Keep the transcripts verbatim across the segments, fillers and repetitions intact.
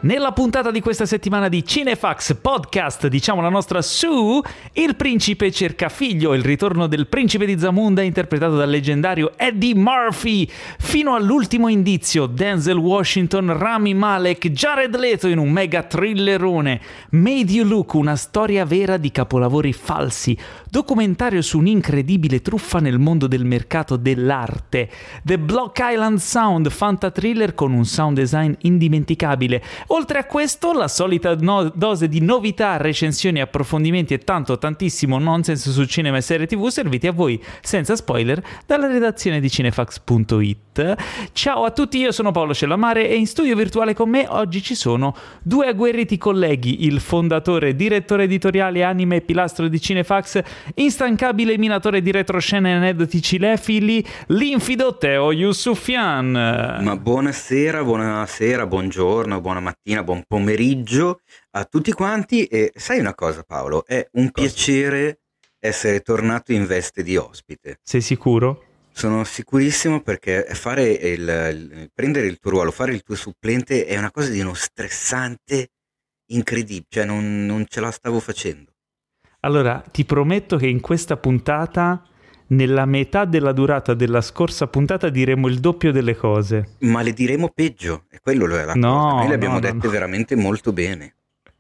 Nella puntata di questa settimana di Cinefax Podcast diciamo la nostra su Il principe cerca figlio, il ritorno del principe di Zamunda interpretato dal leggendario Eddie Murphy, fino all'ultimo indizio Denzel Washington, Rami Malek, Jared Leto in un mega thrillerone, Made You Look, una storia vera di capolavori falsi, documentario su un'incredibile truffa nel mondo del mercato dell'arte, The Block Island Sound, fantatriller con un sound design indimenticabile. Oltre a questo, la solita no- dose di novità, recensioni, approfondimenti e tanto tantissimo nonsense su cinema e serie tv serviti a voi senza spoiler dalla redazione di cinefax punto it. Ciao a tutti, io sono Paolo Cellamare e in studio virtuale con me oggi ci sono due agguerriti colleghi, il fondatore, direttore editoriale, anime e pilastro di Cinefax, instancabile minatore di retroscena e aneddoti cinefili, l'infido Teo Yusufian. Ma buonasera, buonasera, buongiorno, buona mattina, buon pomeriggio a tutti quanti. E sai una cosa, Paolo, è un cosa? piacere essere tornato in veste di ospite. Sei sicuro? Sono sicurissimo, perché fare il, il prendere il tuo ruolo, fare il tuo supplente è una cosa di uno stressante incredibile, cioè non, non ce la stavo facendo. Allora, ti prometto che in questa puntata, nella metà della durata della scorsa puntata, diremo il doppio delle cose. Ma le diremo peggio, è quello la cosa. No, Noi le abbiamo no, dette no. veramente molto bene.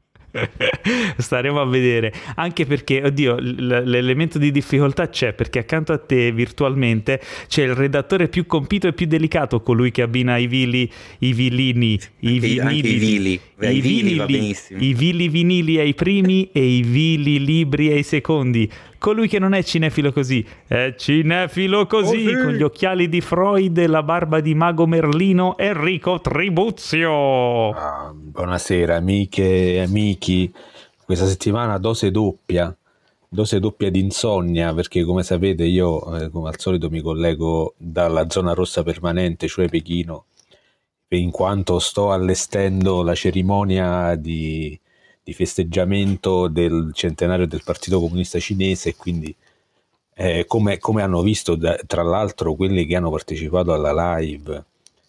Staremo a vedere, anche perché, oddio, l- l'elemento di difficoltà c'è, perché accanto a te virtualmente c'è il redattore più compito e più delicato, colui che abbina i vili, i vilini, i Anche- vinili, anche i vili. i I vili va vinili, benissimo. i vili vinili ai primi e i vili libri ai secondi. Colui che non è cinefilo così, è cinefilo così, Oh, sì. con gli occhiali di Freud e la barba di Mago Merlino, Enrico Tribuzio. Ah, buonasera amiche e amici, questa settimana dose doppia, dose doppia di insonnia, perché come sapete io eh, come al solito mi collego dalla zona rossa permanente, cioè Pechino, in quanto sto allestendo la cerimonia di, di festeggiamento del centenario del Partito Comunista Cinese, e quindi eh, come, come hanno visto da, tra l'altro quelli che hanno partecipato alla live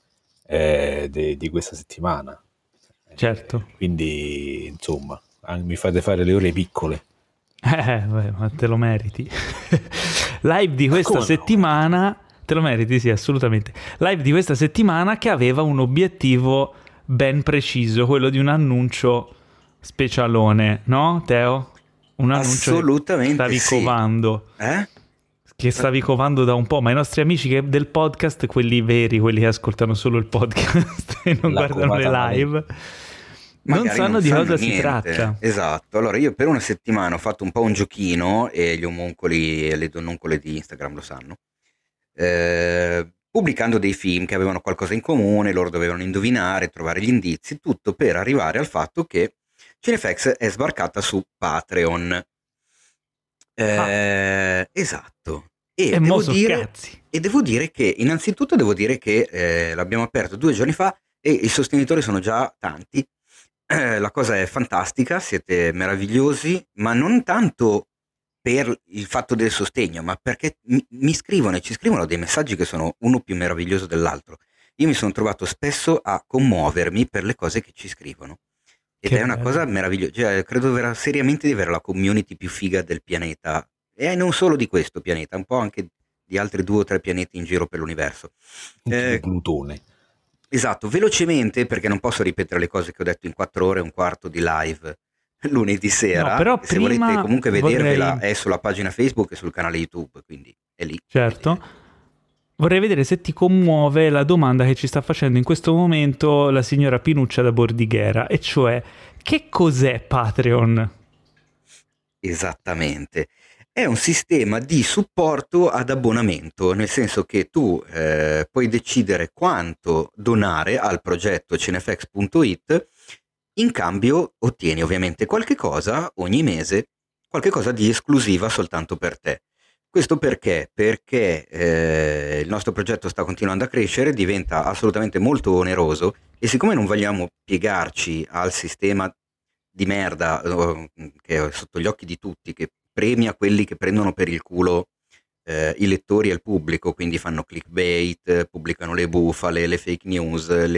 eh, de, di questa settimana. Certo. Quindi insomma an- mi fate fare le ore piccole. Eh, beh, ma te lo meriti. Live di questa Come no? settimana, te lo meriti, sì, assolutamente. Live di questa settimana che aveva un obiettivo ben preciso, quello di un annuncio specialone, no, Teo? Un annuncio Assolutamente che stavi sì. covando, Eh? che stavi covando da un po', ma i nostri amici che- del podcast, quelli veri, quelli che ascoltano solo il podcast e non La guardano le covata live, non Magari sanno di cosa si niente. tratta. Esatto. Allora io per una settimana ho fatto un po' un giochino, e gli omuncoli e le donnuncole di Instagram lo sanno, eh, pubblicando dei film che avevano qualcosa in comune, loro dovevano indovinare, trovare gli indizi, tutto per arrivare al fatto che Cinefax è sbarcata su Patreon. Eh, Esatto. E E mo devo so dire, cazzi. e devo dire che innanzitutto devo dire che eh, l'abbiamo aperto due giorni fa e i sostenitori sono già tanti. Eh, la cosa è fantastica, siete meravigliosi, ma non tanto per il fatto del sostegno, ma perché mi, mi scrivono e ci scrivono dei messaggi che sono uno più meraviglioso dell'altro. Io mi sono trovato spesso a commuovermi per le cose che ci scrivono. Ed Che è una bello. cosa meravigliosa, cioè, credo vera- seriamente di avere la community più figa del pianeta, e non solo di questo pianeta, un po' anche di altri due o tre pianeti in giro per l'universo. Eh, Plutone. Esatto, velocemente, perché non posso ripetere le cose che ho detto in quattro ore e un quarto di live lunedì sera. No, però e se prima volete comunque vedervela vorrei- è sulla pagina Facebook e sul canale YouTube, quindi è lì. Certo. Vorrei vedere se ti commuove la domanda che ci sta facendo in questo momento la signora Pinuccia da Bordighera, e cioè, che cos'è Patreon? Esattamente. È un sistema di supporto ad abbonamento, nel senso che tu eh, puoi decidere quanto donare al progetto cinefax punto it, in cambio ottieni ovviamente qualche cosa ogni mese, qualche cosa di esclusiva soltanto per te. Questo perché? Perché eh, il nostro progetto sta continuando a crescere, diventa assolutamente molto oneroso, e siccome non vogliamo piegarci al sistema di merda eh, che è sotto gli occhi di tutti, che premia quelli che prendono per il culo eh, i lettori e il pubblico, quindi fanno clickbait, pubblicano le bufale, le fake news, le,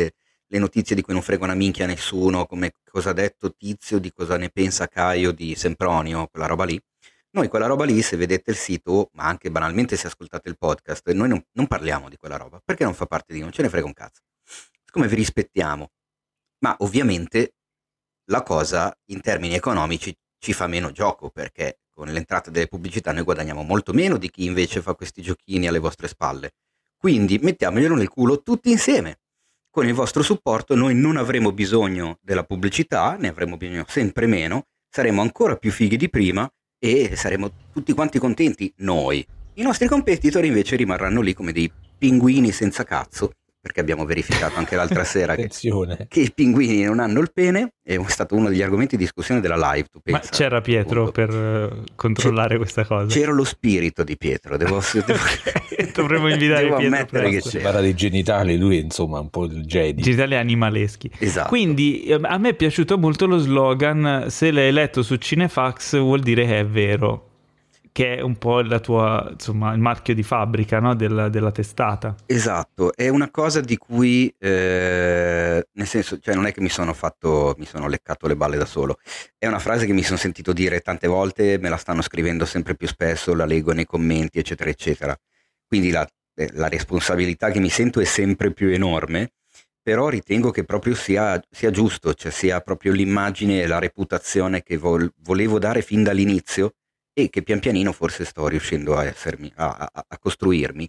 le notizie di cui non frega una minchia a nessuno, come cosa ha detto Tizio, di cosa ne pensa Caio di Sempronio, quella roba lì. Noi quella roba lì, se vedete il sito, ma anche banalmente se ascoltate il podcast, noi non, non parliamo di quella roba, perché non fa parte di noi, non ce ne frega un cazzo. Siccome vi rispettiamo, ma ovviamente la cosa in termini economici ci fa meno gioco, perché con l'entrata delle pubblicità noi guadagniamo molto meno di chi invece fa questi giochini alle vostre spalle. Quindi mettiamoglielo nel culo tutti insieme. Con il vostro supporto noi non avremo bisogno della pubblicità, ne avremo bisogno sempre meno, saremo ancora più fighi di prima e saremo tutti quanti contenti noi. I nostri competitor invece rimarranno lì come dei pinguini senza cazzo, perché abbiamo verificato anche l'altra sera che, che i pinguini non hanno il pene, è stato uno degli argomenti di discussione della live, tu pensa. Ma c'era Pietro appunto per controllare c'è, questa cosa? C'era lo spirito di Pietro, devo, devo dovremmo invitare devo Pietro ammettere che si parla di genitali, lui è insomma un po' il Jedi. Genitali animaleschi. Esatto. Quindi a me è piaciuto molto lo slogan, se l'hai letto su Cinefax vuol dire che è vero, che è un po' la tua, insomma, il marchio di fabbrica, no? della, della testata. Esatto, è una cosa di cui, eh, nel senso, cioè non è che mi sono fatto, mi sono leccato le balle da solo, è una frase che mi sono sentito dire tante volte, me la stanno scrivendo sempre più spesso, la leggo nei commenti, eccetera, eccetera. Quindi la, la responsabilità che mi sento è sempre più enorme, però ritengo che proprio sia, sia giusto, cioè sia proprio l'immagine e la reputazione che vol- volevo dare fin dall'inizio, e che pian pianino forse sto riuscendo a, essermi, a, a, a costruirmi,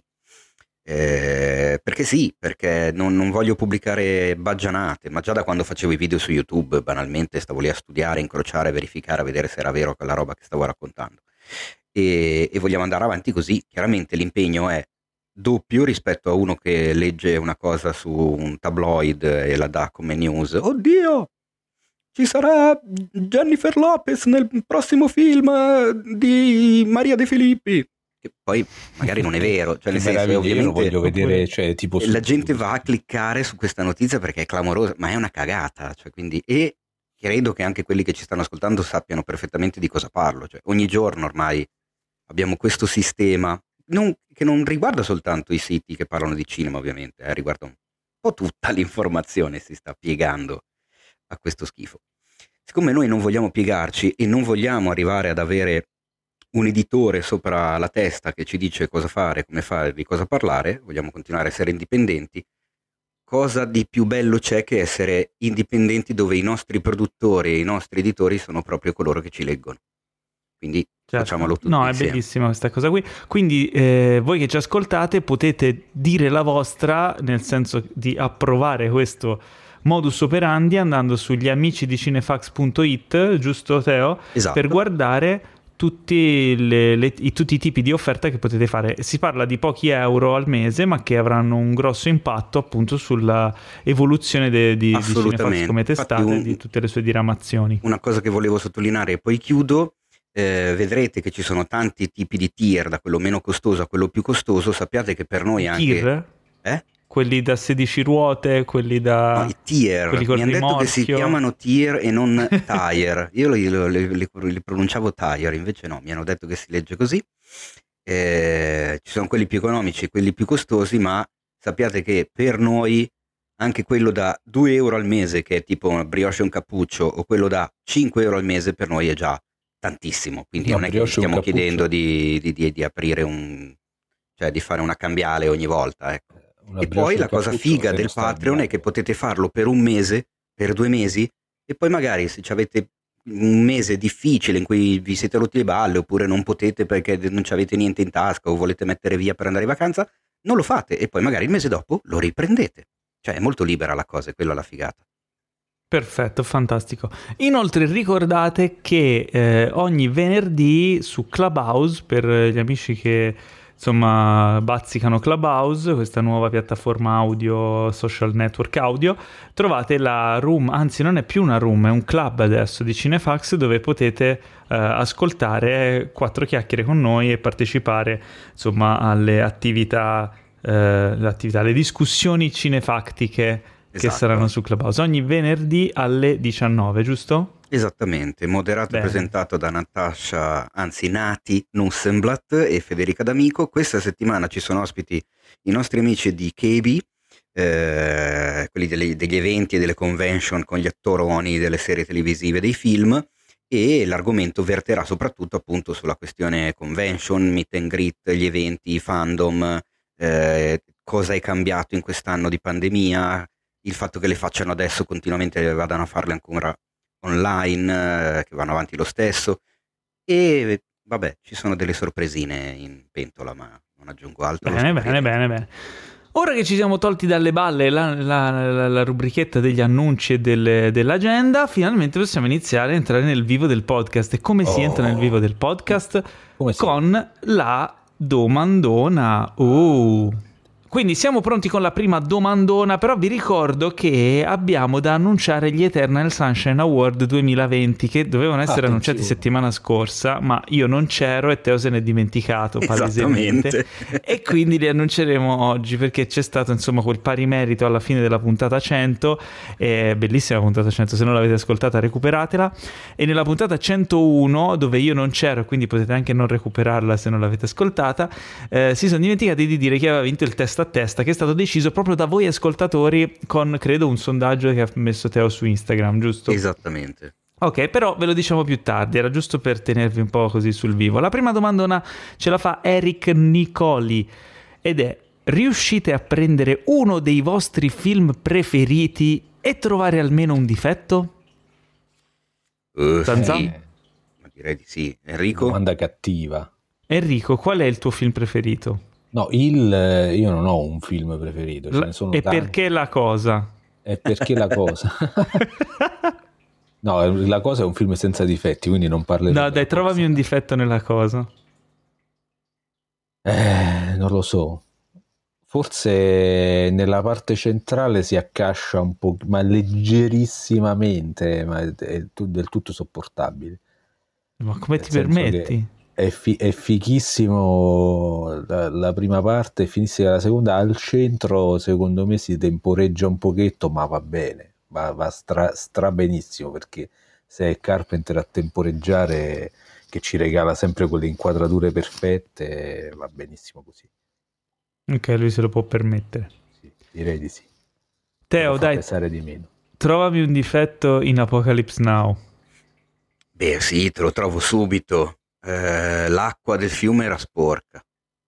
eh, perché sì, perché non, non voglio pubblicare baggianate, ma già da quando facevo i video su YouTube banalmente stavo lì a studiare, incrociare, verificare, a vedere se era vero quella roba che stavo raccontando, e, e vogliamo andare avanti così. Chiaramente l'impegno è doppio rispetto a uno che legge una cosa su un tabloid e la dà come news. Oddio, ci sarà Jennifer Lopez nel prossimo film di Maria De Filippi, che poi magari non è vero, cioè nel senso, ovviamente io lo voglio vedere, cioè, tipo la gente va a cliccare su questa notizia perché è clamorosa, ma è una cagata, cioè, quindi, e credo che anche quelli che ci stanno ascoltando sappiano perfettamente di cosa parlo, cioè ogni giorno ormai abbiamo questo sistema non, che non riguarda soltanto i siti che parlano di cinema, ovviamente, eh, riguarda un po' tutta l'informazione, si sta piegando a questo schifo. Siccome noi non vogliamo piegarci e non vogliamo arrivare ad avere un editore sopra la testa che ci dice cosa fare, come fare, di cosa parlare, vogliamo continuare a essere indipendenti, cosa di più bello c'è che essere indipendenti dove i nostri produttori e i nostri editori sono proprio coloro che ci leggono. Quindi certo, facciamolo tutti no, insieme. È bellissima questa cosa qui. Quindi eh, voi che ci ascoltate potete dire la vostra, nel senso di approvare questo modus operandi andando sugli amici di cinefax punto it, giusto Teo? Esatto. Per guardare tutti, le, le, i, tutti i tipi di offerta che potete fare. Si parla di pochi euro al mese, ma che avranno un grosso impatto appunto sulla evoluzione de, di, di Cinefax come testate e di tutte le sue diramazioni. Una cosa che volevo sottolineare e poi chiudo, eh, vedrete che ci sono tanti tipi di tier, da quello meno costoso a quello più costoso. Sappiate che per noi anche... Tier? Eh? Quelli da sedici ruote, quelli da... No, i tier, mi hanno detto che si chiamano tier e non tire, io li, li, li, li pronunciavo tire, invece no, mi hanno detto che si legge così. Eh, ci sono quelli più economici e quelli più costosi, ma sappiate che per noi anche quello da due euro al mese, che è tipo una brioche e un cappuccio, o quello da cinque euro al mese, per noi è già tantissimo, quindi no, non è che stiamo chiedendo di, di, di, di aprire un... cioè di fare una cambiale ogni volta, ecco. E poi la cosa figa del Patreon è che potete farlo per un mese, per due mesi, e poi magari se avete un mese difficile in cui vi siete rotti le balle, oppure non potete perché non avete niente in tasca o volete mettere via per andare in vacanza, non lo fate e poi magari il mese dopo lo riprendete. Cioè è molto libera la cosa, è quella la figata. Perfetto, fantastico. Inoltre ricordate che eh, ogni venerdì su Clubhouse, per gli amici che insomma bazzicano Clubhouse, questa nuova piattaforma audio, social network audio, trovate la room, anzi non è più una room, è un club adesso di Cinefax, dove potete eh, ascoltare quattro chiacchiere con noi e partecipare insomma alle attività, eh, le attività, alle discussioni cinefactiche. Esatto. Che saranno su Clubhouse ogni venerdì alle diciannove, giusto? Esattamente, moderato e presentato da Natasha, anzi Nati Nussemblatt e Federica D'Amico. Questa settimana ci sono ospiti i nostri amici di K B, eh, quelli delle- degli eventi e delle convention con gli attoroni delle serie televisive e dei film, e l'argomento verterà soprattutto appunto sulla questione convention, meet and greet, gli eventi, i fandom, eh, cosa è cambiato in quest'anno di pandemia, il fatto che le facciano adesso continuamente vadano a farle ancora online, eh, che vanno avanti lo stesso, e vabbè, ci sono delle sorpresine in pentola, ma non aggiungo altro. lo Bene, bene, scoprirete. bene, bene. Ora che ci siamo tolti dalle balle la, la- la- la rubrichetta degli annunci e delle- dell'agenda, finalmente possiamo iniziare a entrare nel vivo del podcast. E come si Oh. entra nel vivo del podcast? Come si- Con la domandona. Oh. Quindi siamo pronti con la prima domandona, però vi ricordo che abbiamo da annunciare gli Eternal Sunshine Award duemilaventi, che dovevano essere Attenzione. annunciati settimana scorsa, ma io non c'ero e Teo se n'è dimenticato palesemente. Esattamente. E quindi li annunceremo oggi, perché c'è stato insomma quel pari merito alla fine della puntata cento, eh, bellissima puntata cento, se non l'avete ascoltata recuperatela, e nella puntata centouno, dove io non c'ero, quindi potete anche non recuperarla se non l'avete ascoltata, eh, si sono dimenticati di dire chi aveva vinto il testa a testa, che è stato deciso proprio da voi ascoltatori con, credo, un sondaggio che ha messo Teo su Instagram, giusto? Esattamente. Ok, però ve lo diciamo più tardi, era giusto per tenervi un po' così sul vivo. La prima domandona ce la fa Eric Nicoli ed è: riuscite a prendere uno dei vostri film preferiti e trovare almeno un difetto? Uh, Zanzà? sì, ma direi di sì. Enrico? Domanda cattiva. Enrico, qual è il tuo film preferito? No, il eh, io non ho un film preferito, ce La- ne sono e tanti. perché la cosa? E perché la cosa? No, la cosa è un film senza difetti, quindi non parlerò. No, dai, trovami un difetto nella cosa. Eh, non lo so. Forse nella parte centrale si accascia un po', ma leggerissimamente, ma è, è tu- del tutto sopportabile. Ma come Nel ti senso permetti? È, fi- è fichissimo la, la prima parte, finissima la seconda. Al centro, secondo me, si temporeggia un pochetto, ma va bene, va, va stra, stra benissimo, perché se è Carpenter a temporeggiare, che ci regala sempre quelle inquadrature perfette, va benissimo così. Ok, lui se lo può permettere. Sì, direi di sì. Teo, Lo fa dai, pesare di meno. trovami un difetto in Apocalypse Now. Beh, sì, te lo trovo subito. Eh, l'acqua del fiume era sporca.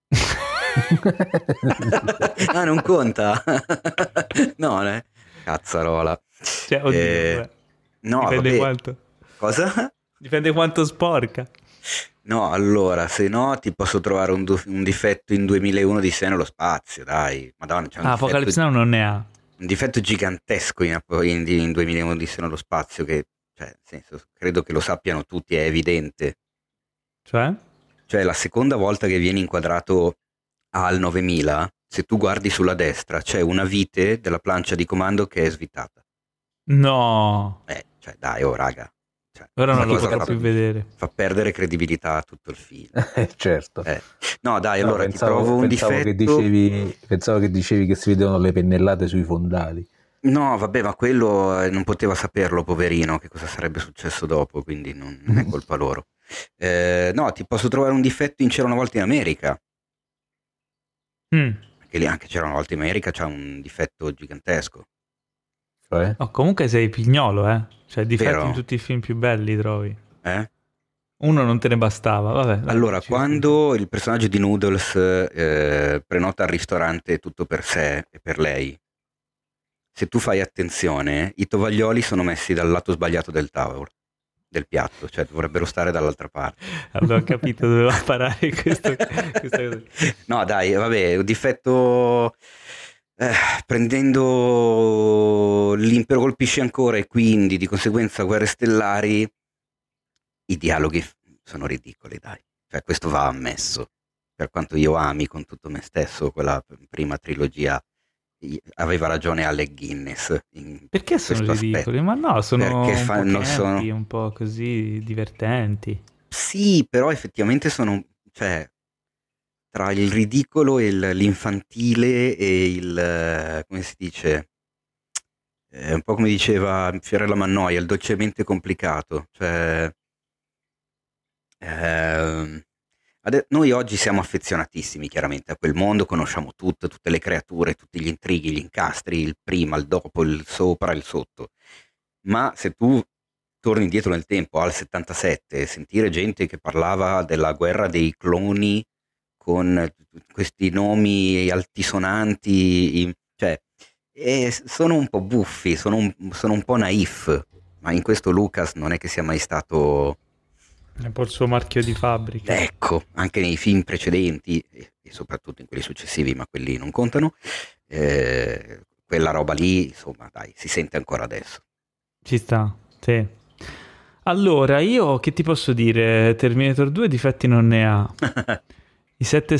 Ah, non conta? No, né? Cazzarola. Cioè, oddio, Eh, beh, no, dipende vabbè. quanto. Cosa? Dipende quanto sporca. No, allora, se no ti posso trovare un, du- un difetto in duemilauno di sé nello spazio, dai. Madonna, c'è un, Ah, difetto, Apocalypse Now non ne ha. un difetto gigantesco in, in, in duemilauno di sé nello spazio che, cioè, nel senso, credo che lo sappiano tutti, è evidente. Cioè? Cioè, la seconda volta che viene inquadrato al novemila, se tu guardi sulla destra, c'è una vite della plancia di comando che è svitata. No. Eh, cioè, dai, oh, raga. Cioè, Ora non questa lo cosa potrò fa, più vedere. fa perdere credibilità a tutto il film. Certo. Eh. No, dai, No, allora pensavo, ti trovo un pensavo difetto. che dicevi, pensavo che dicevi che si vedevano le pennellate sui fondali. No, vabbè, ma quello eh, non poteva saperlo, poverino, che cosa sarebbe successo dopo, quindi non, non è colpa loro. Eh, no, ti posso trovare un difetto in C'era una volta in America, Mm. che lì anche C'era una volta in America c'ha un difetto gigantesco. Cioè? Oh, comunque sei pignolo, eh. Cioè, difetti Vero. in tutti i film più belli trovi. Eh? Uno non te ne bastava, vabbè. dai, Allora, ci- quando il personaggio di Noodles eh, prenota al ristorante tutto per sé e per lei, se tu fai attenzione, i tovaglioli sono messi dal lato sbagliato del tavolo, del piatto, cioè dovrebbero stare dall'altra parte. Avevo capito, dovevo parare questo, questa cosa. No, dai, vabbè, un difetto eh, prendendo l'impero colpisce ancora e quindi di conseguenza Guerre Stellari, i dialoghi f- sono ridicoli, dai. Cioè, questo va ammesso. Per quanto io ami con tutto me stesso quella p- prima trilogia, i- aveva ragione Alec Guinness in Perché sono questo ridicoli? aspetto. Ma no, sono Perché un fanno- po' sono- campi, un po' così divertenti. Sì, però effettivamente sono, cioè, tra il ridicolo e il- l'infantile e il, eh, come si dice, è un po' come diceva Fiorella Mannoia, il dolcemente complicato, cioè, ehm, Ade- noi oggi siamo affezionatissimi chiaramente a quel mondo, conosciamo tutto, tutte le creature, tutti gli intrighi, gli incastri, il prima, il dopo, il sopra, il sotto. Ma se tu torni indietro nel tempo al settantasette e sentire gente che parlava della guerra dei cloni con questi nomi altisonanti, i- cioè eh, sono un po' buffi, sono un, sono un po' naif, ma in questo Lucas non è che sia mai stato... È un po' il suo marchio di fabbrica. Ecco, anche nei film precedenti e e soprattutto in quelli successivi, ma quelli non contano, eh, quella roba lì, insomma, dai, si sente ancora adesso. Ci sta, sì. Allora, io che ti posso dire? Terminator due difetti non ne ha. I Sette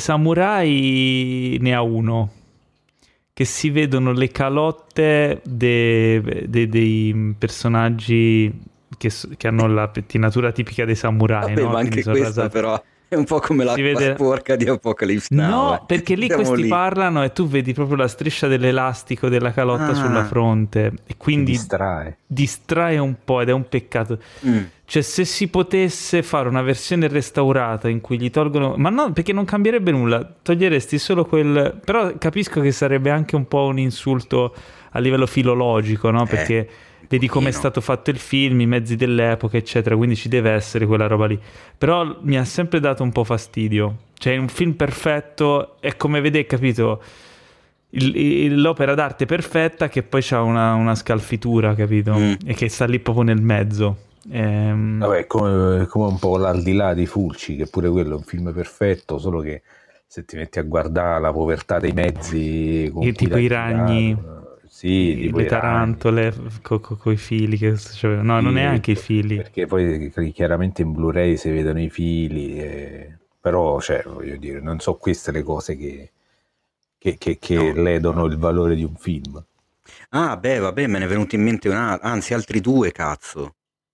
Samurai ne ha uno. Che si vedono le calotte de- de- dei personaggi che, s- che hanno la pettinatura tipica dei samurai. Vabbè, no? ma anche Quindi sono questo rasati. però è un po' come Si l'acqua vede- sporca di Apocalypse Now. No, eh. perché lì Siamo questi lì. parlano e tu vedi proprio la striscia dell'elastico della calotta Ah. sulla fronte e Ti quindi distrae. distrae un po' ed è un peccato. Mm. Cioè, se si potesse fare una versione restaurata in cui gli tolgono... Ma no, perché non cambierebbe nulla. Toglieresti solo quel... Però capisco che sarebbe anche un po' un insulto a livello filologico, no? Eh, Perché un vedi come è pochino. stato fatto il film, i mezzi dell'epoca, eccetera. Quindi ci deve essere quella roba lì. Però mi ha sempre dato un po' fastidio. Cioè, un film perfetto è come vedere, capito... Il- il- l'opera d'arte perfetta che poi c'ha una, una scalfitura, capito? Mm. E che sta lì proprio nel mezzo. Ehm, Vabbè, come, come un po' l'aldilà di Fulci, che pure quello è un film perfetto, solo che se ti metti a guardare la povertà dei mezzi con Io cui tipo l'ha i ragni, girato, sì, tipo le i ragni. tarantole con i fili che cioè, no, non Sì, neanche i fili. perché poi chiaramente in Blu-ray si vedono i fili, eh, però cioè, voglio dire, non so queste le cose che, che, che, che No. ledono il valore di un film. Ah, beh, vabbè, me ne è venuto in mente una, anzi altri due, cazzo.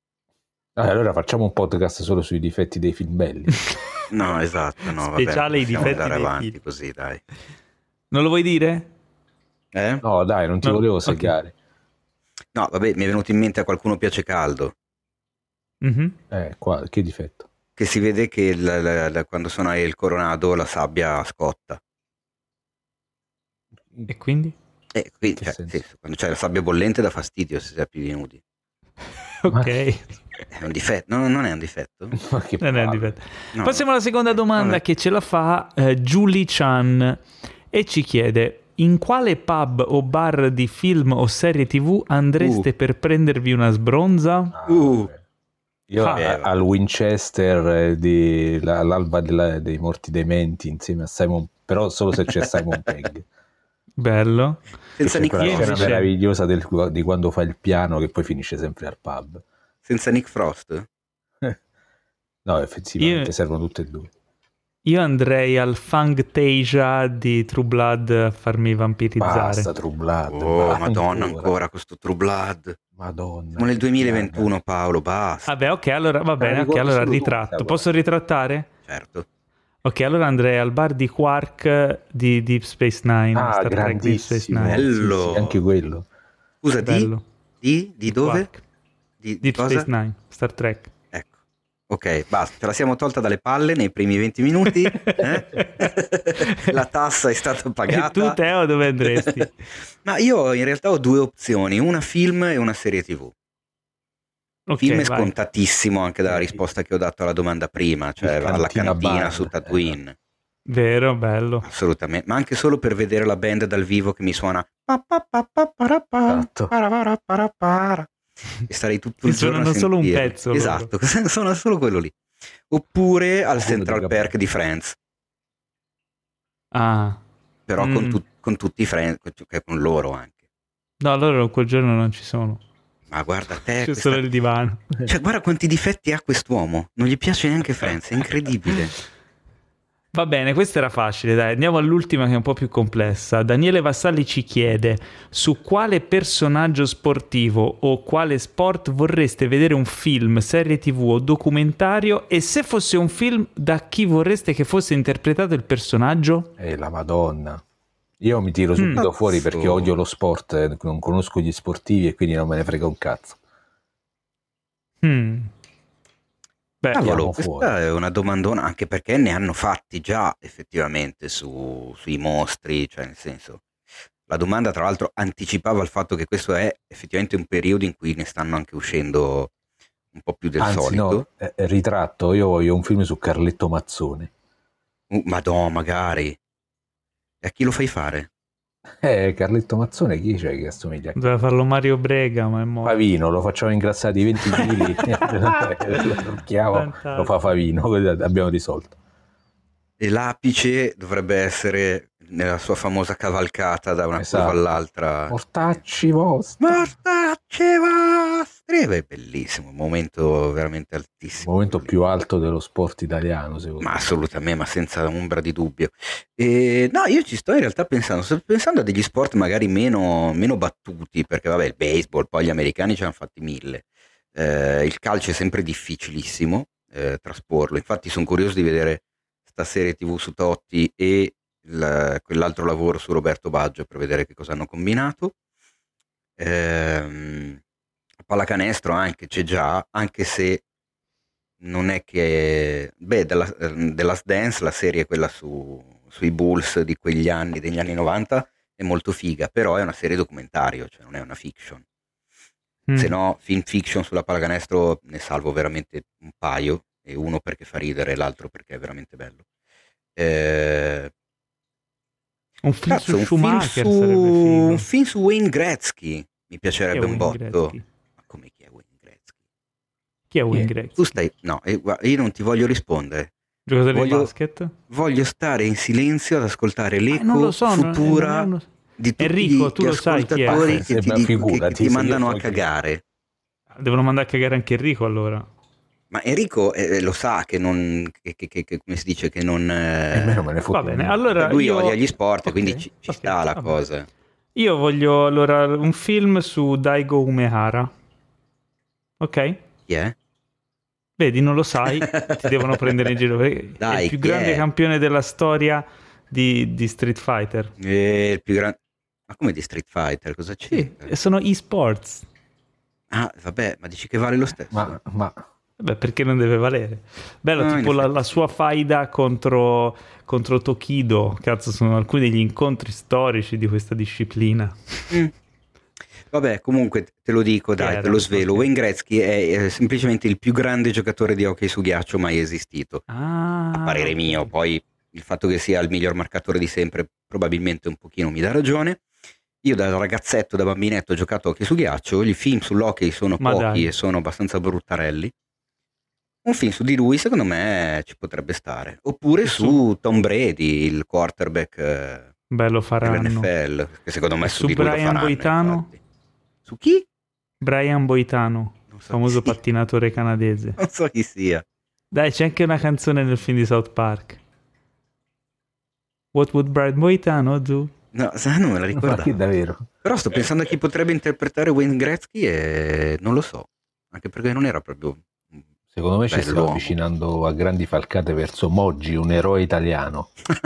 Ah, allora facciamo un podcast solo sui difetti dei film belli. No, esatto, no, vabbè, Speciale i possiamo difetti andare dei avanti film. così, dai. Non lo vuoi dire? Eh? No, dai, non ti No, volevo ok. segare. No, vabbè, mi è venuto in mente a qualcuno piace caldo, Mhm. Eh, qua, che difetto? che si vede che il- la- la- quando suona il Coronado la sabbia scotta. E quindi? Eh, qui, Che cioè, senso? sì, quando c'è la sabbia bollente dà fastidio se si è più nudi. Ok, È un difetto? No, non è un difetto? Ma che non è un palle. difetto. No. Passiamo alla seconda domanda Vabbè. che ce la fa eh, Julie Chan e ci chiede: in quale pub o bar di film o serie tv andreste Uh. per prendervi una sbronza? Ah, Uh. vabbè. Io Ah. a- al Winchester eh, di, la- all'alba della- dei morti dementi insieme a Simon, però solo se c'è Simon Pegg. Bello. Senza C'è Nick quella Frost? scena Invece- meravigliosa del- di quando fa il piano che poi finisce sempre al pub. Senza Nick Frost? No, effettivamente Io- servono tutte e due. Io andrei al Fangtasia di True Blood a farmi vampirizzare. Basta True Blood. Oh, ma madonna, ancora questo True Blood. Madonna. Siamo nel che duemilaventuno, Paolo, basta. Vabbè, ok, allora va bene, ok, ricordo allora solo tu, ritratto. questa Posso ritrattare? Certo. Ok, allora andrei al bar di Quark di Deep Space Nine. Ah, Star Trek Deep Space grandissimo. Nine. Bello. Sì, sì, anche quello. Scusa, di? Bello. Di? Di dove? Quark. Di, di Deep cosa? Space Nine, Star Trek. Ecco. Ok, basta, ce la siamo tolta dalle palle nei primi venti minuti. eh? La tassa è stata pagata. E tu, Teo, dove andresti? Ma io in realtà ho due opzioni, una film e una serie tv. Ok, Film è vai. scontatissimo anche dalla risposta che ho dato alla domanda prima, cioè Il alla Cantina cantina Bar, su Tatooine. Vero, bello. Assolutamente, ma anche solo per vedere la band dal vivo che mi suona pa pa pa pa para pa, Esatto. para para para para. E starei tutto il Ti giorno a suonano solo un sentire. pezzo loro. Esatto, suona solo quello lì. Oppure al Quello Central di Perk di Friends, Ah, però con, Mm. tu- con tutti i Friends, cioè con loro anche. no, loro quel giorno non ci sono. Ma guarda te, C'è questa- solo il divano. cioè guarda quanti difetti ha quest'uomo, non gli piace neanche Friends, è incredibile. Va bene, questa era facile, dai. Andiamo all'ultima che è un po' più complessa. Daniele Vassalli ci chiede: su quale personaggio sportivo o quale sport vorreste vedere un film, serie tv o documentario, e se fosse un film, da chi vorreste che fosse interpretato il personaggio? Eh, la Madonna. Io mi tiro subito Mm. fuori perché Cazzo. odio lo sport, eh, non conosco gli sportivi e quindi non me ne frega un cazzo. Hmm. Beh, Cavolo, questa fuori. è una domandona, anche perché ne hanno fatti già effettivamente su, sui mostri, cioè nel senso, la domanda tra l'altro anticipava il fatto che questo è effettivamente un periodo in cui ne stanno anche uscendo un po' più del Anzi, solito. no, eh, ritratto, io voglio un film su Carletto Mazzone. Uh, Madò, magari. E a chi lo fai fare? Eh, Carletto Mazzone, chi c'è che assomiglia a doveva farlo Mario Brega, ma è morto. Favino? Lo facciamo ingrassare di venti chili, lo, lo fa Favino, così abbiamo risolto. E l'apice dovrebbe essere nella sua famosa cavalcata da una Esatto. curva all'altra. Mortacci vostri. Mortacci vostri! È bellissimo, un momento veramente altissimo. Il momento più alto dello sport italiano, secondo Ma me. assolutamente, ma senza ombra di dubbio. E, no, io ci sto in realtà pensando, sto pensando a degli sport magari meno, meno battuti, perché vabbè, il baseball, poi gli americani ce ne hanno fatti mille. Eh, il calcio è sempre difficilissimo eh, trasporlo, infatti sono curioso di vedere sta serie tv su Totti e il, quell'altro lavoro su Roberto Baggio per vedere che cosa hanno combinato. Ehm, pallacanestro anche c'è già, anche se non è che beh della, della Dance, la serie quella su, sui Bulls di quegli anni, degli anni novanta, è molto figa, però è una serie documentario, cioè non è una fiction. Mm. Se no film fiction sulla pallacanestro ne salvo veramente un paio, e uno perché fa ridere, l'altro perché è veramente bello. Eh, un film cazzo, su un Schumacher film su, sarebbe figo. un film su Wayne Gretzky mi piacerebbe un botto. Gretzky? Ma come chi è Wayne Gretzky? Chi è Wayne Gretzky? Tu stai no, eh, guarda, io non ti voglio rispondere. Giocatore voglio, di basket? Voglio stare in silenzio ad ascoltare l'eco non lo so, futura non uno... di tutti Enrico, gli, tu gli lo sai chi è. ascoltatori che, ti, dico, figura, che, che ti mandano a cagare. Devono mandare a cagare anche Enrico allora. Ma Enrico eh, lo sa che non che, che, che, come si dice che non eh... me ne va bene, allora lui io... odia gli sport, okay, quindi ci, ci okay, sta la vabbè. cosa. Io voglio allora un film su Daigo Umehara. Ok? Chi è? Vedi, non lo sai, ti devono prendere in giro. Dai, è il più grande è? campione della storia di, di Street Fighter. È il più grande. Ma come di Street Fighter? Cosa c'è? Sì, sono eSports. Ah, vabbè, ma dici che vale lo stesso? Ma, ma... Beh, perché non deve valere? Bello, no, tipo la, la sua faida contro, contro Tokido. Cazzo, sono alcuni degli incontri storici di questa disciplina. Mm. Vabbè, comunque te lo dico, dai, te lo svelo. Okay. Wayne Gretzky è, è semplicemente il più grande giocatore di hockey su ghiaccio mai esistito. Ah, a parere okay. mio, poi il fatto che sia il miglior marcatore di sempre probabilmente un pochino mi dà ragione. Io da ragazzetto, da bambinetto ho giocato hockey su ghiaccio, i film sull'hockey sono Ma pochi dai. e sono abbastanza bruttarelli. Un film su di lui secondo me ci potrebbe stare. Oppure su, su Tom Brady, il quarterback eh, Bello faranno. dell'N F L, che secondo me e su, su di lui Brian lo faranno, Boitano? Infatti. Su chi? Brian Boitano, so famoso chi. pattinatore canadese. Non so chi sia. Dai, c'è anche una canzone nel film di South Park. What would Brian Boitano do? No, non me la ricordo. davvero. Però sto pensando a chi potrebbe interpretare Wayne Gretzky e non lo so. Anche perché non era proprio... Secondo me ci stiamo avvicinando a grandi falcate verso Moggi, un eroe italiano.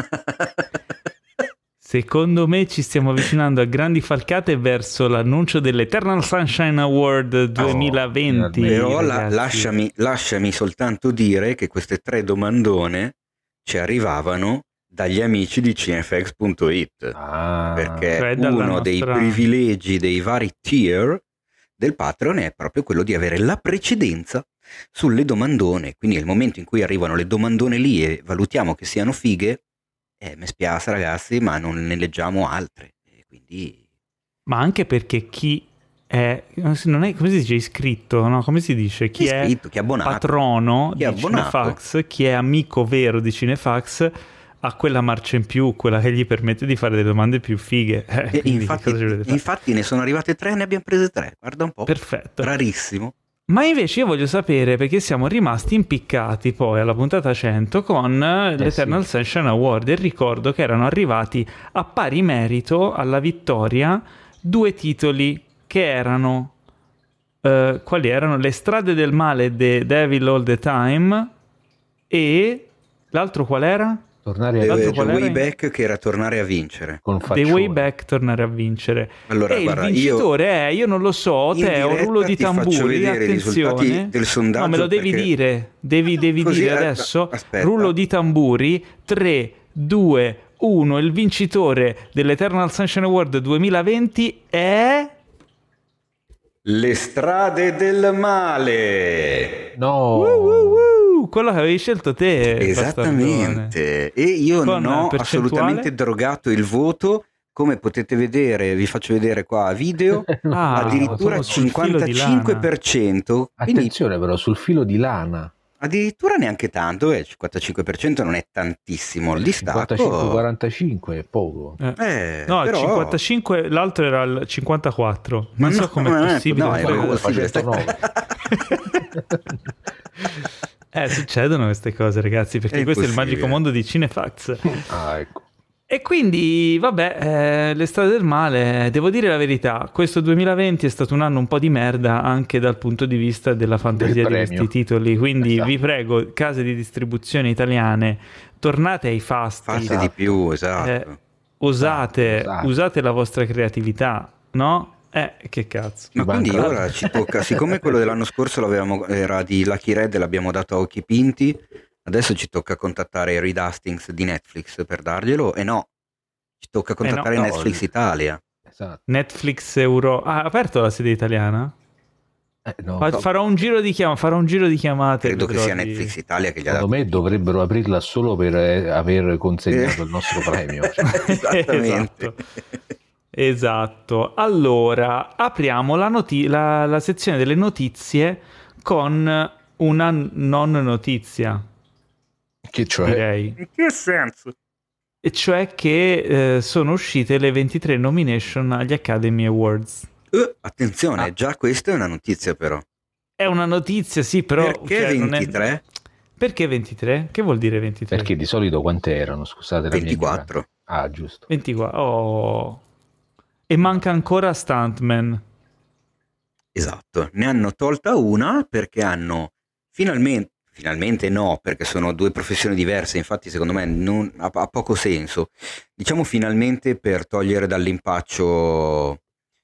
Secondo me ci stiamo avvicinando a grandi falcate verso l'annuncio dell'Eternal Sunshine Award duemilaventi. Oh, però la, lasciami, lasciami soltanto dire che queste tre domandone ci arrivavano dagli amici di cinefx punto it. Ah, perché cioè uno nostra... dei privilegi dei vari tier del Patreon è proprio quello di avere la precedenza sulle domandone. Quindi nel momento in cui arrivano le domandone lì e valutiamo che siano fighe, eh, mi spiace ragazzi, ma non ne leggiamo altre. E quindi... Ma anche perché chi è, non è, come si dice, iscritto, no? Come si dice? Chi, chi è iscritto, chi è abbonato, patrono chi è di abbonato. Cinefax, chi è amico vero di Cinefax, ha quella marcia in più, quella che gli permette di fare delle domande più fighe. Eh, infatti, infatti ne sono arrivate tre, ne abbiamo prese tre, guarda un po'. Perfetto. Rarissimo. Ma invece io voglio sapere, perché siamo rimasti impiccati poi alla puntata cento con eh, l'Eternal sì. Sunshine Award, e ricordo che erano arrivati a pari merito alla vittoria due titoli che erano, eh, quali erano? Le strade del male, The Devil All the Time, e l'altro qual era? Tornare The, a The qual era? Way Back, che era tornare a vincere. con The faccione. Way Back, tornare a vincere. Allora, e guarda, il vincitore è, io non lo so, in te, un diretta rullo di ti faccio tamburi, vedere i risultati attenzione. del sondaggio, No, me lo devi perché- dire, devi, devi Così, dire eh, adesso, aspetta. rullo di tamburi, tre, due, uno, il vincitore dell'Eternal Sunshine Award duemilaventi è... Le strade del male. No, Uh, uh, uh, quello che avevi scelto te, bastardone. Esattamente. E io Con non ho percentuale? assolutamente drogato il voto. Come potete vedere, vi faccio vedere qua a video, Ah, addirittura sono sul filo di cinquantacinque per cento. Quindi attenzione però, sul filo di lana. addirittura neanche tanto, eh, cinquantacinque per cento non è tantissimo. Il cinquantacinque distacco. quarantacinque è poco. Eh. Eh, No, il però- cinquantacinque, l'altro era il cinquantaquattro. Non Ma so no, com'è ma non è- possibile. no, è fare proprio questo. possibile. centonove. Eh, succedono queste cose, ragazzi, perché È questo è il impossibile. magico mondo di Cinefax. Ah, ecco. E quindi, vabbè, eh, le strade del male, devo dire la verità, questo duemilaventi è stato un anno un po' di merda anche dal punto di vista della fantasia Del di premio. questi titoli, quindi Esatto. vi prego, case di distribuzione italiane, tornate ai fasti, Fate Esatto. di più, esatto. eh, usate, Esatto. usate la vostra creatività, no? Eh, che cazzo. Ma Ci quindi manca- ora ci tocca, siccome quello dell'anno scorso l'avevamo, era di Lucky Red e l'abbiamo dato a occhi pinti, adesso ci tocca contattare Reed Hastings di Netflix per darglielo, e no, ci tocca contattare no. Netflix Italia. Esatto. Netflix Euro... Ah, ha aperto la sede italiana? Eh, no, Fa- no, farò un giro di chiamate, farò un giro di chiamate. Credo che vedrò sia di- Netflix Italia che gli ha dato. secondo me dovrebbero aprirla solo per eh, aver consegnato Eh. il nostro premio. Cioè, Esattamente. Esatto. Esatto. Allora, apriamo la, noti- la, la sezione delle notizie con una non notizia, che cioè, direi. In che senso? E cioè che eh, sono uscite le ventitré nomination agli Academy Awards. Eh, attenzione, Ah. già questa è una notizia però. È una notizia, sì, però... Perché cioè, non è- ventitré? Perché ventitré? Che vuol dire ventitré? perché di solito quante erano? Scusate, la mia ventiquattro. ignoranza. Ah, giusto. ventiquattro. Oh. E manca ancora Stuntman. Esatto, ne hanno tolta una perché hanno finalmente, finalmente no, perché sono due professioni diverse, infatti secondo me non, ha, ha poco senso, diciamo finalmente per togliere dall'impaccio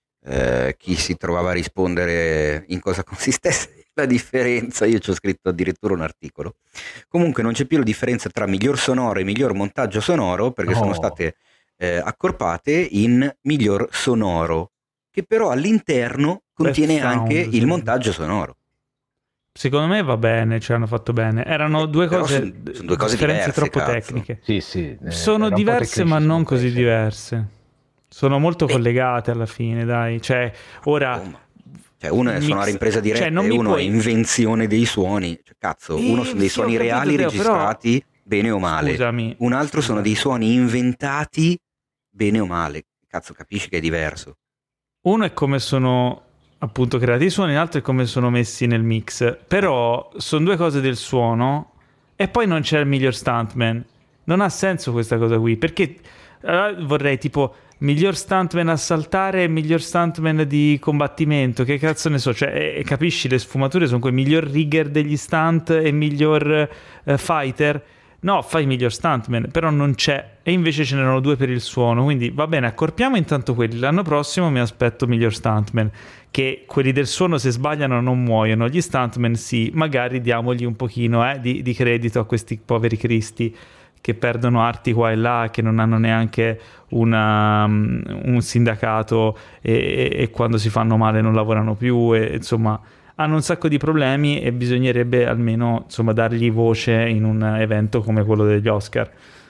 eh, chi si trovava a rispondere in cosa consistesse la differenza. Io ci ho scritto addirittura un articolo. Comunque non c'è più la differenza tra miglior sonoro e miglior montaggio sonoro, perché No. sono state eh, accorpate in miglior sonoro, che però all'interno contiene Best sound, anche sì. il montaggio sonoro. Secondo me va bene, ci hanno fatto bene. Erano due Però cose, son- son due cose differenze diverse, troppo cazzo. tecniche. Sì, sì. eh, Sono era un po' diverse ma tecnicismo, non così sì. diverse. Sono molto Beh. collegate alla fine, dai. Cioè, ora... Oh, ma- cioè uno è mix- suonare in presa diretta cioè, non e mi uno puoi- è invenzione dei suoni. Cioè, cazzo, Eh, uno sono dei sì, suoni ho capito, reali Teo, registrati bene o male. Scusami. Un altro sono Scusami. dei suoni inventati bene o male. Cazzo, capisci che è diverso. Uno è come sono appunto creati i suoni, l'altro è come sono messi nel mix. Però sono due cose del suono e poi non c'è il miglior stuntman. Non ha senso questa cosa qui, perché allora vorrei tipo miglior stuntman a saltare e miglior stuntman di combattimento, che cazzo ne so, cioè eh, capisci, le sfumature sono quei miglior rigger degli stunt e miglior eh, fighter. No, fai miglior stuntman, però non c'è. E invece ce n'erano due per il suono. Quindi va bene, accorpiamo intanto quelli. L'anno prossimo mi aspetto miglior stuntman. Che quelli del suono, se sbagliano, non muoiono. Gli stuntman sì, magari diamogli un pochino eh, di, di credito a questi poveri cristi che perdono arti qua e là, che non hanno neanche una, um, un sindacato e, e, e quando si fanno male non lavorano più. E, insomma, hanno un sacco di problemi e bisognerebbe almeno insomma dargli voce in un evento come quello degli Oscar.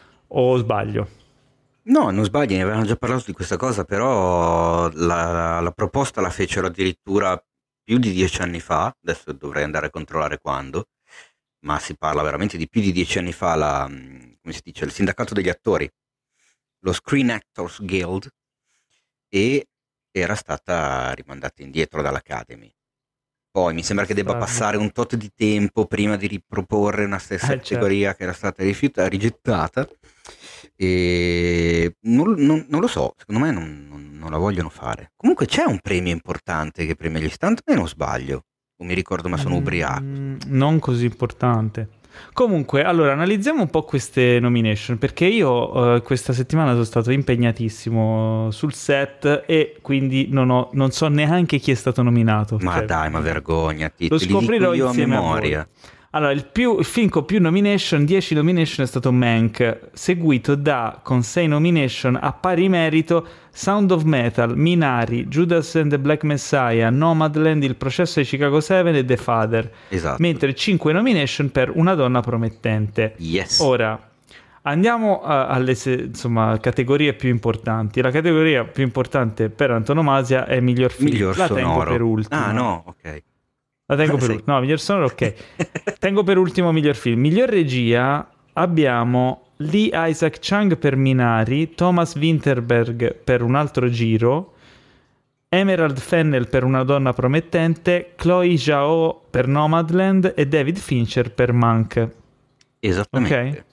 O sbaglio? No, non sbagli, ne avevamo già parlato di questa cosa, però la, la proposta la fecero addirittura più di dieci anni fa, adesso dovrei andare a controllare quando, ma si parla veramente di più di dieci anni fa, la, come si dice, il sindacato degli attori, lo Screen Actors Guild, e era stata rimandata indietro dall'Academy. Poi mi sembra che debba Strano. passare un tot di tempo prima di riproporre una stessa Eh, certo. categoria che era stata rifiutata, rigettata. E non, non- non lo so, secondo me non, non- non la vogliono fare. Comunque c'è un premio importante che premia gli stuntman, o sbaglio? O mi ricordo, ma sono ubriaco. Mm, non così importante. Comunque, allora, analizziamo un po' queste nomination, perché io uh, questa settimana sono stato impegnatissimo sul set e quindi non, ho, non so neanche chi è stato nominato. Ma cioè, dai, ma vergognati, lo te li dico scoprirò io a insieme memoria. a voi. Allora, il, più, il film con più nomination, dieci nomination, è stato Mank, seguito da, con sei nomination, a pari merito, Sound of Metal, Minari, Judas and the Black Messiah, Nomadland, Il processo di Chicago sette e The Father. Esatto. Mentre cinque nomination per Una donna promettente. Yes. Ora, andiamo a, alle insomma, categorie più importanti. La categoria più importante per antonomasia è miglior film. Miglior La sonoro. tengo per ultimo. Ah, no, ok. La tengo per Sì. ultimo. No, miglior sonoro, ok. Tengo per ultimo miglior film. Miglior regia abbiamo Lee Isaac Chung per Minari, Thomas Winterberg per Un altro giro, Emerald Fennell per Una donna promettente, Chloe Zhao per Nomadland e David Fincher per Mank. Esattamente. Ok?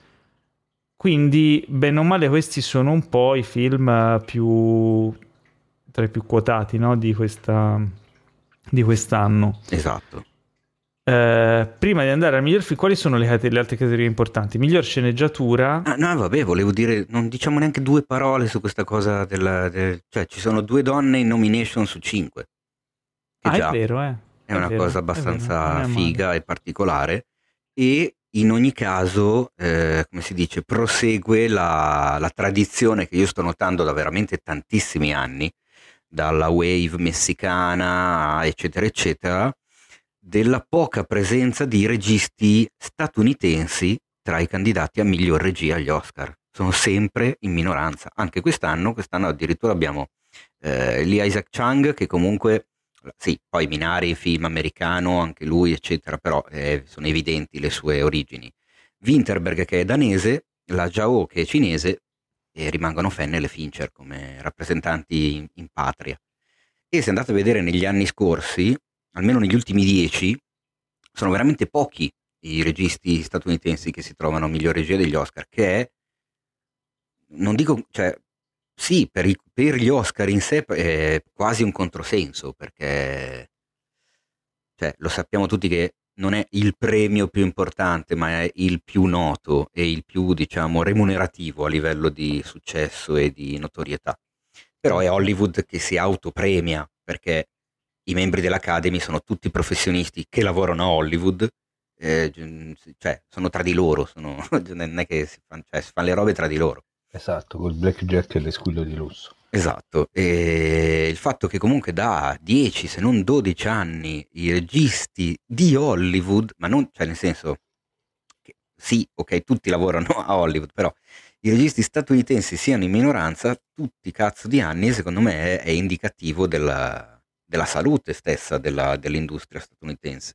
Quindi, bene o male, questi sono un po' i film più tra i più quotati, no? di questa di quest'anno. Esatto. Eh, prima di andare al miglior film, quali sono le, cate- le altre categorie importanti? Miglior sceneggiatura. Ah, no, vabbè, volevo dire, non diciamo neanche due parole su questa cosa della, del, cioè ci sono due donne in nomination su cinque. Che Ah, già è vero, eh. è una vero, cosa è vero, abbastanza non è figa male. e particolare, e in ogni caso, eh, come si dice, prosegue la, la tradizione che io sto notando da veramente tantissimi anni, dalla wave messicana, eccetera, eccetera, della poca presenza di registi statunitensi tra i candidati a miglior regia agli Oscar. Sono sempre in minoranza. Anche quest'anno, quest'anno addirittura abbiamo eh, Lee Isaac Chung, che comunque, sì, poi Minari, film americano, anche lui, eccetera, però eh, sono evidenti le sue origini. Winterberg, che è danese, la Zhao, che è cinese, e rimangono Fennell e Fincher come rappresentanti in, in patria. E se andate a vedere negli anni scorsi, almeno negli ultimi dieci, sono veramente pochi i registi statunitensi che si trovano a miglior regia degli Oscar, che è, non dico, cioè, sì, per, i, per gli Oscar in sé è quasi un controsenso, perché cioè, lo sappiamo tutti che non è il premio più importante, ma è il più noto e il più, diciamo, remunerativo a livello di successo e di notorietà. Però è Hollywood che si autopremia, perché i membri dell'Academy sono tutti professionisti che lavorano a Hollywood, eh, cioè sono tra di loro, sono, non è che si fanno, cioè, si fanno le robe tra di loro. Esatto, col blackjack e le squillo di lusso. Esatto, e il fatto che comunque da dieci se non dodici anni i registi di Hollywood, ma non, cioè nel senso che sì, ok, tutti lavorano a Hollywood, però i registi statunitensi siano in minoranza tutti cazzo di anni, secondo me è, è indicativo della, della salute stessa della, dell'industria statunitense.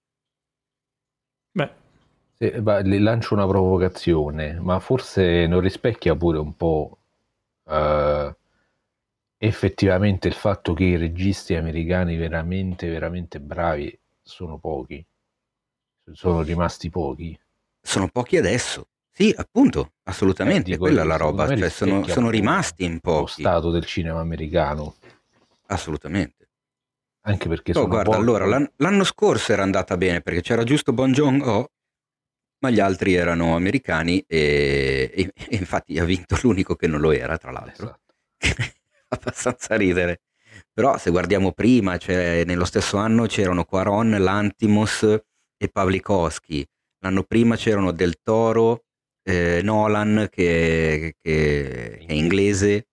Beh, sì, beh, le lancio una provocazione, ma forse non rispecchia pure un po' eh, effettivamente il fatto che i registi americani veramente, veramente bravi sono pochi, sono rimasti pochi. Sono pochi adesso. Sì, appunto, assolutamente, eh, dico, quella è la roba, cioè sono, sono rimasti in pochi. Lo stato del cinema americano. Assolutamente. Anche perché Però sono guarda, pochi. allora, l'anno, l'anno scorso era andata bene perché c'era giusto Bong Joon-ho, ma gli altri erano americani e, e, e infatti ha vinto l'unico che non lo era, tra l'altro. Esatto. Abbastanza ridere. Però se guardiamo prima, cioè, nello stesso anno c'erano Cuarón, Lanthimos e Pawlikowski. L'anno prima c'erano Del Toro, eh, Nolan che, che è inglese.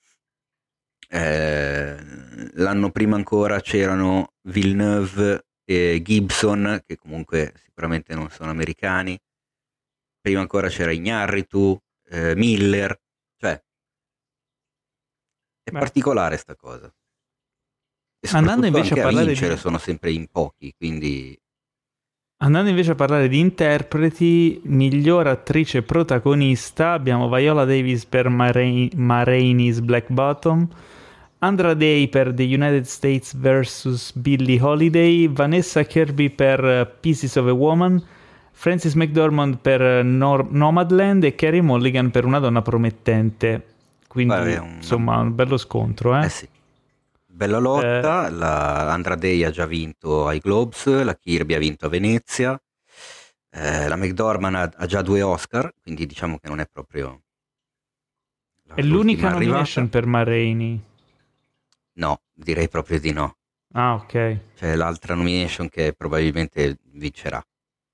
Eh, l'anno prima ancora c'erano Villeneuve e Gibson, che comunque sicuramente non sono americani. Prima ancora c'era Iñárritu, eh, Miller, cioè è Beh. particolare sta cosa. E andando invece anche a parlare vincere di... sono sempre in pochi, quindi Andando invece a parlare di interpreti, miglior attrice protagonista abbiamo Viola Davis per Ma Rainey's Black Bottom, Andra Day per The United States versus Billie Holiday, Vanessa Kirby per Pieces of a Woman, Frances McDormand per Nor- Nomadland e Carey Mulligan per Una donna promettente. Quindi Vabbè, un... insomma un bello scontro, eh? Eh sì. Bella lotta, eh... la Andra Day ha già vinto ai Globes, la Kirby ha vinto a Venezia, Eh, la McDormand ha, ha già due Oscar, quindi diciamo che non è proprio... È l'unica arrivata. nomination per Ma Rainey? No, direi proprio di no. Ah, ok. C'è l'altra nomination che probabilmente vincerà.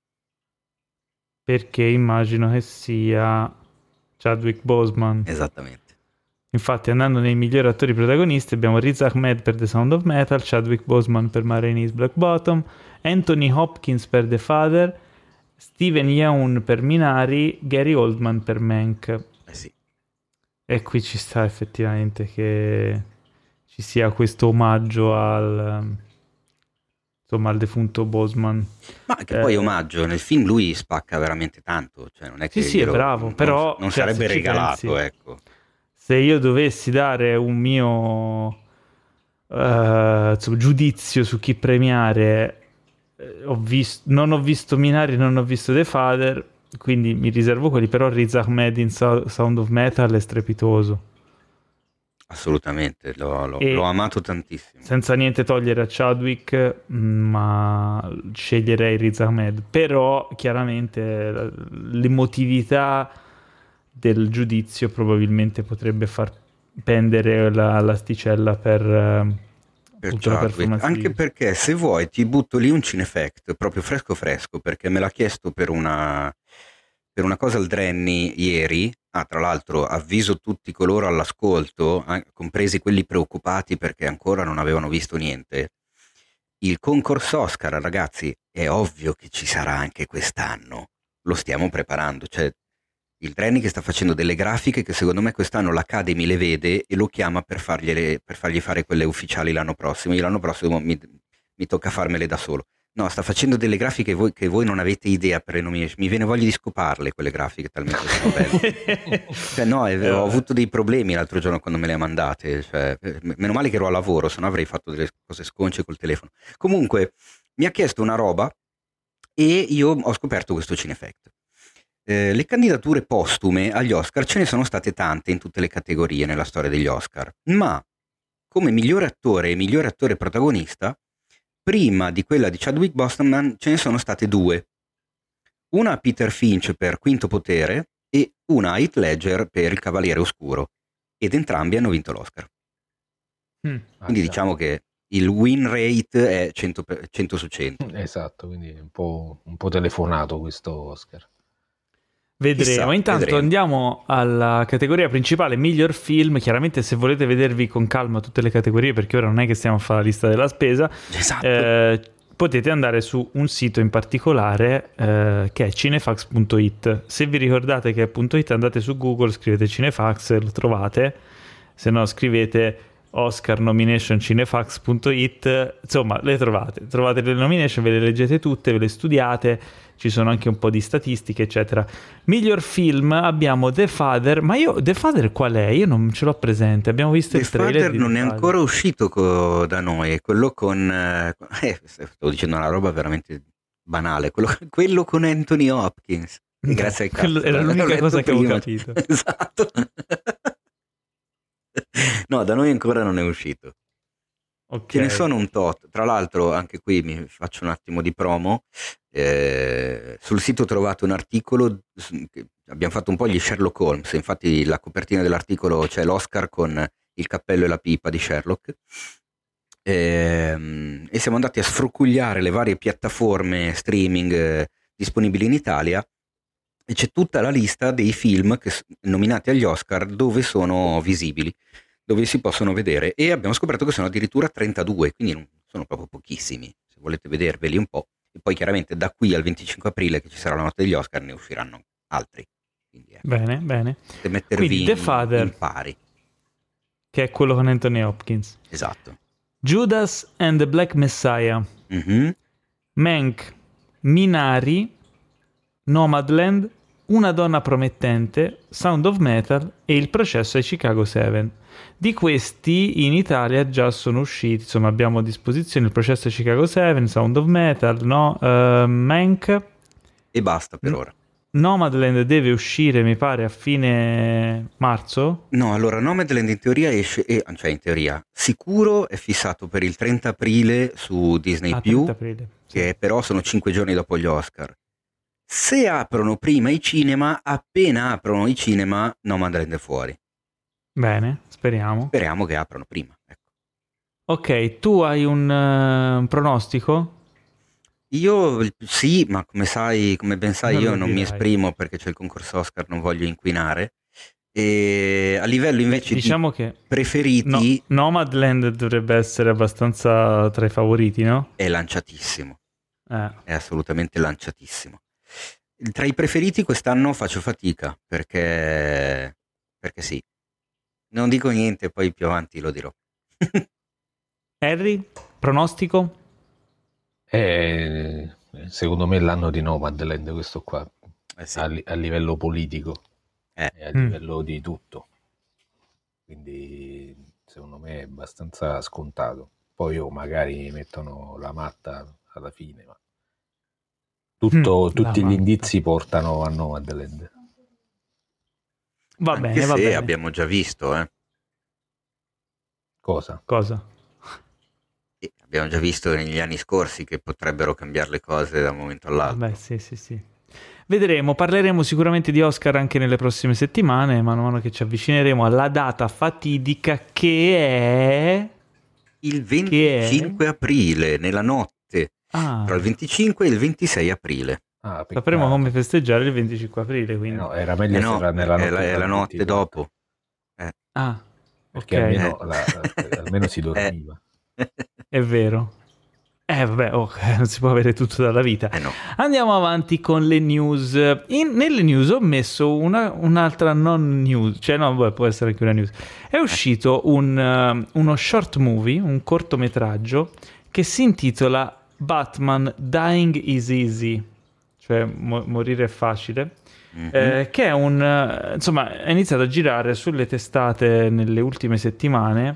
Perché immagino che sia Chadwick Boseman. Esattamente. Infatti, andando nei migliori attori protagonisti, abbiamo Riz Ahmed per The Sound of Metal, Chadwick Boseman per Ma Rainey's Black Bottom, Anthony Hopkins per The Father, Steven Yeun per Minari, Gary Oldman per Mank. Eh sì. E qui ci sta effettivamente che ci sia questo omaggio al, insomma, al defunto Boseman. Ma che Eh, poi omaggio, nel film lui spacca veramente tanto, cioè non è che Sì, sì, è glielo- bravo, non- però, non cioè, sarebbe se ci regalato, pensi- ecco. Se io dovessi dare un mio eh, insomma, giudizio su chi premiare, eh, ho vis- non ho visto Minari, non ho visto The Father, quindi mi riservo quelli, però Riz Ahmed in So- Sound of Metal è strepitoso. Assolutamente, l'ho, l'ho- E- l'ho amato tantissimo. Senza niente togliere a Chadwick, mh, ma sceglierei Riz Ahmed. Però chiaramente la- l'emotività del giudizio probabilmente potrebbe far pendere la- l'asticella per, eh, Per appunto la Chadwick. performance Anche di- perché se vuoi ti butto lì un Cinefact proprio fresco fresco, perché me l'ha chiesto per una, per una cosa al Drenny ieri. Ah, tra l'altro avviso tutti coloro all'ascolto, eh, compresi quelli preoccupati perché ancora non avevano visto niente. Il concorso Oscar, ragazzi, è ovvio che ci sarà anche quest'anno. Lo stiamo preparando, cioè il Drenny che sta facendo delle grafiche che secondo me quest'anno l'Academy le vede e lo chiama per, fargliele, per fargli fare quelle ufficiali l'anno prossimo. Io l'anno prossimo mi, mi tocca farmele da solo. No, sta facendo delle grafiche voi, che voi non avete idea per le nomination. Mi viene voglia di scoparle quelle grafiche, talmente sono belle. Cioè, no, eh, ho avuto dei problemi l'altro giorno quando me le ha mandate. Cioè, eh, meno male che ero a lavoro, se no avrei fatto delle cose sconce col telefono. Comunque, mi ha chiesto una roba e io ho scoperto questo Cinefact. Eh, le candidature postume agli Oscar ce ne sono state tante in tutte le categorie nella storia degli Oscar, ma come migliore attore e migliore attore protagonista, prima di quella di Chadwick Boseman ce ne sono state due. Una a Peter Finch per Quinto Potere e una a Heath Ledger per Il Cavaliere Oscuro, ed entrambi hanno vinto l'Oscar. Mm. Quindi diciamo che il win rate è cento, per- cento su cento. Esatto, quindi è un po', un po' telefonato questo Oscar. Vedremo. Chissà, Intanto vedremo. andiamo alla categoria principale, miglior film. Chiaramente se volete vedervi con calma tutte le categorie, perché ora non è che stiamo a fare la lista della spesa, Esatto. eh, potete andare su un sito in particolare eh, che è cinefax punto it. Se vi ricordate che è .it, andate su Google, scrivete Cinefax e lo trovate, se no scrivete Oscar nomination cinefax punto it, insomma le trovate, trovate le nomination, ve le leggete tutte, ve le studiate, ci sono anche un po' di statistiche eccetera. Miglior film abbiamo The Father, ma io The Father qual è? Io non ce l'ho presente, abbiamo visto The il trailer Father di non The è Father. ancora uscito co- da noi, è quello con... Eh, eh, stavo dicendo una roba veramente banale, quello, quello con Anthony Hopkins. No, Grazie al quello cazzo. era l'ho l'unica letto cosa che avevo prima. capito. Esatto. No, da noi ancora non è uscito. Ok. Ce ne sono un tot. Tra l'altro, anche qui mi faccio un attimo di promo. Eh, sul sito trovate un articolo. Che abbiamo fatto un po' gli Sherlock Holmes. Infatti, la copertina dell'articolo c'è l'Oscar con il cappello e la pipa di Sherlock. Eh, e siamo andati a sfrucugliare le varie piattaforme streaming eh, disponibili in Italia. E c'è tutta la lista dei film che, nominati agli Oscar dove sono visibili, dove si possono vedere, e abbiamo scoperto che sono addirittura trentadue, quindi non sono proprio pochissimi, se volete vederveli un po'. E poi chiaramente da qui al venticinque aprile, che ci sarà la notte degli Oscar, ne usciranno altri. Quindi ecco, Bene, bene. potete mettervi Quindi The in, Father, in pari. che è quello con Anthony Hopkins. Esatto. Judas and the Black Messiah. Mhm. Mank, Minari, Nomadland, Una donna promettente, Sound of Metal e Il processo ai Chicago sette. Di questi in Italia già sono usciti, insomma abbiamo a disposizione Il processo ai Chicago sette, Sound of Metal, no? uh, Mank. E basta per Mm. ora. Nomadland deve uscire mi pare a fine marzo. No, allora Nomadland in teoria esce, eh, cioè in teoria, sicuro è fissato per il trenta aprile su Disney+, Ah, più, trenta aprile. Sì. che però sono cinque giorni dopo gli Oscar. Se aprono prima i cinema, appena aprono i cinema, Nomadland è fuori. Bene, speriamo. Speriamo che aprano prima. Ecco. Ok, tu hai un, uh, un pronostico? Io sì, ma come sai, come ben sai, Non io lo non mi dirai. esprimo perché c'è il concorso Oscar, non voglio inquinare. E a livello invece Diciamo di che preferiti, no, Nomadland dovrebbe essere abbastanza tra i favoriti, no? è lanciatissimo, Eh. è assolutamente lanciatissimo. Tra i preferiti quest'anno faccio fatica perché, perché sì, non dico niente, poi più avanti lo dirò. Harry, pronostico? È, secondo me è l'anno di Nomadland questo qua, Eh sì. a, li- a livello politico Eh. e a Mm. livello di tutto. Quindi secondo me è abbastanza scontato. Poi oh, magari mettono la matta alla fine, ma tutto, Mm, tutti la gli matta. indizi portano a Nomadland. Va Anche bene, va se bene. abbiamo già visto, eh. Cosa? Cosa? Sì, abbiamo già visto negli anni scorsi che potrebbero cambiare le cose da un momento all'altro. Vabbè, sì, sì, sì. Vedremo, parleremo sicuramente di Oscar anche nelle prossime settimane, man mano che ci avvicineremo alla data fatidica che è... Il venticinque aprile, nella notte, Ah, tra il venticinque e il ventisei aprile. Ah, sapremo peccato. come festeggiare il venticinque aprile, Eh quindi... no, era meglio Eh se no, era nella è notte, la, è la del notte ventiquattro, dopo. Ah, perché ok, almeno, Eh. la- almeno si dormiva. è vero. Eh vabbè, oh, non si può avere tutto dalla vita. Eh no. Andiamo avanti con le news. In- nelle news ho messo una- un'altra non news, cioè no, beh, può essere anche una news. È uscito un, uh, uno short movie, un cortometraggio che si intitola Batman Dying is Easy, cioè mo- morire è facile. Mhm. Eh, che è un eh, insomma è iniziato a girare sulle testate nelle ultime settimane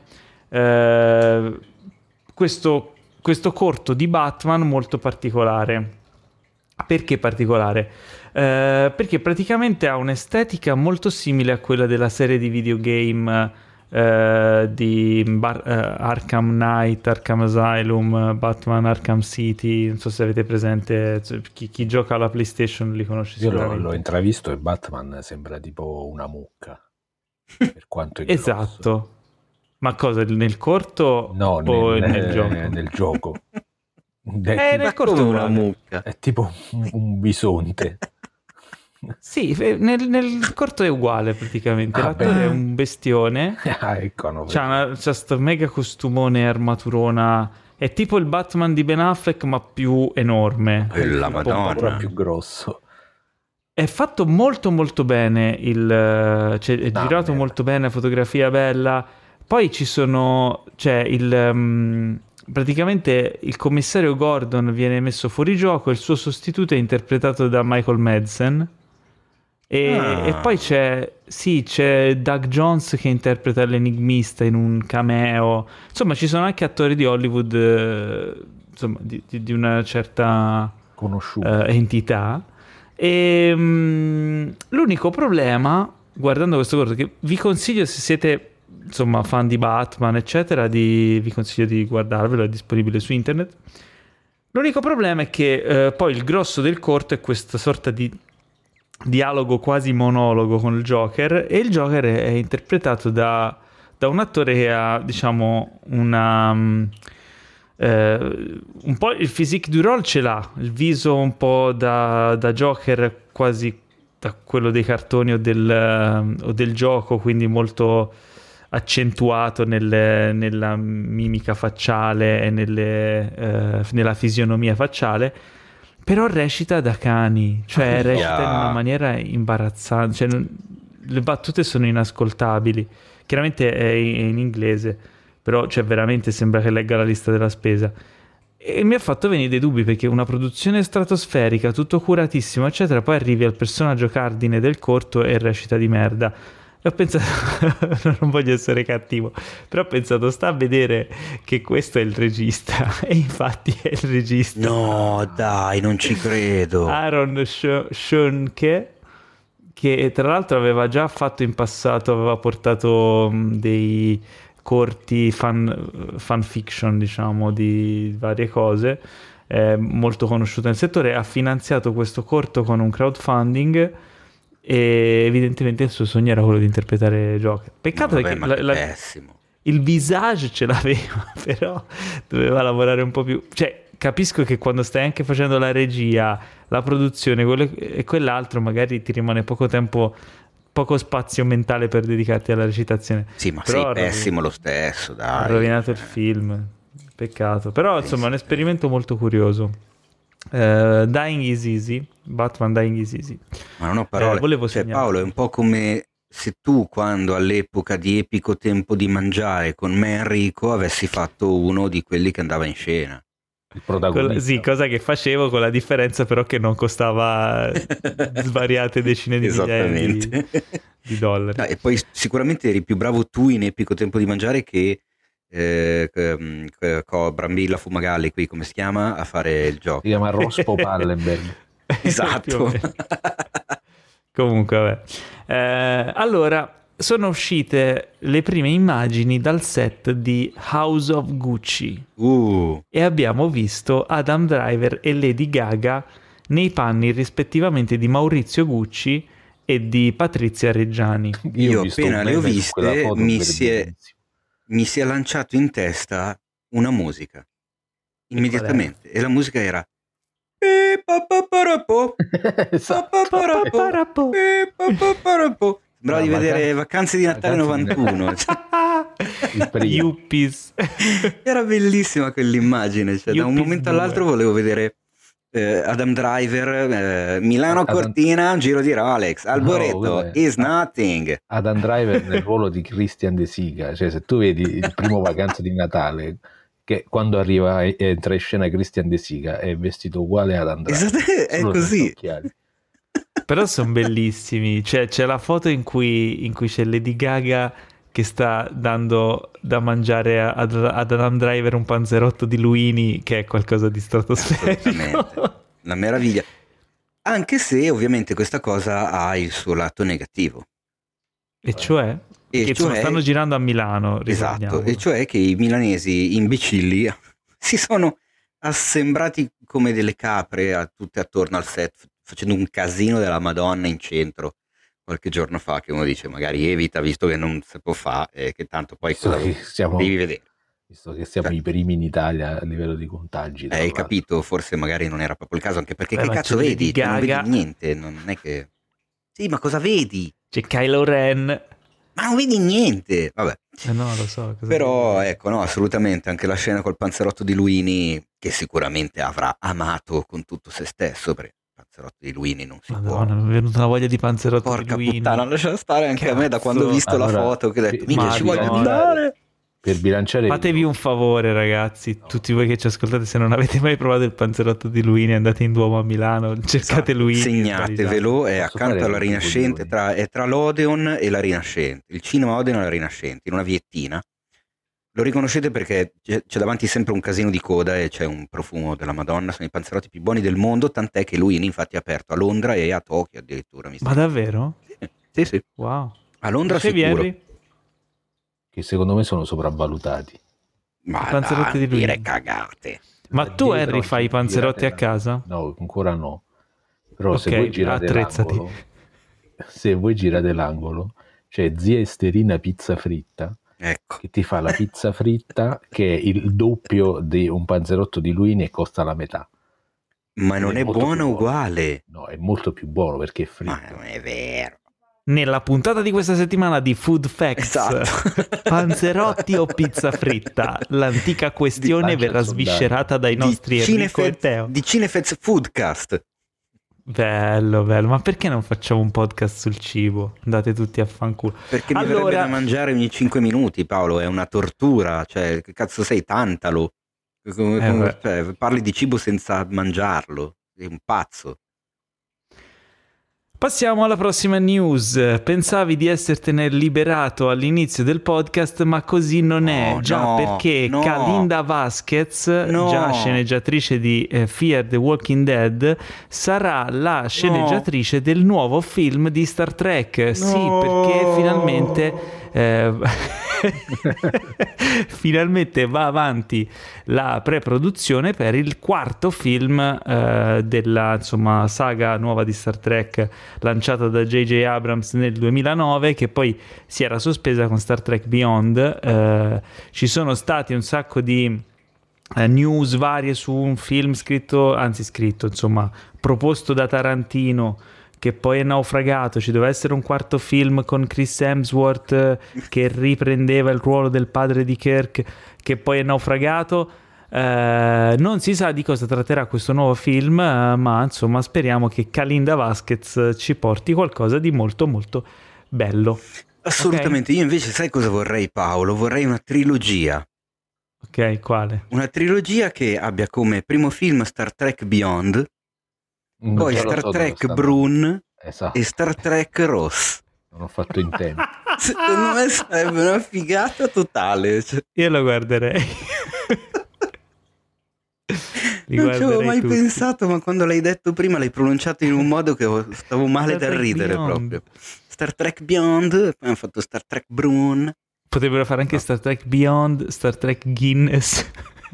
eh, questo questo corto di Batman molto particolare. Perché particolare? Eh, perché praticamente ha un'estetica molto simile a quella della serie di videogame eh, di Bar- eh, Arkham Knight, Arkham Asylum, Batman Arkham City. Non so se avete presente, chi, chi gioca alla PlayStation li conosce Io l'ho, sicuramente. l'ho intravisto e Batman sembra tipo una mucca, per quanto è grosso. Esatto. Ma cosa, nel corto No, o nel, nel gioco? nel gioco. È, Eh, tipo, nel corto come è una uguale. mucca. è tipo un, un bisonte. Sì, fe- nel, nel corto è uguale praticamente. Ah, L'attore beh. è un bestione. Ah, ecco, no, C'ha, una, c'ha sto mega costumone e armaturona. È tipo il Batman di Ben Affleck, ma più enorme. Eh, la Un po' Madonna. ancora più grosso. È fatto molto molto bene. Il, eh, cioè, è No, girato merda. molto bene, fotografia bella. Poi ci sono. Cioè, il. um, praticamente il commissario Gordon viene messo fuori gioco. Il suo sostituto è interpretato da Michael Madsen. E, Ah. e poi c'è, sì, c'è Doug Jones che interpreta l'enigmista in un cameo. Insomma, ci sono anche attori di Hollywood, eh, insomma, di, di- di una certa Conosciuto. eh, entità. E mm, l'unico problema, guardando questo corto, che vi consiglio se siete insomma fan di Batman, eccetera, di, vi consiglio di guardarvelo, è disponibile su internet. L'unico problema è che eh, poi il grosso del corto è questa sorta di dialogo quasi monologo con il Joker, e il Joker è, è interpretato da, da un attore che ha, diciamo, una um, eh, un po' il physique du role ce l'ha, il viso un po' da, da Joker, quasi da quello dei cartoni o del, o del gioco, quindi molto accentuato nelle- nella mimica facciale e nelle, eh, nella fisionomia facciale. Però recita da cani, cioè recita in una maniera imbarazzante, cioè, non- le battute sono inascoltabili. Chiaramente è in, è in inglese, però cioè, veramente sembra che legga la lista della spesa. E mi ha fatto venire dei dubbi, perché una produzione stratosferica, tutto curatissimo, eccetera, poi arrivi al personaggio cardine del corto e recita di merda. E ho pensato, non voglio essere cattivo, però ho pensato, sta a vedere che questo è il regista, e infatti è il regista. No, dai, non ci credo. Aaron Sch- Schoenke, che tra l'altro aveva già fatto in passato, aveva portato mh, dei corti fan, fan fiction, diciamo, di varie cose. è molto conosciuto nel settore, ha finanziato questo corto con un crowdfunding e evidentemente il suo sogno era quello di interpretare Joker. Peccato No, vabbè, perché ma la, la, pessimo. il visage ce l'aveva, però doveva lavorare un po' più, cioè capisco che quando stai anche facendo la regia, la produzione quello e quell'altro, magari ti rimane poco tempo, poco spazio mentale per dedicarti alla recitazione. Sì, ma però sei pessimo lo stesso, dai. Ha rovinato il film, peccato. Però insomma è un esperimento molto curioso. Uh, Dying is Easy, Batman Dying is Easy. Ma non ho parole. Eh, volevo cioè, segnalare. Paolo, è un po' come se tu, quando all'epoca di Epico Tempo di Mangiare con me e Enrico avessi fatto uno di quelli che andava in scena. Il protagonista. Con la- sì, cosa che facevo, con la differenza però che non costava svariate decine di migliaia di, Esattamente. di dollari. No, e poi sicuramente eri più bravo tu in Epico Tempo di Mangiare che eh, che- che- co- Brambilla Fumagalli, qui come si chiama, a fare il gioco. Si chiama Rospo Pallenberg. Più o Esatto. meno. Comunque, vabbè. Eh, allora, sono uscite le prime immagini dal set di House of Gucci Uh, e abbiamo visto Adam Driver e Lady Gaga nei panni rispettivamente di Maurizio Gucci e di Patrizia Reggiani. Io ho visto appena un le ho meme su quella viste, foto, mi per si è- benissimo. mi si è lanciato in testa una musica immediatamente e la musica era Eh, pa, pa, pa, ra, po, Esatto. pa, pa, ra, po, Parapo. eh, pa, pa, pa, ra, po. Sembrava di No, vedere vacanze- Vacanze di Natale Vacanze di novantuno. Il primo. Yuppies. Era bellissima quell'immagine, cioè, da un Yuppies momento due. all'altro volevo vedere eh, Adam Driver, eh, Milano Adam- Cortina, un giro di Rolex, Alboreto, quello è- is nothing. Adam Driver nel ruolo di Christian De Sica, cioè se tu vedi il primo Vacanze di Natale, che quando arriva e entra in scena Christian De Sica è vestito uguale ad Adam Driver, Esatto, è solo così. senza occhiali. Però sono bellissimi. Cioè, c'è la foto in cui, in cui c'è Lady Gaga che sta dando da mangiare a- ad, ad Adam Driver un panzerotto di Luini, che è qualcosa di stratosferico. Assolutamente. Una meraviglia. Anche se ovviamente questa cosa ha il suo lato negativo. E cioè? E che insomma, cioè- stanno girando a Milano. Esatto, ricordiamo. e cioè che i milanesi imbecilli si sono assembrati come delle capre a tutte attorno al set, facendo un casino della Madonna in centro qualche giorno fa, che uno dice magari evita, visto che non si può fare e che tanto poi Visto cosa che siamo, devi vedere. visto che siamo Cioè- i primi in Italia a livello di contagi. tra Hai l'altro. capito? Forse magari non era proprio il caso, anche perché Beh, che ma cazzo c'è Lady vedi? Cioè, non Gaga. vedi niente, non è che... Sì, ma cosa vedi? C'è Kylo Ren. Ma non vedi niente! Vabbè. Eh no, lo so. cosa Però dire. ecco, no, assolutamente anche la scena col panzerotto di Luini, che sicuramente avrà amato con tutto se stesso, perché il panzerotto di Luini non si Madonna, può. mi è venuta una voglia di panzerotto di Porca Luini. puttana, lascia stare anche a me da quando ho Cazzo. visto la Allora, foto che ho detto, sì, minchia, ma ci voglio no, andare. Per bilanciare Fatevi un favore, ragazzi, tutti voi che ci ascoltate, se non avete mai provato il panzerotto di Luini, andate in Duomo a Milano, cercate Luini. Segnatevelo, è Posso accanto fare alla un Rinascente, coglione? tra, è tra l'Odeon e la Rinascente, il cinema Odeon e la Rinascente, in una viettina. Lo riconoscete perché c'è, c'è davanti sempre un casino di coda e c'è un profumo della Madonna, sono i panzerotti più buoni del mondo, tant'è che Luini infatti è aperto a Londra e a Tokyo addirittura. Mi Ma sembra. davvero? Sì, sì, Wow. a Londra Dicevi, sicuro. Henry? che secondo me sono sopravvalutati. Ma I panzerotti dai, di Luini. dire cagate. Ma tu, Dietro, Henry, fai i panzerotti a girate- casa? No, ancora no. Però se Ok, voi girate attrezzati. l'angolo, se voi girate l'angolo, c'è zia Esterina Pizza Fritta Ecco, che ti fa la pizza fritta che è il doppio di un panzerotto di Luini e costa la metà. ma non è è molto buono più buono. uguale. No, è molto più buono perché è Ma fritto. non è vero. Nella puntata di questa settimana di Food Facts, Esatto. panzerotti o pizza fritta, l'antica questione Di- verrà lancia il sondaggio. sviscerata dai nostri di Enrico e Cinefez, Teo. di Cinefez Foodcast. Bello, bello, ma perché non facciamo un podcast sul cibo? Andate tutti a fanculo. Perché mi Allora- verrebbe da mangiare ogni cinque minuti, Paolo, è una tortura, cioè che cazzo sei, tantalo? Come- Eh, come- beh. cioè, parli di cibo senza mangiarlo, sei un pazzo. Passiamo alla prossima news. Pensavi di essertene liberato all'inizio del podcast, ma così non è. No, Già no, perché no. Calinda Vasquez, No. già sceneggiatrice di eh, Fear the Walking Dead, sarà la sceneggiatrice del nuovo film di Star Trek. Sì, No. perché finalmente... eh, finalmente va avanti la pre-produzione per il quarto film eh, della insomma saga nuova di Star Trek lanciata da J J Abrams nel duemilanove, che poi si era sospesa con Star Trek Beyond. Eh, ci sono stati un sacco di eh, news varie su un film scritto, anzi scritto, insomma, proposto da Tarantino, che poi è naufragato. Ci doveva essere un quarto film con Chris Hemsworth eh, che riprendeva il ruolo del padre di Kirk, che poi è naufragato. Eh, non si sa di cosa tratterà questo nuovo film, eh, ma insomma speriamo che Kalinda Vasquez ci porti qualcosa di molto molto bello. Assolutamente. Okay? Io invece sai cosa vorrei, Paolo? Vorrei una trilogia. Ok, quale? Una trilogia che abbia come primo film Star Trek Beyond, Non poi lo Star so Trek dove sta. Brune Esatto. e Star Trek Ross. Non ho fatto in tempo. Secondo me sarebbe una figata totale. Cioè, Io lo guarderei. Li non ci avevo guarderei mai tutti. pensato, ma quando l'hai detto prima l'hai pronunciato in un modo che stavo male Star da Trek ridere Beyond. proprio. Star Trek Beyond, poi hanno fatto Star Trek Brune. Potrebbero fare anche No. Star Trek Beyond, Star Trek Guinness.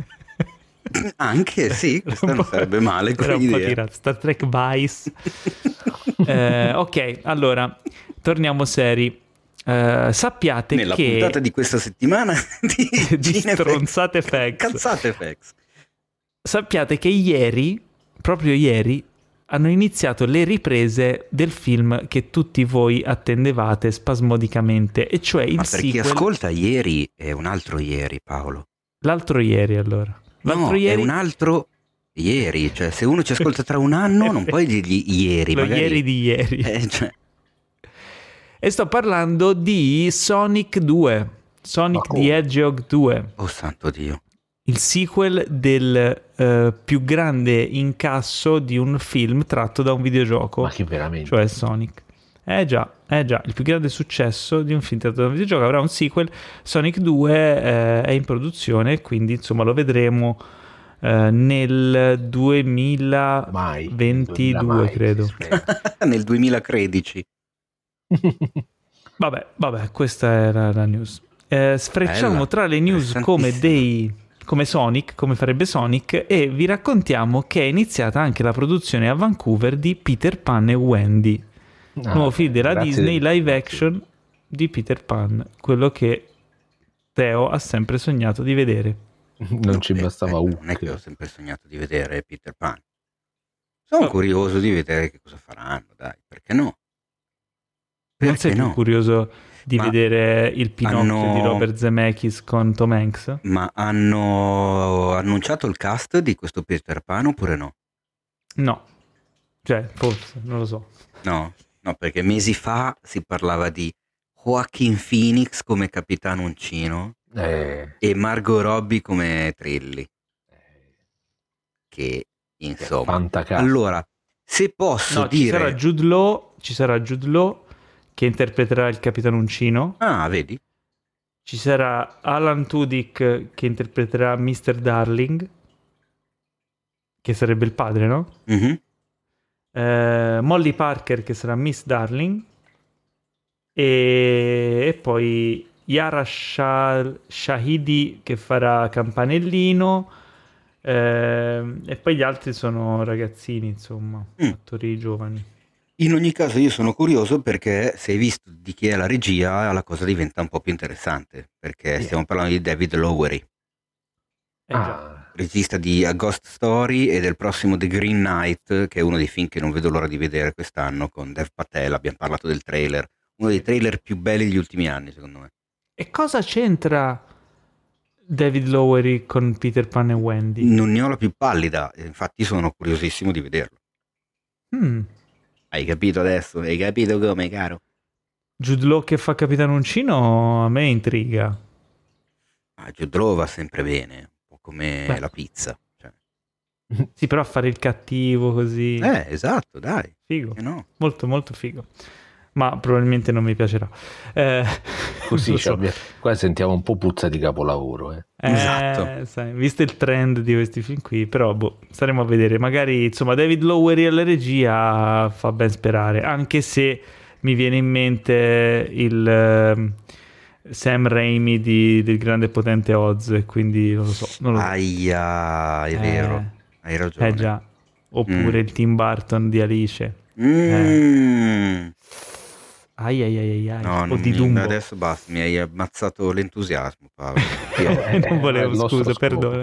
Anche sì, questo Era un non po'- sarebbe male era come un po' idea. tirato. Star Trek Vice. Eh, ok, allora torniamo seri. Eh, sappiate Nella che puntata di questa settimana di, Di Cinefx- stronzate facts. Calzate facts. sappiate che ieri, proprio ieri, hanno iniziato le riprese del film che tutti voi attendevate spasmodicamente, e cioè il Ma per chi sequel. ascolta, ieri è un altro ieri, Paolo. L'altro ieri, allora. L'altro No, ieri è un altro ieri. Cioè, se uno ci ascolta tra un anno, non puoi dirgli ieri. lo magari... ieri di ieri. Eh, cioè, E sto parlando di Sonic due, Sonic Ma the come? Hedgehog due, oh santo Dio. il sequel del eh, più grande incasso di un film tratto da un videogioco, Ma che veramente? cioè Sonic. Eh già, eh già, il più grande successo di un film tratto da un videogioco avrà un sequel. Sonic due eh, è in produzione, quindi insomma lo vedremo eh, nel duemilaventidue, Mai, mai, credo. si spera. Nel duemilatredici. Vabbè, vabbè, questa era la news. Eh, sfrecciamo Bella, tra le news come interessantissima. dei come Sonic, come farebbe Sonic, e vi raccontiamo che è iniziata anche la produzione a Vancouver di Peter Pan e Wendy, Ah, nuovo film della grazie Disney del- live action di Peter Pan, quello che Teo ha sempre sognato di vedere. Non ci Eh, bastava eh, un. Non è che ho sempre sognato di vedere Peter Pan. Sono Oh. curioso di vedere che cosa faranno, dai, perché no? Non Perché sei più no? curioso di Ma vedere il Pinocchio hanno- di Robert Zemeckis con Tom Hanks? Ma hanno annunciato il cast di questo Peter Pan oppure no? No, cioè forse, non lo so. No, no, perché mesi fa si parlava di Joaquin Phoenix come Capitano Uncino Eh, e Margot Robbie come Trilli. Che insomma. fantacazzo. Allora, se posso No, ci dire... sarà Jude Law, ci sarà Jude Law che interpreterà il Capitano Uncino. Ah, vedi? Ci sarà Alan Tudyk che interpreterà mister Darling, che sarebbe il padre, no? Mhm. Eh, Molly Parker che sarà Miss Darling, e, e poi Yara Shah- Shahidi che farà Campanellino, eh, e poi gli altri sono ragazzini, insomma, Mm. attori giovani. In ogni caso io sono curioso perché se hai visto di chi è la regia la cosa diventa un po' più interessante, perché Sì. stiamo parlando di David Lowery, Eh già. Ah, regista di A Ghost Story e del prossimo The Green Knight, che è uno dei film che non vedo l'ora di vedere quest'anno, con Dev Patel. Abbiamo parlato del trailer, uno dei trailer più belli degli ultimi anni secondo me. E cosa c'entra David Lowery con Peter Pan e Wendy? Non ne ho la più pallida, e infatti sono curiosissimo di vederlo. Mm. Hai capito adesso? Hai capito come, caro? Jude Law che fa Capitano Uncino a me intriga. Ah, Jude Law va sempre bene, un po' come Beh. la pizza. Cioè. Sì, però a fare il cattivo così. Eh, esatto, dai. Figo. Eh no. Molto, molto figo. Ma probabilmente non mi piacerà. Eh, così non lo cioè, so. abbia- qua sentiamo un po' puzza di capolavoro. Eh. Eh, Esatto. sai, visto il trend di questi film qui, però boh, staremo a vedere. Magari, insomma, David Lowery alla regia fa ben sperare, anche se mi viene in mente il, ehm, Sam Raimi di, del grande e potente Oz, e quindi non lo so. Non lo so. Aia, è Eh, vero, hai ragione. Eh già, oppure Mm. il Tim Burton di Alice. Mm. Ai ai ai ai ai. No, O non di mi- Dumbo. adesso basta, mi hai ammazzato l'entusiasmo, Paolo. Io- Eh, non volevo, il nostro scusa, scopo. perdona.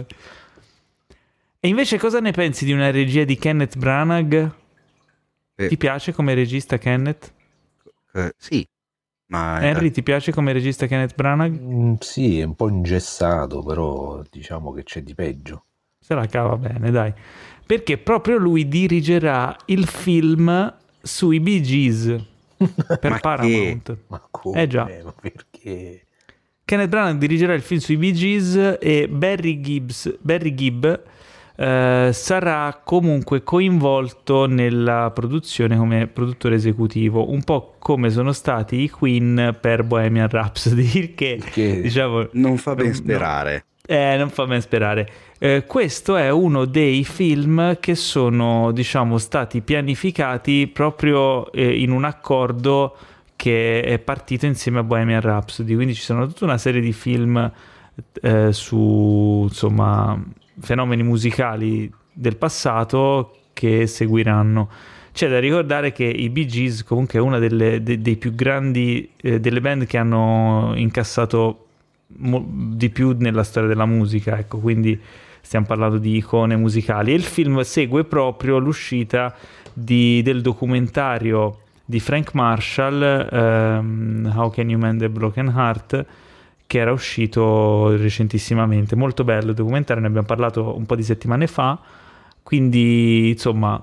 E invece cosa ne pensi di una regia di Kenneth Branagh? eh, Ti piace come regista Kenneth? eh, sì, ma Henry, ti piace come regista Kenneth Branagh? Mm, sì, è un po' ingessato, però diciamo che c'è di peggio. Se la cava bene, dai. Perché proprio lui dirigerà il film sui Bee Gees per Ma Paramount. Ma come? Eh già. Ma perché? Kenneth Branagh dirigerà il film sui Bee Gees e Barry Gibbs, Barry Gibb eh, sarà comunque coinvolto nella produzione come produttore esecutivo, un po' come sono stati i Queen per Bohemian Rhapsody, che Perché diciamo non fa ben no- sperare. Eh, non fa ben sperare. Eh, questo è uno dei film che sono, diciamo, stati pianificati proprio eh, in un accordo che è partito insieme a Bohemian Rhapsody. Quindi ci sono tutta una serie di film eh, su, insomma, fenomeni musicali del passato che seguiranno. C'è da ricordare che i Bee Gees comunque è una delle, de- dei più grandi eh, delle band che hanno incassato mo- di più nella storia della musica, ecco, quindi stiamo parlando di icone musicali, e il film segue proprio l'uscita di, del documentario di Frank Marshall, ehm, How Can You Mend a Broken Heart, che era uscito recentissimamente. Molto bello il documentario, ne abbiamo parlato un po' di settimane fa, quindi insomma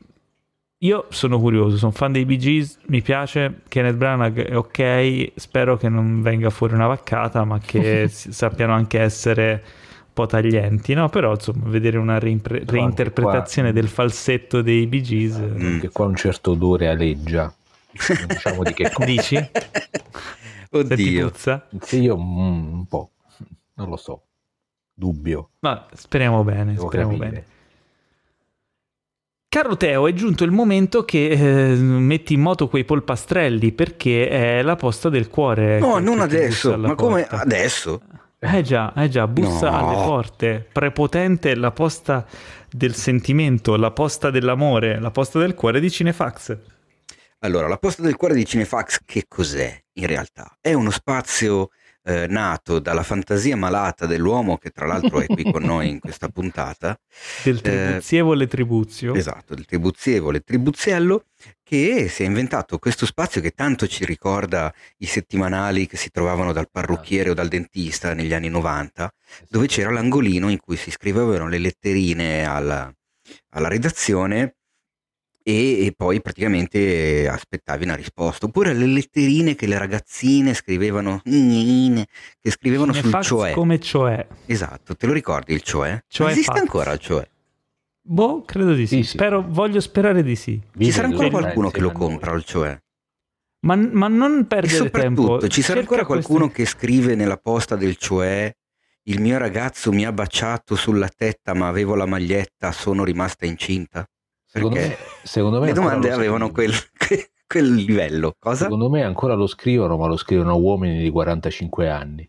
io sono curioso, sono fan dei Bee Gees, mi piace, Kenneth Branagh è ok, spero che non venga fuori una vaccata, ma che si- sappiano anche essere un po' taglienti, no? Però insomma, vedere una reimpre- anche reinterpretazione qua- del falsetto dei Bee Gees, Mm. Che qua un certo odore aleggia. Non diciamo di che cosa. dici? Se ti Oddio. puzza? Sì, io mm, un po', non lo so, dubbio. Ma speriamo bene, Devo speriamo capire. bene. Caro Teo, è giunto il momento che eh, metti in moto quei polpastrelli, perché è la posta del cuore. No, che- non che ti bussa adesso. alla Ma come porta. adesso? Eh già, eh già, bussa No. alle porte, prepotente la posta del sentimento, la posta dell'amore, la posta del cuore di Cinefax. Allora, la posta del cuore di Cinefax che cos'è in realtà? È uno spazio eh, nato dalla fantasia malata dell'uomo, che tra l'altro è qui con noi in questa puntata. Del tribuzievole tribuzio. Esatto, del tribuzievole tribuziello, che si è inventato questo spazio che tanto ci ricorda i settimanali che si trovavano dal parrucchiere o dal dentista negli anni novanta, dove c'era l'angolino in cui si scrivevano le letterine alla, alla redazione e, e poi praticamente aspettavi una risposta, oppure le letterine che le ragazzine scrivevano, che scrivevano sul Cinefax cioè. come cioè. Esatto, te lo ricordi il cioè? Cioè Esiste fax. ancora il cioè? Boh, credo di sì. Sì, sì. Spero, voglio sperare di sì. Ci sarà Vive ancora là qualcuno che lo insieme a noi. compra il cioè? Ma, ma non E perdere tempo. soprattutto ci sarà Cerca ancora qualcuno questi- che scrive nella posta del cioè: il mio ragazzo mi ha baciato sulla tetta ma avevo la maglietta, sono rimasta incinta? Secondo Perché me, secondo me le ancora domande lo avevano scrivono. quel, quel livello. Cosa? Secondo me ancora lo scrivono, ma lo scrivono uomini di quarantacinque anni.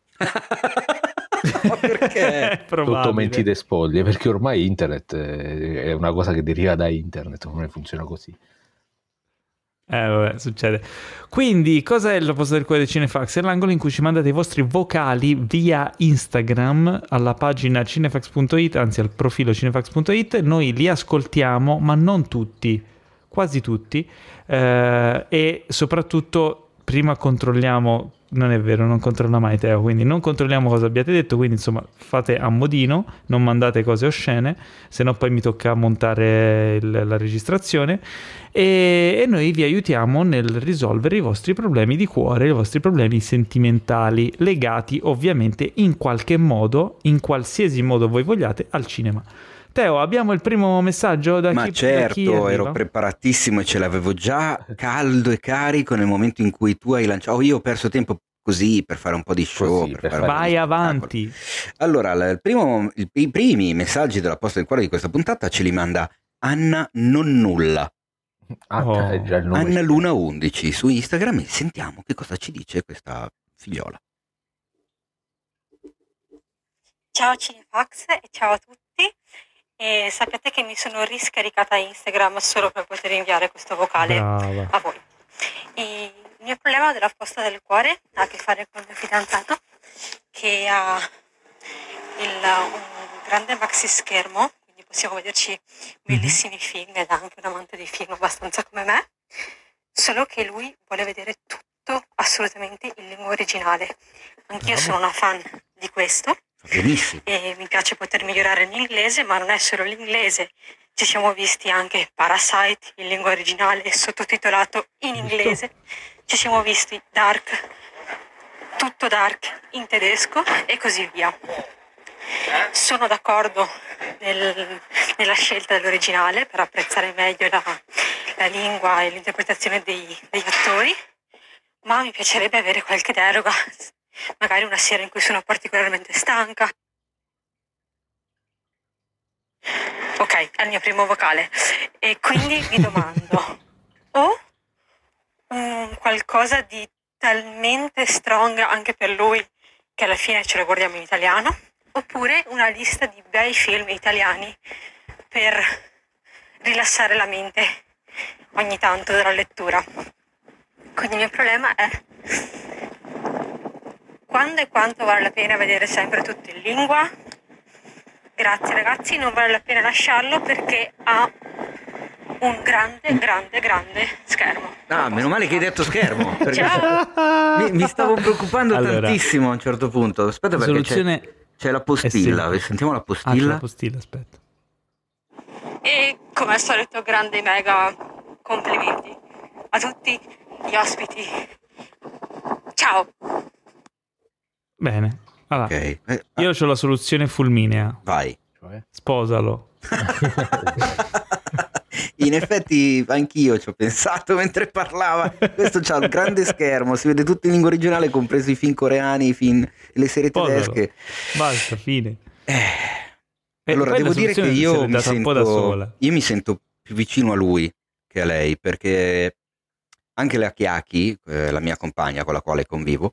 Ma perché? È probabile. Sotto mentite spoglie, perché ormai internet eh, è una cosa che deriva da internet, ormai funziona così. Eh vabbè, succede. Quindi, cosa è la posta del cuore di Cinefax? È l'angolo in cui ci mandate i vostri vocali via Instagram alla pagina cinefax punto it, anzi al profilo cinefax punto it. Noi li ascoltiamo, ma non tutti, quasi tutti, eh, e soprattutto prima controlliamo. Non è vero, non controlla mai Teo, quindi non controlliamo cosa abbiate detto, quindi insomma fate a modino, non mandate cose oscene, se no poi mi tocca montare il- la registrazione, e, e noi vi aiutiamo nel risolvere i vostri problemi di cuore, i vostri problemi sentimentali, legati ovviamente in qualche modo, in qualsiasi modo voi vogliate, al cinema. Teo, abbiamo il primo messaggio da Ma chi, da chi certo, arriva? ero preparatissimo e ce l'avevo già caldo e carico nel momento in cui tu hai lanciato. Oh, io ho perso tempo così per fare un po' di show. Così, per per fare un po' Vai di avanti. spettacolo. Allora, l- il primo- il- i primi messaggi della posta del cuore di questa puntata ce li manda Anna Non Nulla, Ah, Oh. è già il nome. Anna Luna undici su Instagram, e sentiamo che cosa ci dice questa figliola. Ciao Cinefax e ciao a tutti. E sappiate che mi sono riscaricata Instagram solo per poter inviare questo vocale Brava. a voi. E il mio problema della posta del cuore ha a che fare con il mio fidanzato, che ha il, un grande maxi schermo, quindi possiamo vederci bellissimi film, ed è anche un amante di film abbastanza come me, solo che lui vuole vedere tutto assolutamente in lingua originale. Anch'io sono una fan di questo. Benissimo. E mi piace poter migliorare l'inglese, ma non è solo l'inglese. Ci siamo visti anche Parasite in lingua originale, sottotitolato in inglese. Ci siamo visti Dark, tutto Dark in tedesco e così via. Sono d'accordo nel, nella scelta dell'originale per apprezzare meglio la, la lingua e l'interpretazione dei, degli attori, ma mi piacerebbe avere qualche deroga. Magari una sera in cui sono particolarmente stanca. Ok, è il mio primo vocale. E quindi vi domando, o un qualcosa di talmente strong anche per lui che alla fine ce lo guardiamo in italiano, oppure una lista di bei film italiani per rilassare la mente ogni tanto dalla lettura. Quindi il mio problema è: quando e quanto vale la pena vedere sempre tutto in lingua? Grazie ragazzi, non vale la pena lasciarlo perché ha un grande, grande, grande schermo. Ah, meno male che hai detto schermo. Perché Ciao! mi, mi stavo preoccupando Allora, tantissimo a un certo punto. Aspetta, perché soluzione c'è, c'è la postilla. è Sentiamo la Ah, c'è postilla. la postilla, aspetta. E come al solito grandi mega complimenti a tutti gli ospiti. Ciao! Bene. Allora, Ok. Eh, io ho la soluzione fulminea. vai. Cioè? Sposalo. In effetti anch'io ci ho pensato mentre parlava. Questo c'ha un grande schermo, si vede tutto in lingua originale, compreso i film coreani, i film e le serie Sposalo. tedesche. Basta, fine. Eh, E allora, poi devo la dire che soluzione se io l'è mi, data un po' da sento, sola. io mi sento più vicino a lui che a lei, perché anche la Chiacchi, eh, la mia compagna con la quale convivo,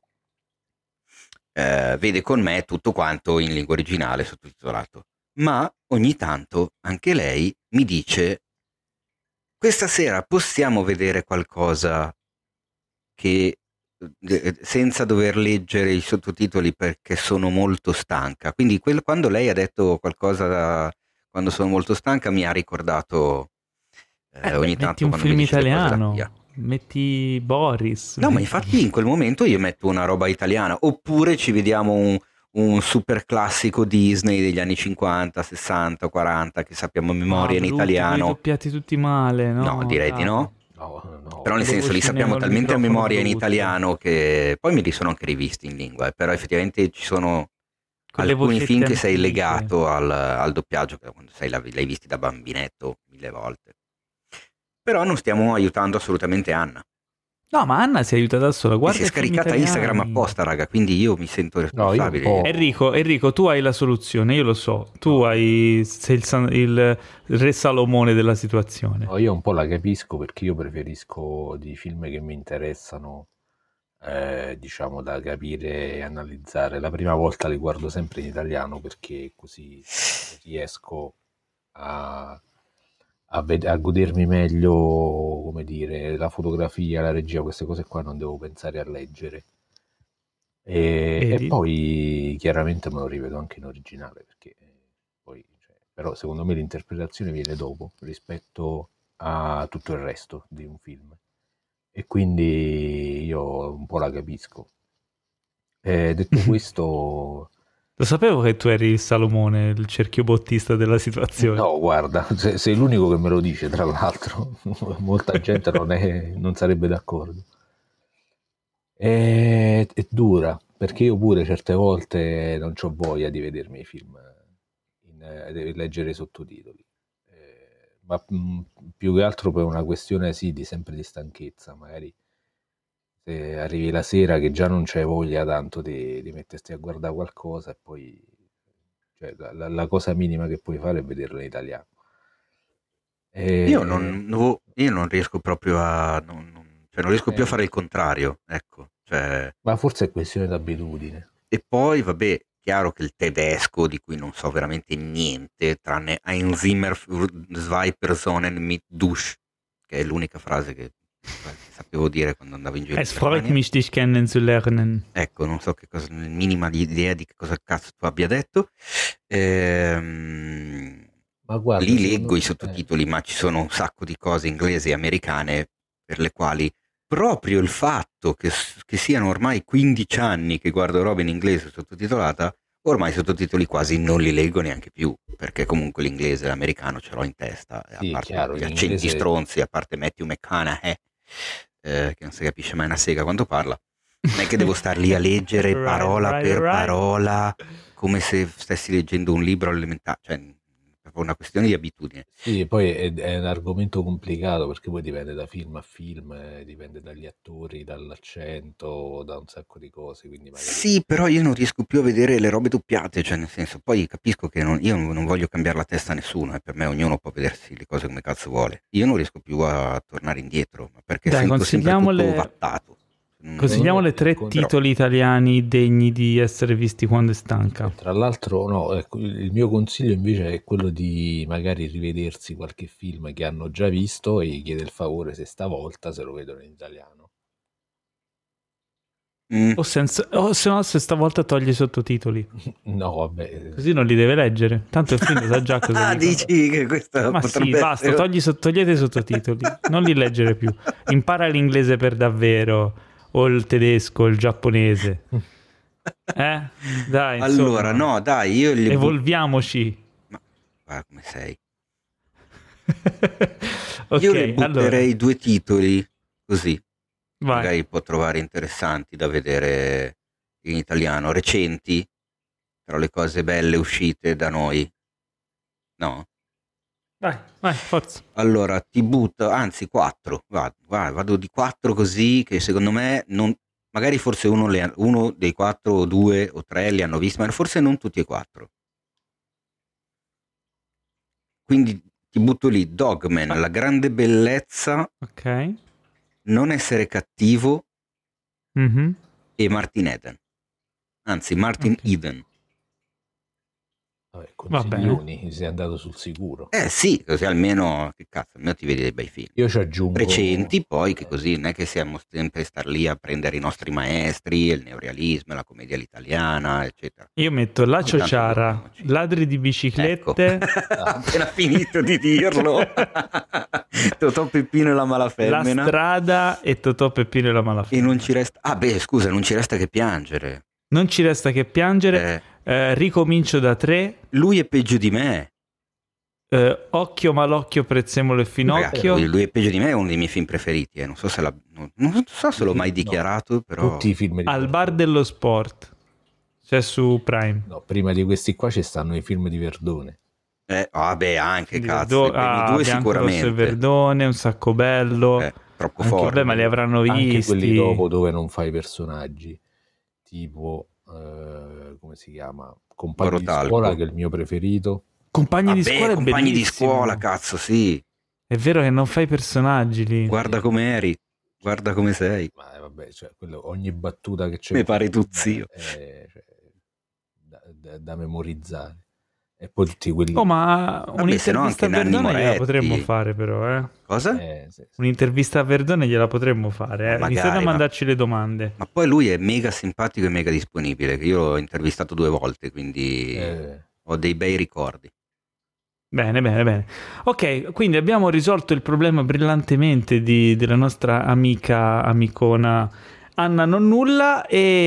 eh, vede con me tutto quanto in lingua originale sottotitolato, ma ogni tanto anche lei mi dice: questa sera possiamo vedere qualcosa che eh, senza dover leggere i sottotitoli perché sono molto stanca. Quindi quel- quando lei ha detto qualcosa da- quando sono molto stanca mi ha ricordato eh, Eh, ogni metti tanto un quando film mi dice le cose la italiano. Pia. Metti Boris. No, ma metti- infatti in quel momento io metto una roba italiana, oppure ci vediamo un, un super classico Disney degli anni cinquanta, sessanta, quaranta che sappiamo a memoria Ah, in brutti, italiano. quelli doppiati tutti male, no? No, direi dai. di no. No, no. Però nel Le senso li voci sappiamo col talmente a microfono memoria in brutto. italiano che poi me li sono anche rivisti in lingua, eh, però effettivamente ci sono Con le alcuni vocette film che sei antiche. legato al, al doppiaggio, che quando sei, l'hai visti da bambinetto mille volte. Però non stiamo aiutando assolutamente Anna. No, ma Anna si aiuta da sola. E Guarda si è i film scaricata italiani. Instagram apposta, raga, quindi io mi sento responsabile. No, io un po'. Enrico, Enrico, tu hai la soluzione, io lo so. Tu hai sei il, san- il re Salomone della situazione. No, io un po' la capisco perché io preferisco di film che mi interessano, eh, diciamo, da capire e analizzare. La prima volta li guardo sempre in italiano perché così riesco a, a, ved- a godermi meglio, come dire, la fotografia, la regia, queste cose qua non devo pensare a leggere. E, e Vedi? poi chiaramente me lo rivedo anche in originale perché poi, cioè, però secondo me l'interpretazione viene dopo rispetto a tutto il resto di un film e quindi io un po' la capisco. E detto questo, Lo sapevo che tu eri il Salomone, il cerchio bottista della situazione. no, guarda, se- sei l'unico che me lo dice, tra l'altro, molta gente non, è, non sarebbe d'accordo. È, è dura, perché io pure certe volte non ho voglia di vedermi i film, in, eh, di leggere i sottotitoli. Eh, ma mh, più che altro per una questione sì, di sempre di stanchezza, magari se arrivi la sera che già non c'hai voglia tanto di, di metterti a guardare qualcosa e poi cioè, la, la- la cosa minima che puoi fare è vederlo in italiano. E- Io non, no- io non riesco proprio a non, non- cioè non riesco più a Eh. fare il contrario, ecco. Cioè, Ma forse è questione d'abitudine. e poi vabbè, chiaro che il tedesco, di cui non so veramente niente, tranne Ein Zimmer für zwei Personen mit Dusch, che è l'unica frase che sapevo dire quando andavo in giro. Es freut mich, dich kennenzulernen. Ecco, non so che cosa, minima idea di che cosa cazzo tu abbia detto. Ehm, Ma guarda, lì secondo leggo me- i sottotitoli, ma ci sono un sacco di cose inglesi e americane per le quali proprio il fatto che, che siano ormai quindici anni che guardo roba in inglese sottotitolata, ormai i sottotitoli quasi non li leggo neanche più, perché comunque l'inglese e l'americano ce l'ho in testa, e Sì, a parte chiaro, gli in accenti inglese- stronzi, a parte Matthew McConaughey, eh, che non si capisce mai una sega quando parla, non è che devo star lì a leggere Right, parola right, per right. parola come se stessi leggendo un libro elementare, cioè è proprio una questione di abitudine. Sì, poi è, è un argomento complicato perché poi dipende da film a film, eh, dipende dagli attori, dall'accento, da un sacco di cose, quindi magari... Sì, però io non riesco più a vedere le robe doppiate, cioè nel senso, poi capisco che non- io non voglio cambiare la testa a nessuno, e per me ognuno può vedersi le cose come cazzo vuole. Io non riesco più a tornare indietro, ma perché Dai, sento sempre consigliamole- tutto vattato. Mm, Consigliamo le tre Però- titoli italiani degni di essere visti quando è stanca. Tra l'altro, no, ecco, il mio consiglio invece è quello di magari rivedersi qualche film che hanno già visto e gli chiede il favore se stavolta se lo vedono in italiano. mm, O, senza, o se no, se stavolta togli i sottotitoli. No, vabbè, Così non li deve leggere. Tanto il film sa già cosa Ah, dicono. dici che questa Ma sì, potrebbe basta, essere- togli, so- togliete i sottotitoli. Non li leggere più. Impara l'inglese per davvero. O il tedesco, o il giapponese. Eh? Dai, insomma. Allora, no, dai, io li Evolviamoci. Guarda come sei. Ok, Io le butterei allora, due titoli così, vai. magari può trovare interessanti da vedere in italiano, recenti, tra le cose belle uscite da noi. No? Vai, vai, forza. Allora ti butto, anzi quattro, vado, vai, vado di quattro così che secondo me non, magari forse uno, le ha- uno dei quattro o due o tre li hanno visti, ma forse non tutti e quattro. Quindi ti butto lì, Dogman, La grande bellezza, Ok. Non essere cattivo Mhm. e Martin Eden. Anzi, Martin Ok. Eden. vabbè, Va bene. consiglioni, sei andato sul sicuro. Eh sì, così almeno, che cazzo, almeno ti vedi dei bei film. Io ci aggiungo... Recenti poi, che così non è che siamo sempre star lì a prendere i nostri maestri, il neorealismo, la commedia all'italiana, eccetera. Io metto La Ogni tanto Ciociara, guardiamoci. Ladri di biciclette, Ecco. Appena finito di dirlo. Totò Peppino e la La malafemmina. strada e Totò, Peppino e la E malafemmina. non ci resta... Ah beh, scusa, non ci resta che piangere. Non ci resta che piangere. Eh, Eh, ricomincio da tre. lui è peggio di me. Eh, Occhio Malocchio, Prezzemolo e Finocchio. Ragazzi, lui è peggio di me, è uno dei miei film preferiti. eh. Non so se l'ha... non, non so se l'ho mai No. dichiarato, però... Tutti i film di... Al bar dello sport. C'è su Prime. No, prima di questi qua ci stanno i film di Verdone. Eh, vabbè, anche Quindi cazzo. Verdo- I primi ah, due Bianco, sicuramente. Rosso e Verdone, Un sacco bello. Eh, troppo Anche, forte. vabbè, ma li avranno Anche visti. quelli dopo dove non fai personaggi. Tipo, eh, come si chiama? Compagni di Orotalco. scuola, che è il mio preferito. Compagni di Vabbè, scuola è compagni di bellissimo. scuola, cazzo, sì. È vero che non fai personaggi lì. Guarda come eri, guarda come sei. Ma eh, vabbè, cioè, quello- ogni battuta che c'è Mi pare tu, zio. è, cioè, da, da- da memorizzare. E poi tutti quelli... Oh, ma Vabbè, se no un'intervista a anche Nanni Verdone gliela Moretti. potremmo fare però, eh. Cosa? eh, sì, sì. Un'intervista a Verdone gliela potremmo fare, Ma eh. magari, Iniziate a ma- mandarci le domande. Ma poi lui è mega simpatico e mega disponibile, che io l'ho intervistato due volte, quindi Eh, ho dei bei ricordi. Bene, bene, bene. Ok, quindi abbiamo risolto il problema brillantemente di- della nostra amica, amicona Anna Nonnulla,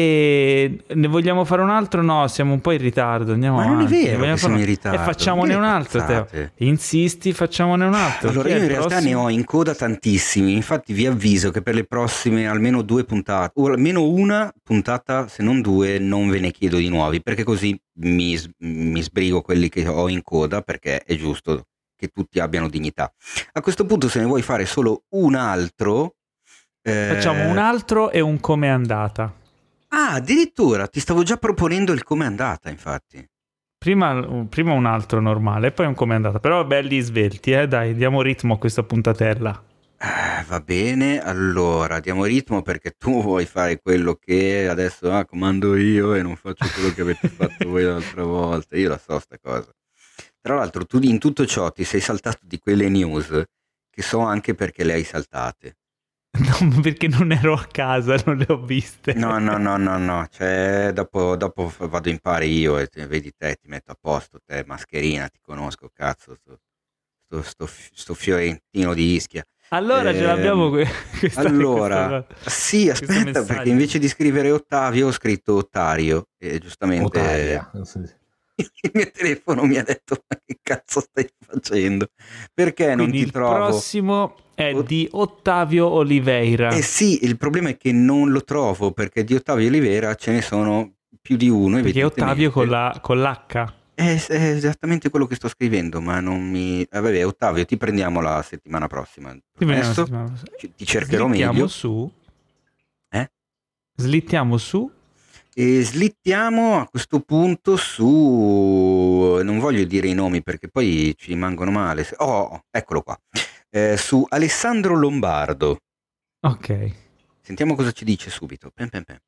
e ne vogliamo fare un altro? No, siamo un po' in ritardo, andiamo Ma non è avanti. Ne vero vogliamo che siamo fare in un- ritardo. E facciamone Che un altro, Teo. cazzate. Insisti, facciamone un altro. Allora Chi è io in il realtà prossimo? ne ho in coda tantissimi, infatti vi avviso che per le prossime almeno due puntate, o almeno una puntata, se non due, non ve ne chiedo di nuovi, perché così mi, s- mi sbrigo quelli che ho in coda, perché è giusto che tutti abbiano dignità. A questo punto, se ne vuoi fare solo un altro... eh, Facciamo un altro e un come è andata. Ah, addirittura, ti stavo già proponendo il come è andata, infatti. Prima, prima un altro normale, poi un come è andata. Però belli svelti, eh, dai, diamo ritmo a questa puntatella. Eh, Eh, va bene, allora diamo ritmo perché tu vuoi fare quello che adesso ah, comando io e non faccio quello che avete fatto voi l'altra volta. Io la so sta cosa. Tra l'altro tu in tutto ciò ti sei saltato di quelle news che so anche perché le hai saltate. No, perché non ero a casa, non le ho viste. No, no, no, no, no, cioè dopo, dopo vado in pari io e te, vedi te, ti metto a posto, te mascherina, ti conosco, cazzo, sto, sto, sto, sto fiorentino di Ischia. Allora Eh, ce l'abbiamo que- questa, allora, questa, sì, aspetta, perché invece di scrivere Ottavio ho scritto Ottario e giustamente Otaria. il mio telefono mi ha detto ma che cazzo stai facendo? Perché non Quindi ti il trovo? prossimo è di Ottavio Oliveira. Eh sì, il problema è che non lo trovo perché di Ottavio Oliveira ce ne sono più di uno. Perché Ottavio con, la, con l'H. È, è esattamente quello che sto scrivendo, ma non mi... Eh, vabbè, Ottavio, ti prendiamo la settimana prossima. Adesso settimana. Ci, ti cercherò Slittiamo meglio. su. Eh? Slittiamo su. E slittiamo a questo punto su... Non voglio dire i nomi perché poi ci rimangono male. Oh, eccolo qua. Eh, su Alessandro Lombardo. Ok. Sentiamo cosa ci dice subito. Pen, pen, pen.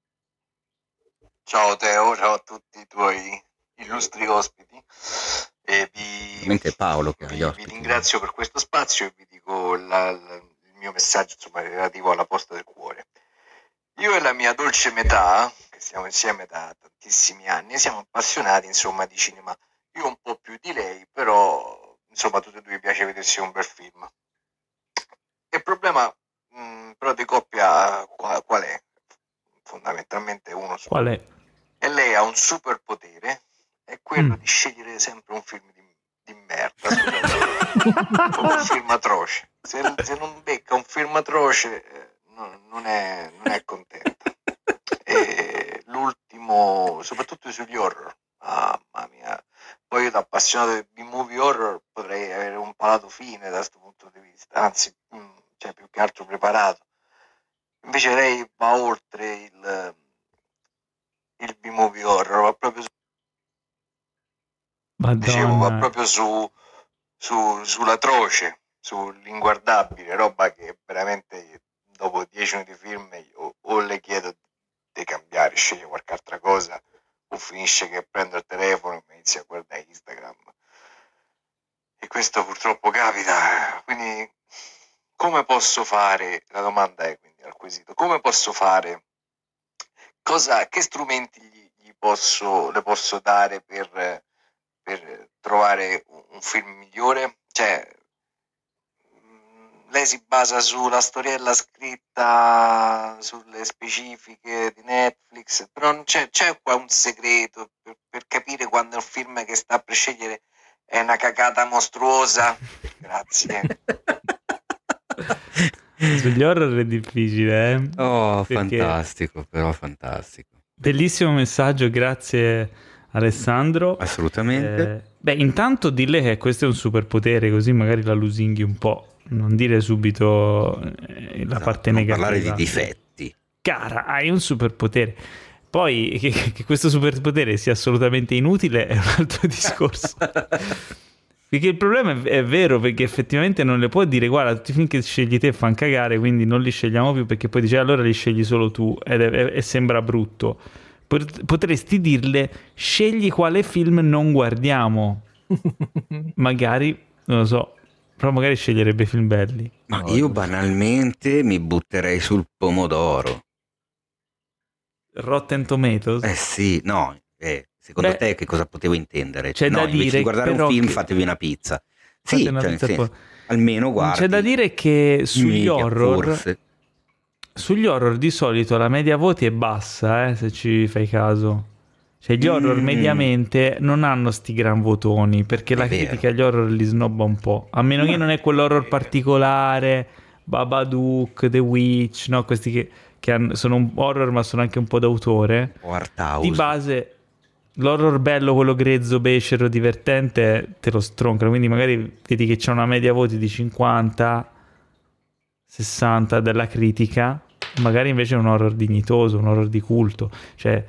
Ciao Teo, ciao a tutti i tuoi illustri ospiti. E vi, Ovviamente è Paolo che ha gli vi, ospiti. vi ringrazio per questo spazio e vi dico la, la, il mio messaggio, insomma, relativo alla posta del cuore. Io e la mia dolce metà, che siamo insieme da tantissimi anni, siamo appassionati insomma di cinema. Io un po' più di lei, però insomma tutti e due piace vedersi un bel film. Il problema mh, però di coppia qual, qual è? Fondamentalmente uno solo. Qual è? E lei ha un superpotere, è quello Mm. di scegliere sempre un film di, di merda, scusate, un film atroce. Se, se non becca un film atroce eh, non, non, è, non è contenta. E l'ultimo, soprattutto sugli horror, ah, mamma mia. Poi io da appassionato di movie horror potrei avere un palato fine da questo punto di vista, anzi, mh, cioè più che altro preparato. Invece lei va oltre il, il B-movie horror, va proprio su, dicevo, va Madonna. proprio su, su sull'atroce, sull'inguardabile, roba che veramente dopo dieci minuti di film o, o le chiedo di cambiare, sceglie qualche altra cosa, o finisce che prendo il telefono e mi inizia a guardare Instagram. E questo purtroppo capita, quindi come posso fare, la domanda è quindi al quesito, come posso fare, cosa, che strumenti gli, gli posso, le posso dare per, per trovare un, un film migliore? Cioè, mh, lei si basa sulla storiella scritta, sulle specifiche di Netflix, però non c'è, c'è qua un segreto per, per capire quando un film che sta per scegliere è una cagata mostruosa? Grazie. Sugli horror è difficile, eh? Oh, Perché- fantastico, però fantastico. Bellissimo messaggio, grazie Alessandro. Assolutamente. Eh, beh, intanto dille che questo è un superpotere, così magari la lusinghi un po'. Non dire subito eh, la Esatto, parte non negativa. parlare di difetti. Cara, hai un superpotere. Poi che, che questo superpotere sia assolutamente inutile è un altro discorso. Perché il problema è, è vero, perché effettivamente non le puoi dire guarda, tutti i film che scegli te fan cagare, quindi non li scegliamo più, perché poi dice allora li scegli solo tu ed è, è- e sembra brutto. Pot- Potresti dirle scegli quale film non guardiamo. Magari, non lo so, però magari sceglierebbe film belli. Ma No, io no. banalmente mi butterei sul pomodoro. Rotten Tomatoes. Eh sì, no, eh, secondo Beh, te che cosa potevo intendere? c'è no, da invece dire di guardare un però film che- fatevi una pizza. Fate Sì, una cioè, nel pizza senso, po- almeno guardi. C'è da dire che sugli Media, horror forse. Sugli horror di solito la media voti è bassa, eh, se ci fai caso. Cioè gli horror Mm. mediamente non hanno sti gran votoni, perché È la vero. critica agli horror li snobba un po'. A meno che non è quell'horror particolare, Babadook, The Witch, no? Questi che, che hanno- sono un horror ma sono anche un po' d'autore. O Art House. Di base l'horror bello, quello grezzo, becero, divertente, te lo stroncano. Quindi magari vedi che c'è una media voti di cinquanta, sessanta della critica, magari invece è un horror dignitoso, un horror di culto. Cioè,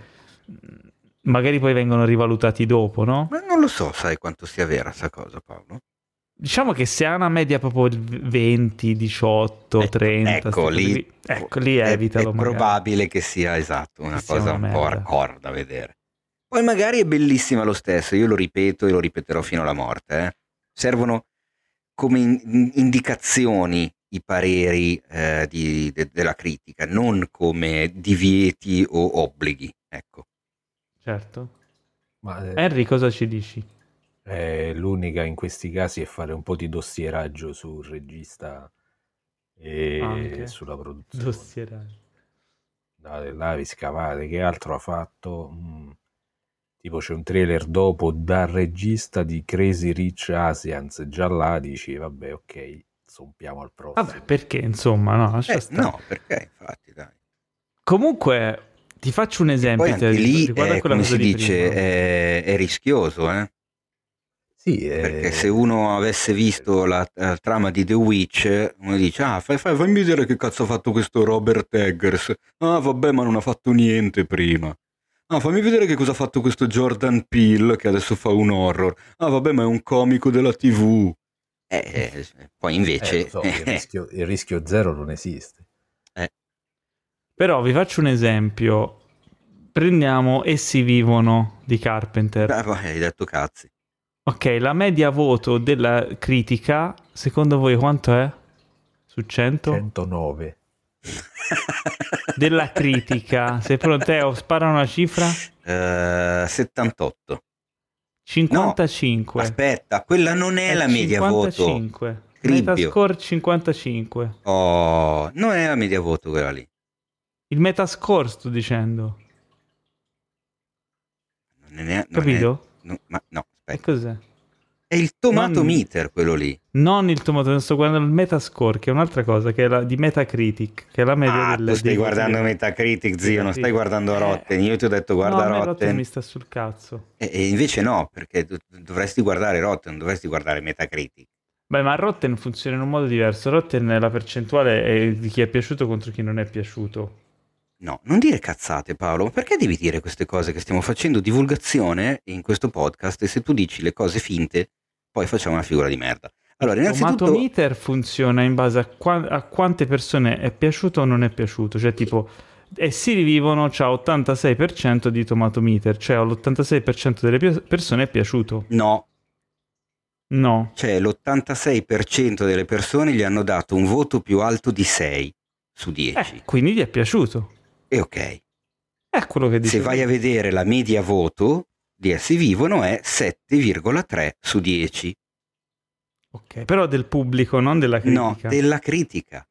magari poi vengono rivalutati dopo, no? Ma non lo so, sai quanto sia vera sta cosa, Paolo? Diciamo che se ha una media proprio venti, diciotto, Eh, trenta, ecco, sti lì, così, ecco, lì è, evitalo è magari. probabile che sia esatto una Che sia cosa una un po' merda. hardcore da vedere. Poi magari è bellissima lo stesso, io lo ripeto e lo ripeterò fino alla morte. eh. Servono come in- in- indicazioni i pareri eh, di- de- della critica, non come divieti o obblighi. Ecco. Certo. Ma eh, Henry, cosa ci dici? eh, l'unica in questi casi è fare un po' di dossieraggio sul regista e Anche. sulla produzione. Dossieraggio. Date là, vi scavate, che altro ha fatto? Mm. Tipo c'è un trailer dopo dal regista di Crazy Rich Asians, già là dici vabbè ok, zompiamo al prossimo. Vabbè, perché insomma, no, lascia Eh, stare. no, perché infatti, dai. Comunque, ti faccio un E esempio. poi anche te- lì, riguardo a eh, quella come cosa si di dice, prima. è, è rischioso, eh? Sì, Perché eh, se uno avesse visto la, la trama di The Witch, uno dice, ah, fai, fai, fammi vedere che cazzo ha fatto questo Robert Eggers. Ah, vabbè, ma non ha fatto niente prima. Ah, fammi vedere che cosa ha fatto questo Jordan Peele, che adesso fa un horror. Ah, vabbè, ma è un comico della tivù. Eh, eh, poi eh, invece... lo so, il, rischio, il rischio zero non esiste. Però vi faccio un esempio. Prendiamo Essi vivono di Carpenter. Beh, poi hai detto cazzi. Ok, la media voto della critica, secondo voi quanto è? Su cento? centonove. Della critica. Sei pronto? Teo, spara una cifra? Eh, settantotto. cinquantacinque. Aspetta, quella non è, È la media voto. cinquantacinque. Cribbio. Metascore cinquantacinque. Oh, non è la media voto quella lì. Il Metascore sto dicendo. Non è, non Capito? è- no, ma no, E aspetta. cos'è? È il tomato Non- meter quello lì. Non il tomato, sto guardando il Metascore, che è un'altra cosa, che è la di Metacritic, che è la media Ah, del... tu stai dei- guardando dei- Metacritic, zio, non stai Sì. guardando Eh. Rotten. Io ti ho detto guarda no, a me Rotten. Rotten mi sta sul cazzo. E, e invece no, perché tu- dovresti guardare Rotten, dovresti guardare Metacritic. Beh, ma Rotten funziona in un modo diverso. Rotten è la percentuale è di chi è piaciuto contro chi non è piaciuto. No, non dire cazzate Paolo, ma perché devi dire queste cose che stiamo facendo divulgazione in questo podcast e se tu dici le cose finte, poi facciamo una figura di merda. Allora, Il innanzitutto... tomato meter funziona in base a, qua- a quante persone è piaciuto o non è piaciuto. Cioè, tipo, e si rivivono c'ha ottantasei per cento di tomato meter, cioè all'ottantasei per cento delle pi- persone è piaciuto. No, No. cioè l'ottantasei per cento delle persone gli hanno dato un voto più alto di sei su dieci. Eh, quindi gli è piaciuto. E ok, È quello che dice. se vai a vedere la media voto di Essi vivono è sette virgola tre su dieci. Ok, però del pubblico, non della No, critica. della critica.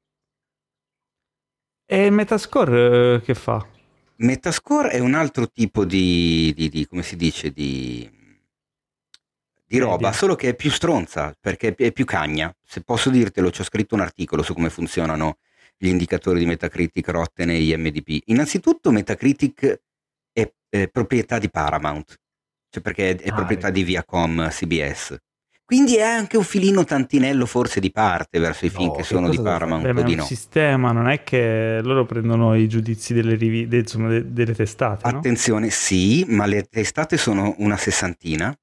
E il Metascore eh, che fa? Metascore è un altro tipo di, di- di- come si dice, di, di Media. roba, solo che è più stronza, perché è più cagna. Se posso dirtelo, ci ho scritto un articolo su come funzionano gli indicatori di Metacritic, Rotten e I M D B. Innanzitutto Metacritic è, è proprietà di Paramount, cioè perché è, è Ah, proprietà ecco. di Viacom C B S. Quindi è anche un filino tantinello forse di parte verso i film No, che che sono di cosa devo Paramount Beh, ma o è di un no. sistema, non è che loro prendono i giudizi delle, rivi- de- insomma, de- delle testate, no? Attenzione, sì, ma le testate sono una sessantina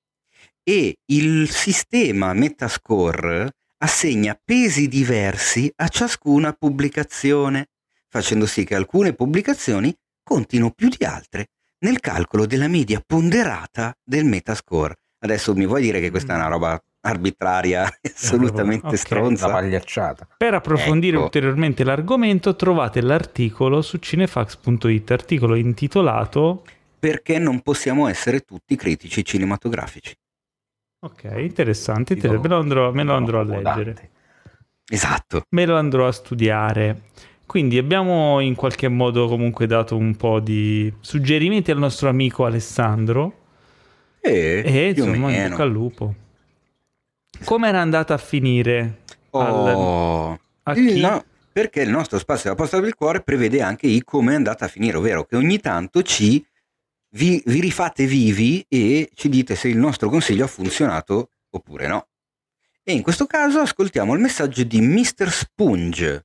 e il sistema Metascore assegna pesi diversi a ciascuna pubblicazione, facendo sì che alcune pubblicazioni contino più di altre nel calcolo della media ponderata del Metascore. Adesso mi vuoi dire che questa è una roba arbitraria, assolutamente Ok. Una stronza? pagliacciata. Per approfondire Ecco. ulteriormente l'argomento trovate l'articolo su cinefax punto it, articolo intitolato... Perché non possiamo essere tutti critici cinematografici. Ok, interessante, Titolo- inter- me lo andrò, me lo titolo andrò a accomodante. leggere, Esatto. me lo andrò a studiare. Quindi abbiamo in qualche modo comunque dato un po' di suggerimenti al nostro amico Alessandro E, e più o insomma in meno. bocca al lupo. Come era andata a finire? al- Oh, a il chi? no- perché il nostro spazio della posta del cuore prevede anche i come è andata a finire, ovvero che ogni tanto ci vi, vi rifate vivi e ci dite se il nostro consiglio ha funzionato oppure no. E in questo caso ascoltiamo il messaggio di mister Sponge,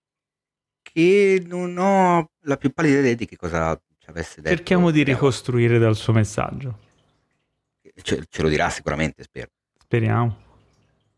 che non ho la più pallida idea di che cosa ci avesse detto. Cerchiamo di Vediamo. ricostruire dal suo messaggio. Ce, ce lo dirà sicuramente, spero. Speriamo.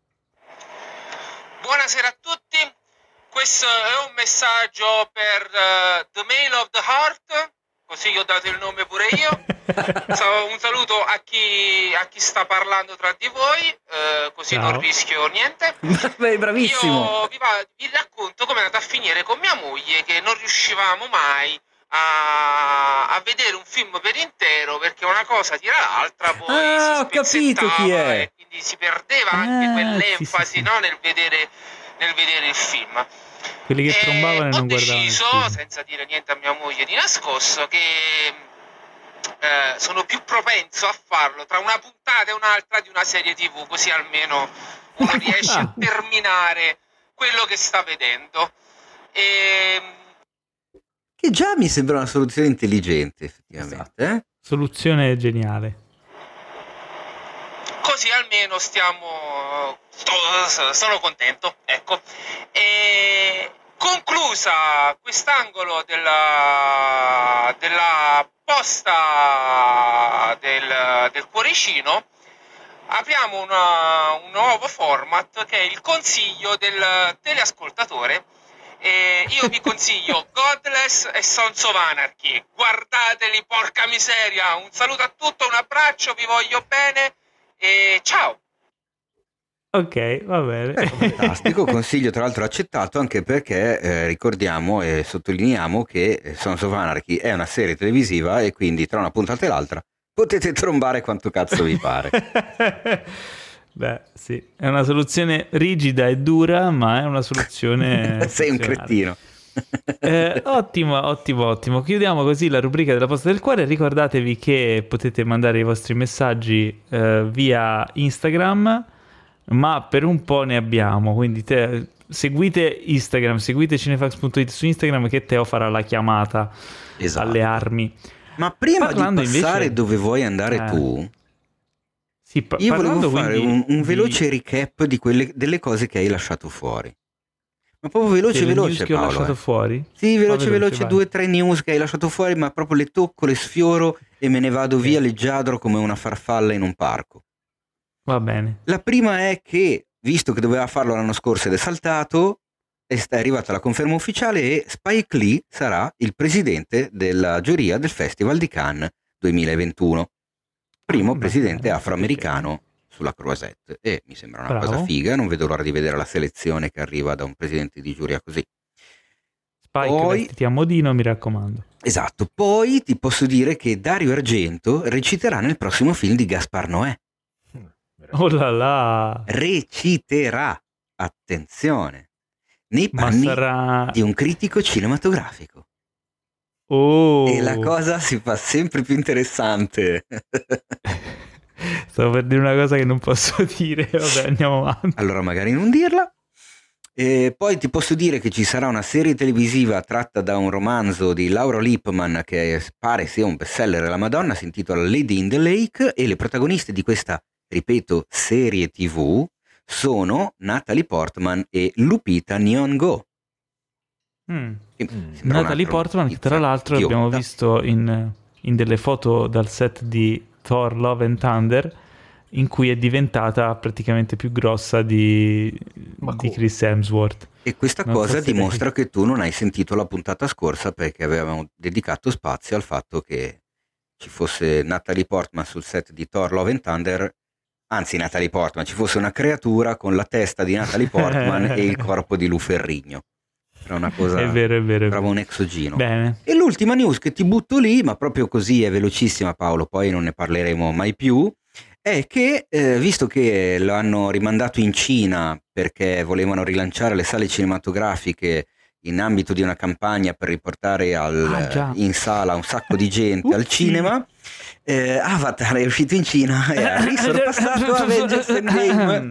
buonasera a tutti. Questo è un messaggio per uh, The Mail of the Heart, così gli ho dato il nome pure io. Un saluto a chi, a chi sta parlando tra di voi, uh, così Ciao. Non rischio niente. Beh, bravissimo. Io vi, va, vi racconto come è andata a finire con mia moglie, che non riuscivamo mai a, a vedere un film per intero, perché una cosa tira l'altra, poi ah, si ho capito chi è. E quindi si perdeva anche ah, quell'enfasi sì, sì, sì. No, nel vedere nel vedere il film. Quelli che e trombavano e non guardavano. Ho deciso, senza dire niente a mia moglie di nascosto, che eh, sono più propenso a farlo tra una puntata e un'altra di una serie tivù, così almeno uno riesce a terminare quello che sta vedendo. E... Che già mi sembra una soluzione intelligente, effettivamente. Esatto. Eh? Soluzione geniale. Così almeno stiamo... Sto, sono contento, ecco. E conclusa quest'angolo della, della posta del, del cuoricino, apriamo una, un nuovo format che è il consiglio del teleascoltatore. E io vi consiglio Godless e Sons of Anarchy. Guardateli, porca miseria. Un saluto a tutti, un abbraccio, vi voglio bene e ciao. Ok, va bene. Eh, fantastico, consiglio tra l'altro accettato, anche perché eh, ricordiamo e sottolineiamo che Sons of Anarchy è una serie televisiva e quindi tra una puntata e l'altra potete trombare quanto cazzo vi pare. Beh, sì, è una soluzione rigida e dura, ma è una soluzione... Sei un cretino. eh, ottimo, ottimo, ottimo. Chiudiamo così la rubrica della posta del cuore. Ricordatevi che potete mandare i vostri messaggi eh, via Instagram, ma per un po' ne abbiamo, quindi te, seguite Instagram, seguite cinefax punto it su Instagram, che Teo farà la chiamata esatto. alle armi. Ma prima parlando di passare invece... dove vuoi andare eh. tu... Sì, pa- Io volevo fare un, un di... veloce recap di quelle, delle cose che hai lasciato fuori. Ma proprio veloce, delle veloce, news che Paolo. ho lasciato eh. fuori? Sì, veloce, veloce, veloce, due o tre news che hai lasciato fuori, ma proprio le tocco, le sfioro e me ne vado okay. via leggiadro come una farfalla in un parco. Va bene. La prima è che, visto che doveva farlo l'anno scorso ed è saltato, è arrivata la conferma ufficiale e Spike Lee sarà il presidente della giuria del Festival di Cannes duemilaventuno. Primo ah, presidente bene, afroamericano sulla Croisette, e mi sembra una Bravo. cosa figa, non vedo l'ora di vedere la selezione che arriva da un presidente di giuria così. Spike, poi, vestiti a modino, mi raccomando. Esatto, poi ti posso dire che Dario Argento reciterà nel prossimo film di Gaspar Noè. Oh là là! Reciterà, attenzione, nei panni sarà... di un critico cinematografico. Oh. E la cosa si fa sempre più interessante. Stavo per dire una cosa che non posso dire, vabbè, andiamo avanti. Allora magari non dirla. E poi ti posso dire che ci sarà una serie televisiva tratta da un romanzo di Laura Lippman che pare sia un bestseller della Madonna, si intitola Lady in the Lake, e le protagoniste di questa, ripeto, serie tivù sono Natalie Portman e Lupita Nyong'o. Mm. Natalie Portman, che tra l'altro idiota. abbiamo visto in, in delle foto dal set di Thor Love and Thunder, in cui è diventata praticamente più grossa di, di Chris Hemsworth. E questa non cosa so dimostra che... che tu non hai sentito la puntata scorsa, perché avevamo dedicato spazio al fatto che ci fosse Natalie Portman sul set di Thor Love and Thunder, anzi Natalie Portman, ci fosse una creatura con la testa di Natalie Portman e il corpo di Lou Ferrigno. Era una cosa, è vero, è vero, è bravo un exogino. Bene. E l'ultima news che ti butto lì, ma proprio così, è velocissima Paolo, poi non ne parleremo mai più, è che eh, visto che lo hanno rimandato in Cina perché volevano rilanciare le sale cinematografiche in ambito di una campagna per riportare al, ah, in sala un sacco di gente al cinema, eh, Avatar è uscito in Cina e ha risorpassato Avengers Endgame.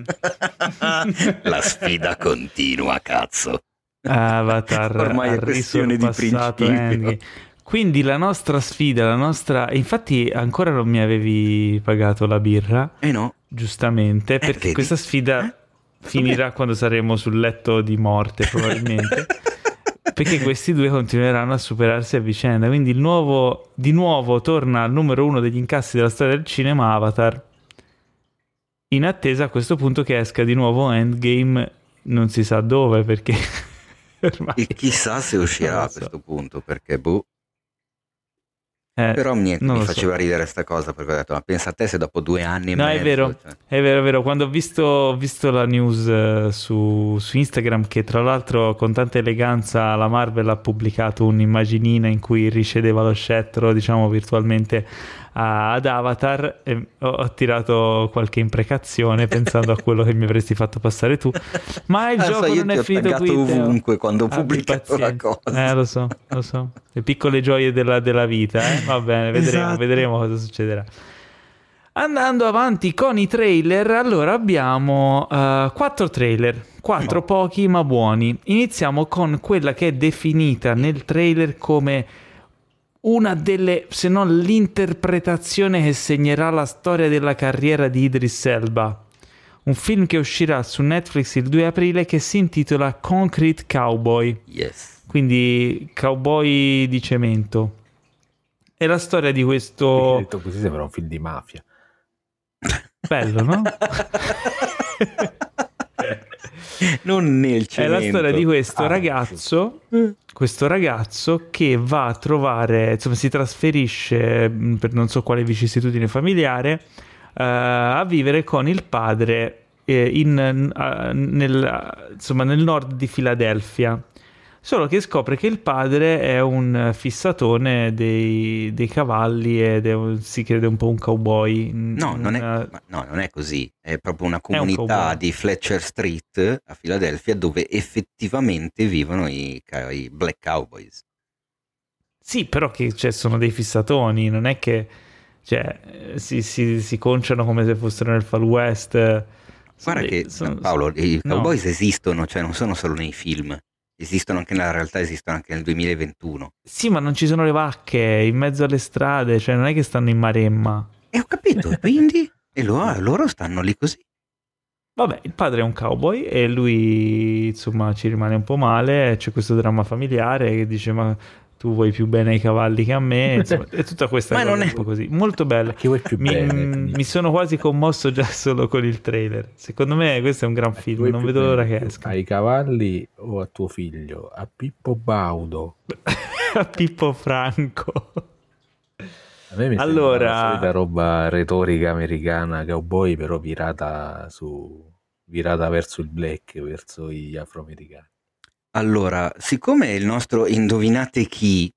La sfida continua, cazzo. Avatar ormai è questione di principio. Quindi la nostra sfida, la nostra... Infatti ancora non mi avevi pagato la birra. Eh no. Giustamente, eh, perché vedi? questa sfida eh? finirà quando saremo sul letto di morte, probabilmente. Perché questi due continueranno a superarsi a vicenda. Quindi il nuovo, di nuovo torna al numero uno degli incassi della storia del cinema Avatar, in attesa a questo punto che esca di nuovo Endgame, non si sa dove, perché ormai... E chissà se uscirà a so. questo punto, perché boh. Eh, Però niente, mi so. faceva ridere sta cosa, perché ho detto, ma pensa a te se dopo due anni e No, mezzo... è vero, cioè... è vero, è vero. Quando ho visto, ho visto la news uh, su, su Instagram, che tra l'altro con tanta eleganza la Marvel ha pubblicato un'immaginina in cui riceveva lo scettro, diciamo, virtualmente a, ad Avatar, e ho, ho tirato qualche imprecazione pensando a quello che mi avresti fatto passare tu. Ma il Ah, gioco so, io non ti è ho finito qui. taggato Teo. ovunque quando ho Abbi pubblicato la pazienza. cosa. Eh, lo so, lo so. Le piccole gioie della, della vita, eh? Va bene, vedremo, Esatto. vedremo cosa succederà. Andando avanti con i trailer, allora abbiamo uh, quattro trailer, quattro No. pochi ma buoni. Iniziamo con quella che è definita nel trailer come una delle, se non l'interpretazione che segnerà la storia della carriera di Idris Elba. Un film che uscirà su Netflix il due aprile che si intitola Concrete Cowboy, Yes. quindi cowboy di cemento. È la storia di questo... Detto così sembra un film di mafia. Bello, no? Non nel È cemento. la storia di questo Ah, ragazzo, questo ragazzo che va a trovare, insomma, si trasferisce mh, per non so quale vicissitudine familiare eh, a vivere con il padre eh, in, eh, nel, insomma, nel nord di Filadelfia. Solo che scopre che il padre è un fissatone dei, dei cavalli ed è un, si crede un po' un cowboy. No, non è, Una- ma no, non è così. È proprio una un comunità cowboy. di Fletcher Street a Filadelfia dove effettivamente vivono i, ca- i Black Cowboys. Sì, però che cioè, sono dei fissatoni, non è che cioè, eh, si, si, si conciano come se fossero nel Far West. Sono Guarda dei- che, sono- Paolo, i no. cowboys esistono, cioè non sono solo nei film. Esistono anche nella realtà, esistono anche nel duemilaventuno. Sì, ma non ci sono le vacche in mezzo alle strade, cioè non è che stanno in Maremma. E ho capito, e quindi? E lo- loro stanno lì così. Vabbè, il padre è un cowboy e lui, insomma, ci rimane un po' male. C'è questo dramma familiare che dice: ma tu vuoi più bene ai cavalli che a me? Insomma, è tutta questa Ma cosa non è- un po' così. Molto bella. Chi vuoi più Mi, bene? mi sono quasi commosso già solo con il trailer. Secondo me questo è un gran Chi film, vuoi non più vedo l'ora bene? che esca. Ai cavalli o a tuo figlio? A Pippo Baudo. A Pippo Franco. A me mi Allora- sembra la solita roba retorica americana, cowboy però virata su virata verso il black, verso gli afroamericani. Allora, siccome il nostro Indovinate chi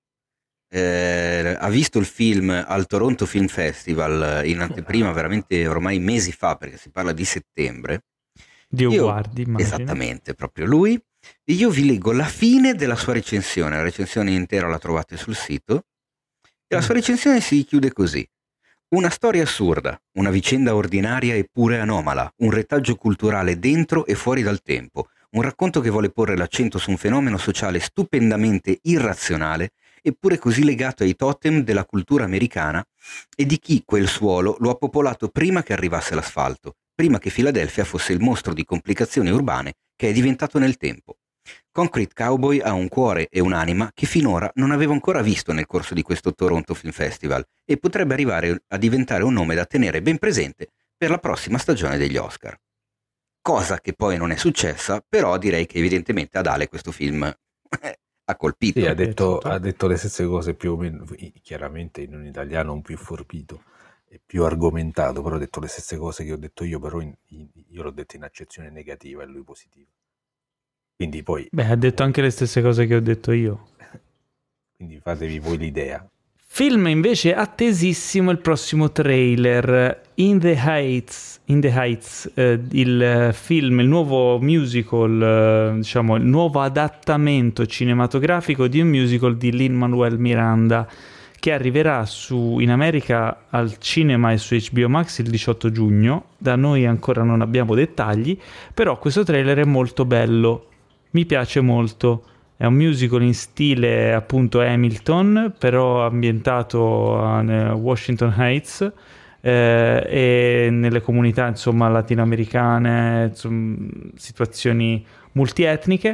eh, ha visto il film al Toronto Film Festival in anteprima veramente ormai mesi fa, perché si parla di settembre, Dio Io- guardi, immagino. esattamente, proprio lui, io vi leggo la fine della sua recensione, la recensione intera la trovate sul sito, e la sua recensione si chiude così. Una storia assurda, una vicenda ordinaria eppure anomala, un retaggio culturale dentro e fuori dal tempo, un racconto che vuole porre l'accento su un fenomeno sociale stupendamente irrazionale, eppure così legato ai totem della cultura americana e di chi quel suolo lo ha popolato prima che arrivasse l'asfalto, prima che Filadelfia fosse il mostro di complicazioni urbane che è diventato nel tempo. Concrete Cowboy ha un cuore e un'anima che finora non avevo ancora visto nel corso di questo Toronto Film Festival e potrebbe arrivare a diventare un nome da tenere ben presente per la prossima stagione degli Oscar. Cosa che poi non è successa, però direi che evidentemente ad Ale questo film ha colpito. Sì, ha è detto, piaciuto. ha detto le stesse cose più o meno, chiaramente in un italiano un più forbito e più argomentato, però ha detto le stesse cose che ho detto io, però in- in- io l'ho detto in accezione negativa e lui positiva. Quindi poi, Beh, ha detto anche le stesse cose che ho detto io. quindi fatevi voi l'idea. Film invece attesissimo il prossimo trailer, In the Heights, In the Heights eh, il film, il nuovo musical, eh, diciamo il nuovo adattamento cinematografico di un musical di Lin-Manuel Miranda che arriverà su, in America al cinema e su H B O Max il diciotto giugno. Da noi ancora non abbiamo dettagli, però questo trailer è molto bello, mi piace molto. È un musical in stile appunto Hamilton, però ambientato a Washington Heights eh, e nelle comunità insomma latinoamericane, insomma, situazioni multietniche.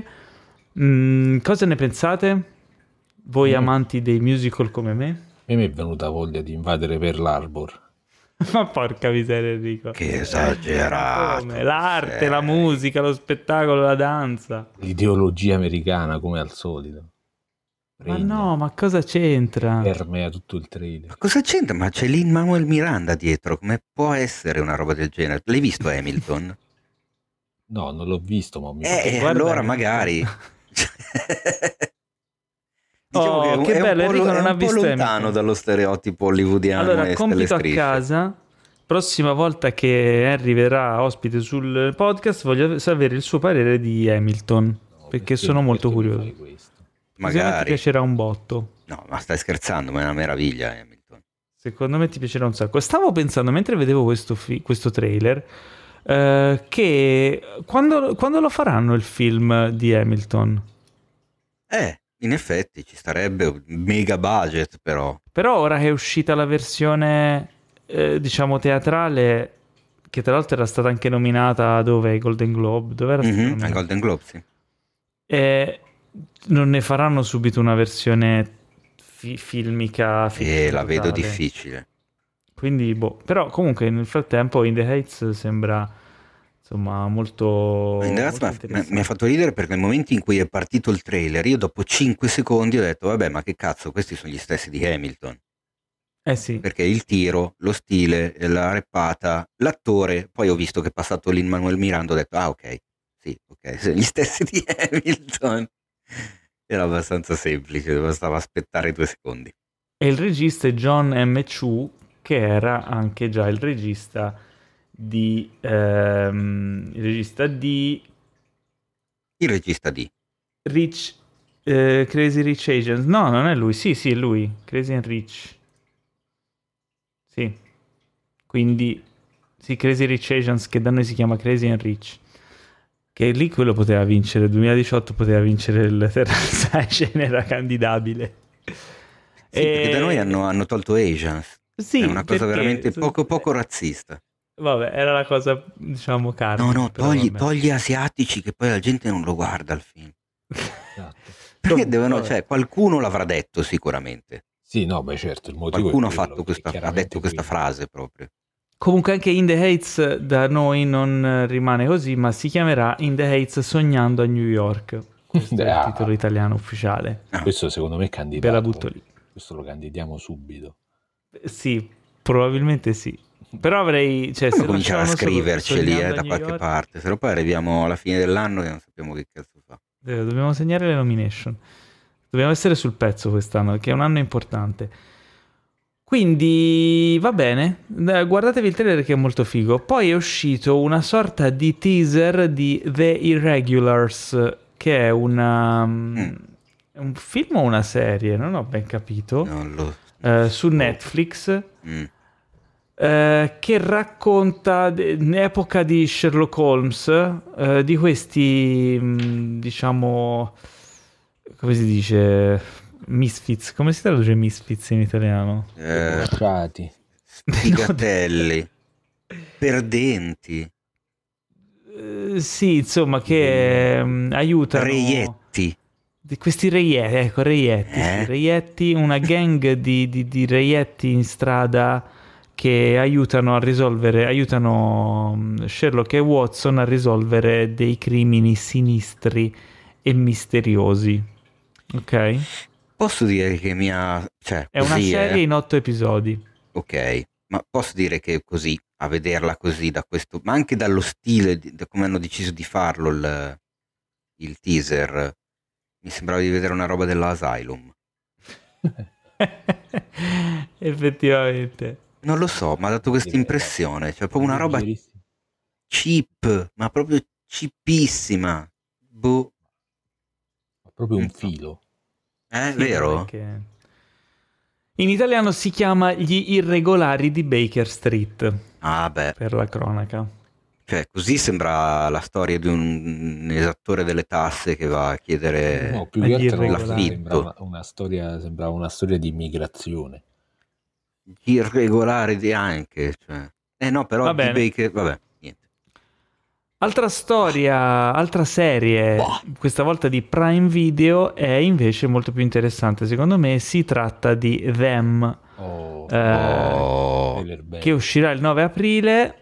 Mm, cosa ne pensate? Voi Mm. amanti dei musical come me? A me è venuta voglia di invadere Pearl Harbor. Ma porca miseria, Enrico. Che esagerato. Come? L'arte, sei. la musica, lo spettacolo, la danza. L'ideologia americana, come al solito. Ma Regna, no, ma cosa c'entra? permea tutto il trailer. Ma cosa c'entra? Ma c'è Lin-Manuel Miranda dietro, come può essere una roba del genere? L'hai visto Hamilton? No, non l'ho visto, ma mi Eh, guarda allora Hamilton. magari. Oh, è un- che è un bello, po' Enrico lo- non è ha un po' visto lontano Hamilton. dallo stereotipo hollywoodiano Allora, e compito a stelle casa, prossima volta che Harry verrà ospite sul podcast, voglio sapere il suo parere di Hamilton, No, perché sono molto perché mi curioso. fai questo? Secondo me ti Magari. piacerà un botto. No, ma stai scherzando, ma è una meraviglia Hamilton. Secondo me ti piacerà un sacco. Stavo pensando, mentre vedevo questo, fi- questo trailer, eh, che quando, quando lo faranno il film di Hamilton? Eh, in effetti ci starebbe un mega budget però. Però ora che è uscita la versione, eh, diciamo, teatrale, che tra l'altro era stata anche nominata dove? Ai Golden Globe? Dove era stata Mhm, ai nominata? Golden Globe, sì. E non ne faranno subito una versione fi- filmica? E fiction la vedo totale? difficile. Quindi, boh. Però comunque nel frattempo In the Heights sembra, insomma, molto, In realtà molto mi ha- interessante. mi ha fatto ridere perché nel momento in cui è partito il trailer, io dopo cinque secondi ho detto, vabbè, ma che cazzo, questi sono gli stessi di Hamilton. Eh sì. Perché il tiro, lo stile, la reppata, l'attore, poi ho visto che è passato Lin-Manuel Miranda, ho detto, ah ok, sì, ok, sono gli stessi di Hamilton. Era abbastanza semplice, bastava aspettare due secondi. E il regista è John M. Chu, che era anche già il regista di ehm, il regista di Il regista di... Rich eh, Crazy Rich Asians. No, non è lui. Sì, sì, è lui. Crazy and Rich. Sì. Quindi sì, Crazy Rich Asians, che da noi si chiama Crazy and Rich. Che lì quello poteva vincere, duemiladiciotto poteva vincere il Terrence Eichen, era candidabile. Sì, perché da noi hanno, hanno tolto Asians. Sì, È una cosa perché- veramente poco poco razzista. Vabbè, era la cosa, diciamo, No, cardine. no, però togli, vabbè. togli asiatici che poi la gente non lo guarda il film. Esatto. Perché Vabbè. devono, cioè, qualcuno l'avrà detto sicuramente. Sì, no, beh certo, il motivo Qualcuno è ha, quello, fatto che questa, ha chiaramente detto questa quello. frase proprio. Comunque anche In the Heights da noi non rimane così, ma si chiamerà In the Heights Sognando a New York. Questo è il Ah. titolo italiano ufficiale. Questo secondo me è candidato. Ve la butto lì. Questo lo candidiamo subito. Eh, Sì, probabilmente sì. Però avrei... Cioè, Come se cominciare a lasciavano solo scriverceli Sognando eh, a da New qualche York, parte, se no poi arriviamo alla fine dell'anno che non sappiamo che cazzo fa. eh, dobbiamo segnare le nomination. Dobbiamo essere sul pezzo quest'anno, che è un anno importante. Quindi va bene, Eh, guardatevi il trailer che è molto figo. Poi è uscito una sorta di teaser di The Irregulars, che è una, Mm. è un film o una serie, non ho ben capito, Non lo... eh, su Netflix, Mm. eh, che racconta de- l'epoca di Sherlock Holmes, eh, di questi, mh, diciamo, come si dice, misfits, come si traduce misfits in italiano? Eh, Frati. sfigatelli, perdenti, Eh, sì, insomma, che mh, aiutano... reietti. Di questi reietti, ecco, reietti, Eh? sì, reietti, una gang di, di, di reietti in strada che aiutano a risolvere, aiutano mh, Sherlock e Watson a risolvere dei crimini sinistri e misteriosi. Ok? Posso dire che mi ha... Cioè, È una così, serie eh. in otto episodi. Ok, ma posso dire che così, a vederla così, da questo, ma anche dallo stile, di- da come hanno deciso di farlo il, il teaser, mi sembrava di vedere una roba dell'Asylum. Effettivamente. Non lo so, mi ha dato questa impressione, cioè proprio una roba Leggerissimo. cheap, ma proprio cheapissima. Boh, Proprio un Non so. filo. è Sì, vero? perché- In italiano si chiama Gli irregolari di Baker Street, Ah beh, per la cronaca. cioè così sembra la storia di un esattore delle tasse che va a chiedere... No, più agli che altro irregolari. sembra una, una storia, sembrava una storia di immigrazione. irregolari di anche, cioè. Eh no, però Va di bene. Baker, vabbè, niente. Altra storia, altra serie, questa volta di Prime Video, è invece molto più interessante. Secondo me si tratta di Them, Oh, eh, Oh, che uscirà il nove aprile.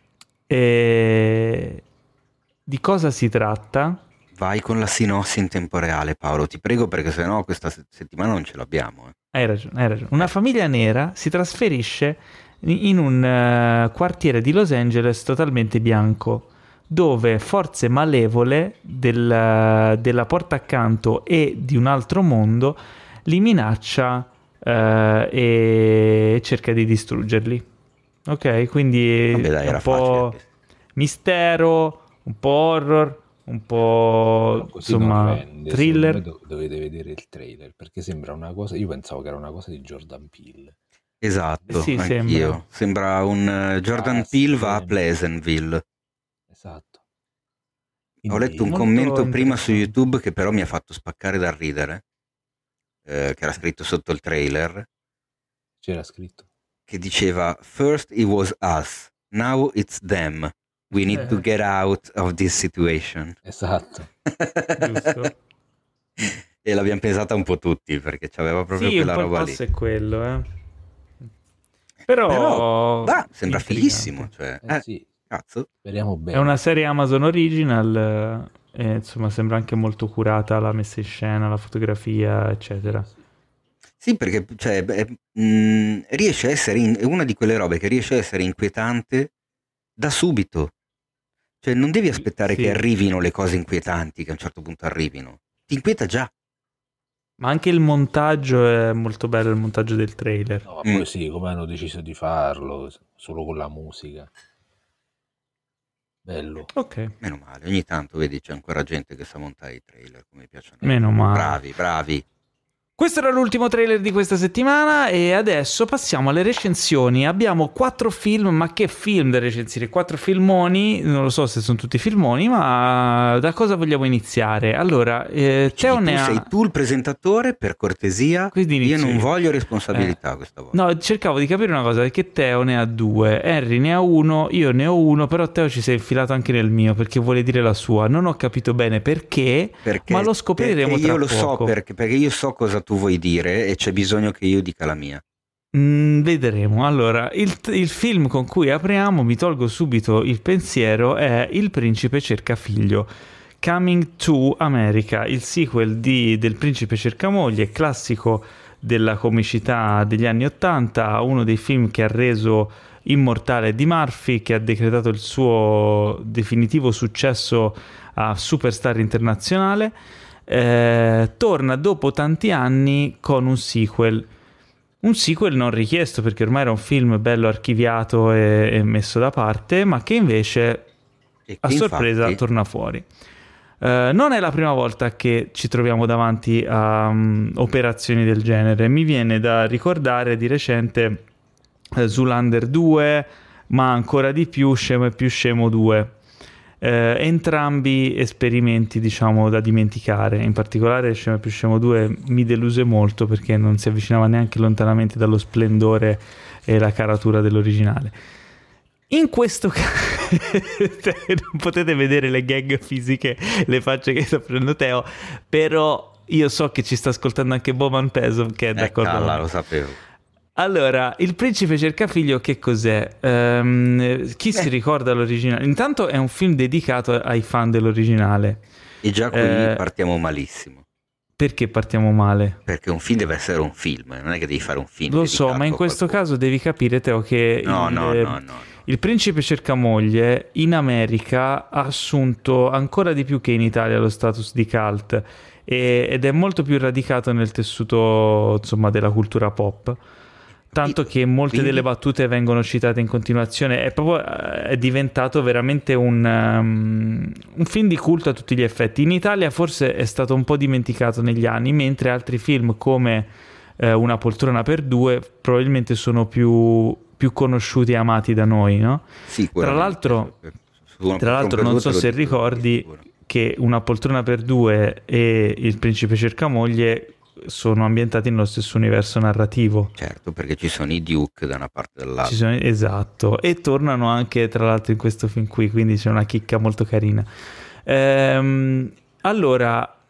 E... di cosa si tratta? Vai con la sinossi in tempo reale, Paolo, ti prego, perché sennò questa settimana non ce l'abbiamo. Eh. Hai ragione, hai ragione. Una famiglia nera si trasferisce in un uh, quartiere di Los Angeles totalmente bianco, dove forze malevole del, della porta accanto e di un altro mondo li minaccia uh, e cerca di distruggerli. Ok, quindi Vabbè, dai, un era po' facile. Mistero, un po' horror, un po' insomma rende, thriller. Do- dovete vedere il trailer, perché sembra una cosa, io pensavo che era una cosa di Jordan Peele. Esatto, Eh sì, anch'io. sembra. Sembra un uh, Jordan Ah, Peele sì. va a Pleasantville. Esatto. Ho letto un Molto commento prima su interessante. YouTube che però mi ha fatto spaccare dal ridere, eh, che era scritto sotto il trailer, C'era scritto. che diceva "First it was us, now it's them. We need to get out of this situation." Esatto. Giusto. E l'abbiamo pensata un po' tutti, perché c'aveva proprio Sì, un quella po' il roba lì. passo è quello, eh. Però, Però, bah, sembra intrigante. fighissimo, cioè, Eh, eh, sì, cazzo. speriamo bene. È una serie Amazon Original, eh, e insomma sembra anche molto curata la messa in scena, la fotografia, eccetera. Sì, perché cioè, beh, mh, riesce a essere in- è una di quelle robe che riesce a essere inquietante da subito. Cioè, non devi aspettare Sì. che arrivino le cose inquietanti, che a un certo punto arrivino. Ti inquieta già. Ma anche il montaggio è molto bello, il montaggio del trailer. No, ma Mm. poi sì, come hanno deciso di farlo, solo con la musica. Bello. Ok, Meno male, ogni tanto vedi c'è ancora gente che sa montare i trailer come piacciono. a me. meno male. Bravi, bravi. Questo era l'ultimo trailer di questa settimana e adesso passiamo alle recensioni. Abbiamo quattro film, ma che film da recensire? Quattro filmoni, non lo so se sono tutti filmoni, ma da cosa vogliamo iniziare? Allora, eh, Teo Tu ne ha... sei tu il presentatore, per cortesia. Quindi Io inizio non io. voglio responsabilità Eh. questa volta. No, cercavo di capire una cosa, perché Teo ne ha due, Henry ne ha uno, io ne ho uno, però Teo ci si è infilato anche nel mio, perché vuole dire la sua. Non ho capito bene perché, Perché, ma lo scopriremo perché tra io lo poco. so perché, perché io so cosa tu vuoi dire e c'è bisogno che io dica la mia. Mm, vedremo. Allora, il, il film con cui apriamo, mi tolgo subito il pensiero, è Il principe cerca figlio, Coming to America, il sequel di, del Principe cerca moglie, classico della comicità degli anni Ottanta, uno dei film che ha reso immortale Eddie Murphy, che ha decretato il suo definitivo successo a superstar internazionale. Eh, torna dopo tanti anni con un sequel. Un sequel non richiesto perché ormai era un film bello archiviato e, e messo da parte, ma che invece E a che sorpresa infatti- torna fuori. Eh, non è la prima volta che ci troviamo davanti a um, operazioni del genere. Mi viene da ricordare di recente eh, Zoolander due, ma ancora di più Scemo e più Scemo due. Eh, entrambi esperimenti, diciamo, da dimenticare. In particolare Scemo e più Scemo due mi deluse molto perché non si avvicinava neanche lontanamente dallo splendore e la caratura dell'originale. In questo caso non potete vedere le gag fisiche, le facce che sta prendendo Teo, però io so che ci sta ascoltando anche Bowman Pesov, che è d'accordo. Eccola, con me. lo sapevo. Allora, Il principe cerca figlio che cos'è? Ehm, chi si Eh. ricorda l'originale? Intanto è un film dedicato ai fan dell'originale. E già qui Eh, partiamo malissimo. Perché partiamo male? Perché un film deve essere un film, non è che devi fare un film. Lo so, dedicato ma in a questo qualcuno. caso devi capire, Teo, che No, il, no, no, no, no. il principe cerca moglie in America ha assunto ancora di più che in Italia lo status di cult e- ed è molto più radicato nel tessuto, insomma, della cultura pop. Tanto che molte Quindi- delle battute vengono citate in continuazione. È proprio eh, è diventato veramente un, um, un film di culto a tutti gli effetti. In Italia forse è stato un po' dimenticato negli anni, mentre altri film come eh, Una poltrona per due probabilmente sono più, più conosciuti e amati da noi, no? Sicuramente. Tra l'altro- Su una Tra l'altro poltrona non per so due te se lo dico, ricordi sicuro. che Una poltrona per due e Il principe cerca moglie sono ambientati nello stesso universo narrativo. Certo, perché ci sono i Duke da una parte e dall'altra. Ci sono- esatto, e tornano anche tra l'altro in questo film qui, quindi c'è una chicca molto carina. Ehm, allora,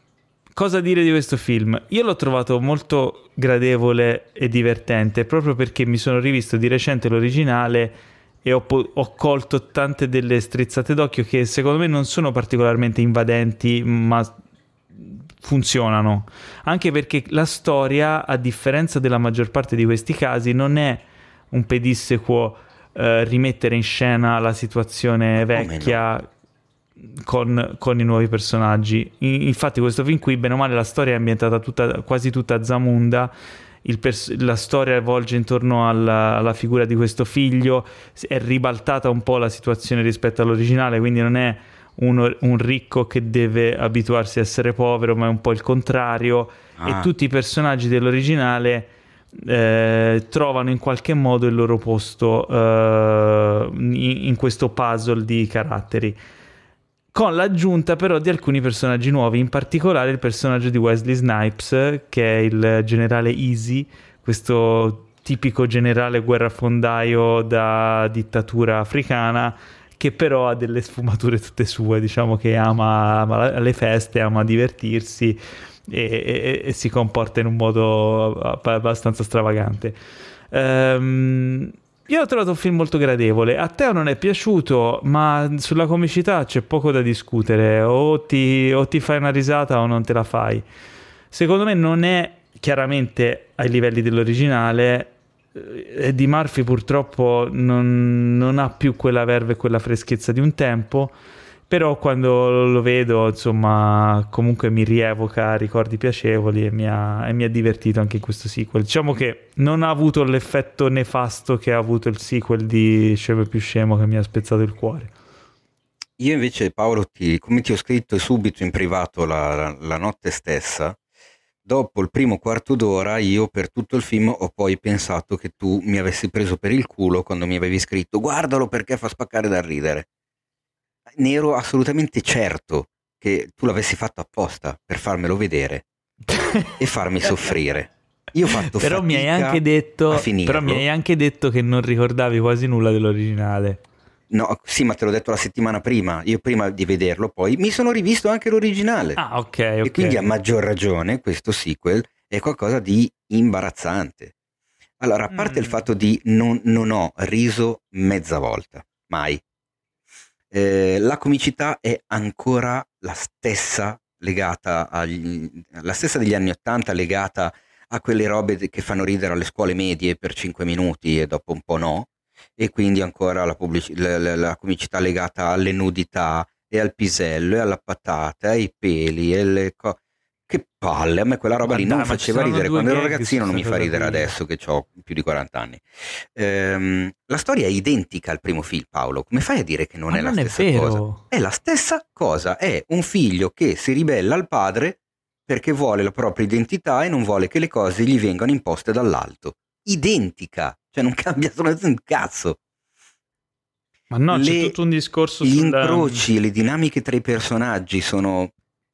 cosa dire di questo film? Io l'ho trovato molto gradevole e divertente, proprio perché mi sono rivisto di recente l'originale e ho, po- ho colto tante delle strizzate d'occhio che secondo me non sono particolarmente invadenti, ma funzionano. Anche perché la storia, a differenza della maggior parte di questi casi, non è un pedissequo eh, rimettere in scena la situazione vecchia con, con i nuovi personaggi. In, infatti questo film qui, bene o male, la storia è ambientata tutta, quasi tutta a Zamunda. Il pers- la storia volge intorno alla, alla figura di questo figlio, è ribaltata un po' la situazione rispetto all'originale, quindi non è uno, un ricco che deve abituarsi a essere povero, ma è un po' il contrario. Ah. E tutti i personaggi dell'originale eh, trovano in qualche modo il loro posto eh, in, in questo puzzle di caratteri, con l'aggiunta però di alcuni personaggi nuovi, in particolare il personaggio di Wesley Snipes, che è il generale Easy, questo tipico generale guerrafondaio da dittatura africana, che però ha delle sfumature tutte sue, diciamo che ama, ama le feste, ama divertirsi e, e, e si comporta in un modo abbastanza stravagante. Ehm... Io ho trovato un film molto gradevole. A te non è piaciuto, ma sulla comicità c'è poco da discutere. O ti, o ti fai una risata o non te la fai. Secondo me non è chiaramente ai livelli dell'originale. Eddie Murphy purtroppo non, non ha più quella verve e quella freschezza di un tempo. Però quando lo vedo, insomma, comunque mi rievoca ricordi piacevoli e mi ha, e mi ha divertito anche in questo sequel. Diciamo che non ha avuto l'effetto nefasto che ha avuto il sequel di Scemo e più scemo, che mi ha spezzato il cuore. Io invece, Paolo, ti, come ti ho scritto subito in privato la, la, la notte stessa, dopo il primo quarto d'ora io per tutto il film ho poi pensato che tu mi avessi preso per il culo quando mi avevi scritto guardalo perché fa spaccare dal ridere. Ne ero assolutamente certo che tu l'avessi fatto apposta per farmelo vedere e farmi soffrire. Io ho fatto però fatica mi hai anche detto, a finirlo. Però mi hai anche detto che non ricordavi quasi nulla dell'originale. No, sì, ma te l'ho detto la settimana prima. Io prima di vederlo poi mi sono rivisto anche l'originale. Ah, ok, ok. E quindi a maggior ragione questo sequel è qualcosa di imbarazzante. Allora, a parte mm. il fatto di non, non ho riso mezza volta, mai. Eh, la comicità è ancora la stessa legata agli, la stessa degli anni ottanta, legata a quelle robe che fanno ridere alle scuole medie per cinque minuti e dopo un po' no, e quindi ancora la, pubblic- la, la, la comicità legata alle nudità e al pisello e alla patata, ai peli e le co- che palle, a me quella roba ma lì dai, non faceva ridere quando ero ragazzino, non mi fa ridere adesso che ho più di quaranta anni. Ehm, la storia è identica al primo film, Paolo, come fai a dire che non ma è non la stessa è cosa? È la stessa cosa, è un figlio che si ribella al padre perché vuole la propria identità e non vuole che le cose gli vengano imposte dall'alto. Identica, cioè non cambia assolutamente un cazzo. Ma no, le, c'è tutto un discorso gli sulla... incroci, le dinamiche tra i personaggi sono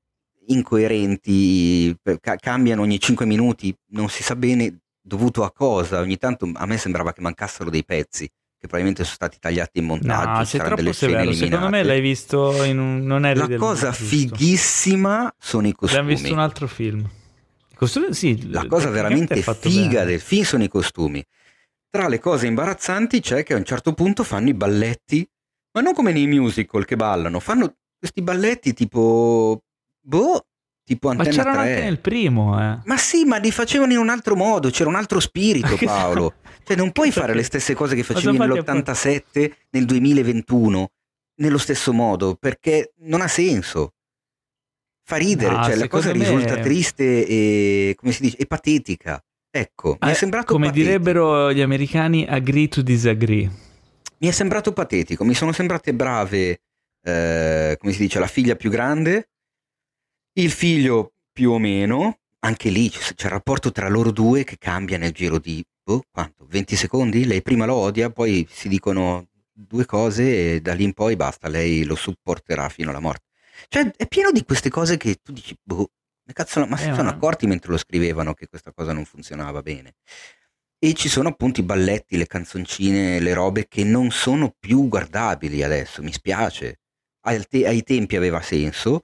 incoerenti, ca- cambiano ogni cinque minuti, non si sa bene dovuto a cosa. Ogni tanto a me sembrava che mancassero dei pezzi che probabilmente sono stati tagliati in montaggio. No, sei troppo severo, secondo me l'hai visto in un... non è la cosa fighissima sono i costumi. Abbiamo visto un altro film. I costumi, sì, la cosa veramente figa bene. Del film sono i costumi. Tra le cose imbarazzanti c'è che a un certo punto fanno i balletti, ma non come nei musical che ballano, fanno questi balletti tipo boh, tipo Antenna ma c'erano tre. Anche nel primo, eh. Ma sì, ma li facevano in un altro modo, c'era un altro spirito, Paolo. Cioè non puoi fare le stesse cose che facevi nell'ottantasette, nel duemilaventuno, nello stesso modo, perché non ha senso. Fa ridere, no, cioè la cosa me... risulta triste e, come si dice, e patetica. Ecco, mi eh, è sembrato come patetico. Direbbero gli americani, agree to disagree. Mi è sembrato patetico, mi sono sembrate brave, eh, come si dice, la figlia più grande, il figlio più o meno, anche lì c'è il rapporto tra loro due che cambia nel giro di, oh, quanto, venti secondi? Lei prima lo odia, poi si dicono due cose e da lì in poi basta, lei lo supporterà fino alla morte. Cioè è pieno di queste cose che tu dici, boh, cazzo, ma si eh, sono accorti mentre lo scrivevano che questa cosa non funzionava bene. E ci sono appunto i balletti, le canzoncine, le robe che non sono più guardabili adesso, mi spiace. Ai, te- ai tempi aveva senso,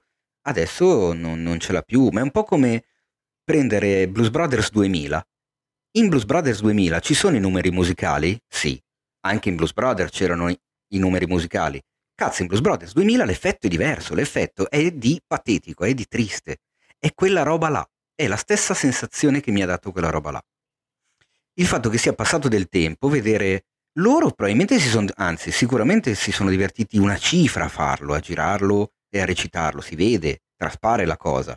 adesso non, non ce l'ha più, ma è un po' come prendere Blues Brothers duemila. In Blues Brothers duemila ci sono i numeri musicali? Sì, anche in Blues Brothers c'erano i, i numeri musicali. Cazzo, in Blues Brothers duemila l'effetto è diverso, l'effetto è di patetico, è di triste, è quella roba là, è la stessa sensazione che mi ha dato quella roba là. Il fatto che sia passato del tempo, vedere loro probabilmente si sono, anzi sicuramente si sono divertiti una cifra a farlo, a girarlo e a recitarlo, si vede, traspare la cosa.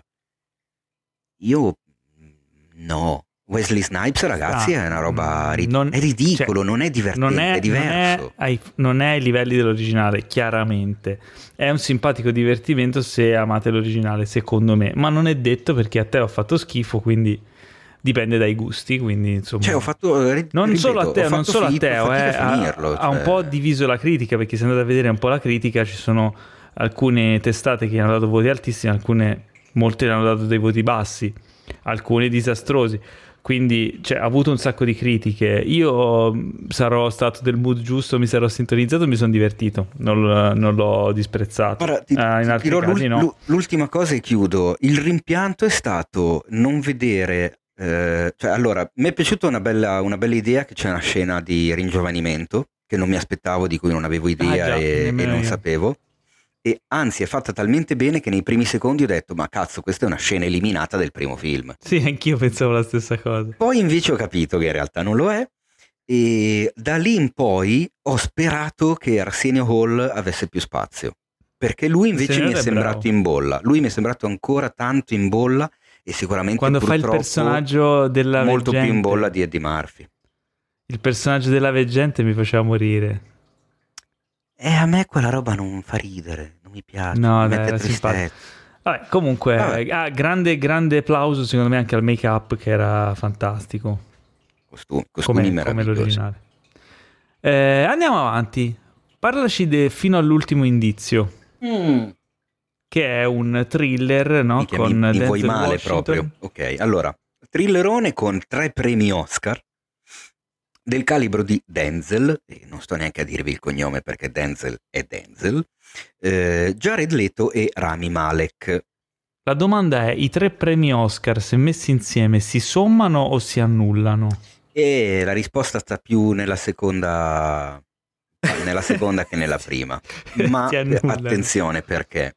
Io no. Wesley Snipes, ragazzi, ah, è una roba rid- non, è ridicolo, cioè, non è divertente, non è, è diverso. Non è, ai, non è ai livelli dell'originale, chiaramente. È un simpatico divertimento se amate l'originale, secondo me. Ma non è detto, perché a te ho fatto schifo, quindi dipende dai gusti. Quindi, insomma, cioè, ho fatto, ri- non ripeto, solo a te, non solo fi- a te, eh, a finirlo, ha, cioè... ha un po' diviso la critica, perché se andate a vedere un po' la critica, ci sono alcune testate che hanno dato voti altissimi, alcune, molte hanno dato dei voti bassi, alcune disastrosi. Quindi cioè, ha avuto un sacco di critiche. Io sarò stato del mood giusto, mi sarò sintonizzato, mi sono divertito, non, non l'ho disprezzato. Ora, ti, ah, in altri casi no. L'ultima cosa e chiudo. Il rimpianto è stato non vedere... Eh, cioè, allora, mi è piaciuta una bella, una bella idea, che c'è una scena di ringiovanimento che non mi aspettavo, di cui non avevo idea ah, già, e, e non io. sapevo. E anzi è fatta talmente bene che nei primi secondi ho detto ma cazzo, questa è una scena eliminata del primo film. Sì, anch'io pensavo la stessa cosa. Poi invece ho capito che in realtà non lo è, e da lì in poi ho sperato che Arsenio Hall avesse più spazio, perché lui invece mi è sembrato bravo. in bolla, lui mi è sembrato ancora tanto in bolla, e sicuramente quando fa il personaggio della molto veggente, più in bolla di Eddie Murphy. Il personaggio della veggente mi faceva morire. E a me quella roba non fa ridere, non mi piace, no, mi dai, mette era tristezza. Vabbè, comunque, Vabbè. Ah, grande, grande applauso secondo me anche al make-up, che era fantastico. Costumi, costumi come, come l'originale. Eh, andiamo avanti. Parlaci de, fino all'ultimo indizio, mm. che è un thriller, no? Mica, con mi, mi Denzel vuoi male Washington. proprio. Ok, allora, thrillerone con tre premi Oscar, del calibro di Denzel, e non sto neanche a dirvi il cognome perché Denzel è Denzel, eh, Jared Leto e Rami Malek. La domanda è, i tre premi Oscar, se messi insieme, si sommano o si annullano? E la risposta sta più nella seconda, nella seconda che nella prima. Ma attenzione, perché...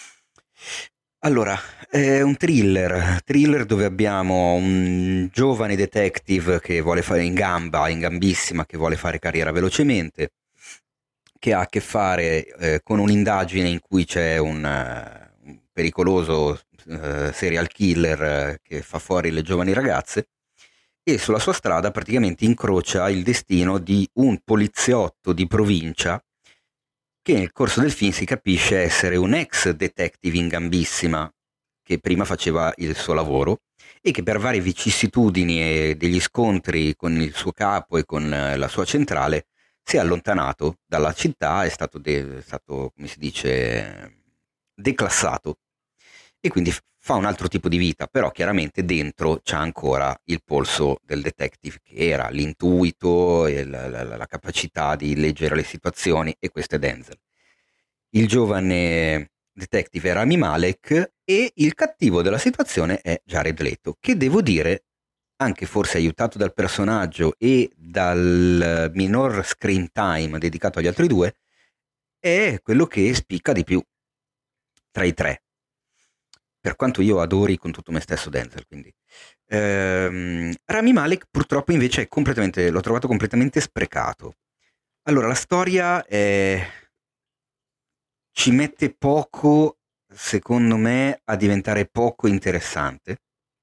Allora, è un thriller, thriller dove abbiamo un giovane detective che vuole fare in gamba, in gambissima, che vuole fare carriera velocemente, che ha a che fare eh, con un'indagine in cui c'è un, uh, un pericoloso uh, serial killer uh, che fa fuori le giovani ragazze, e sulla sua strada praticamente incrocia il destino di un poliziotto di provincia che nel corso del film si capisce essere un ex detective in gambissima che prima faceva il suo lavoro e che per varie vicissitudini e degli scontri con il suo capo e con la sua centrale si è allontanato dalla città, è stato, de- è stato come si dice, declassato, e quindi fa un altro tipo di vita, però chiaramente dentro c'ha ancora il polso del detective che era, l'intuito e la, la, la capacità di leggere le situazioni, e questo è Denzel. Il giovane detective è Rami Malek e il cattivo della situazione è Jared Leto, che devo dire, anche forse aiutato dal personaggio e dal minor screen time dedicato agli altri due, è quello che spicca di più tra i tre. Per quanto io adori con tutto me stesso Denzel, quindi ehm, Rami Malek purtroppo invece è completamente, l'ho trovato completamente sprecato. Allora, la storia è, ci mette poco, secondo me, a diventare poco interessante.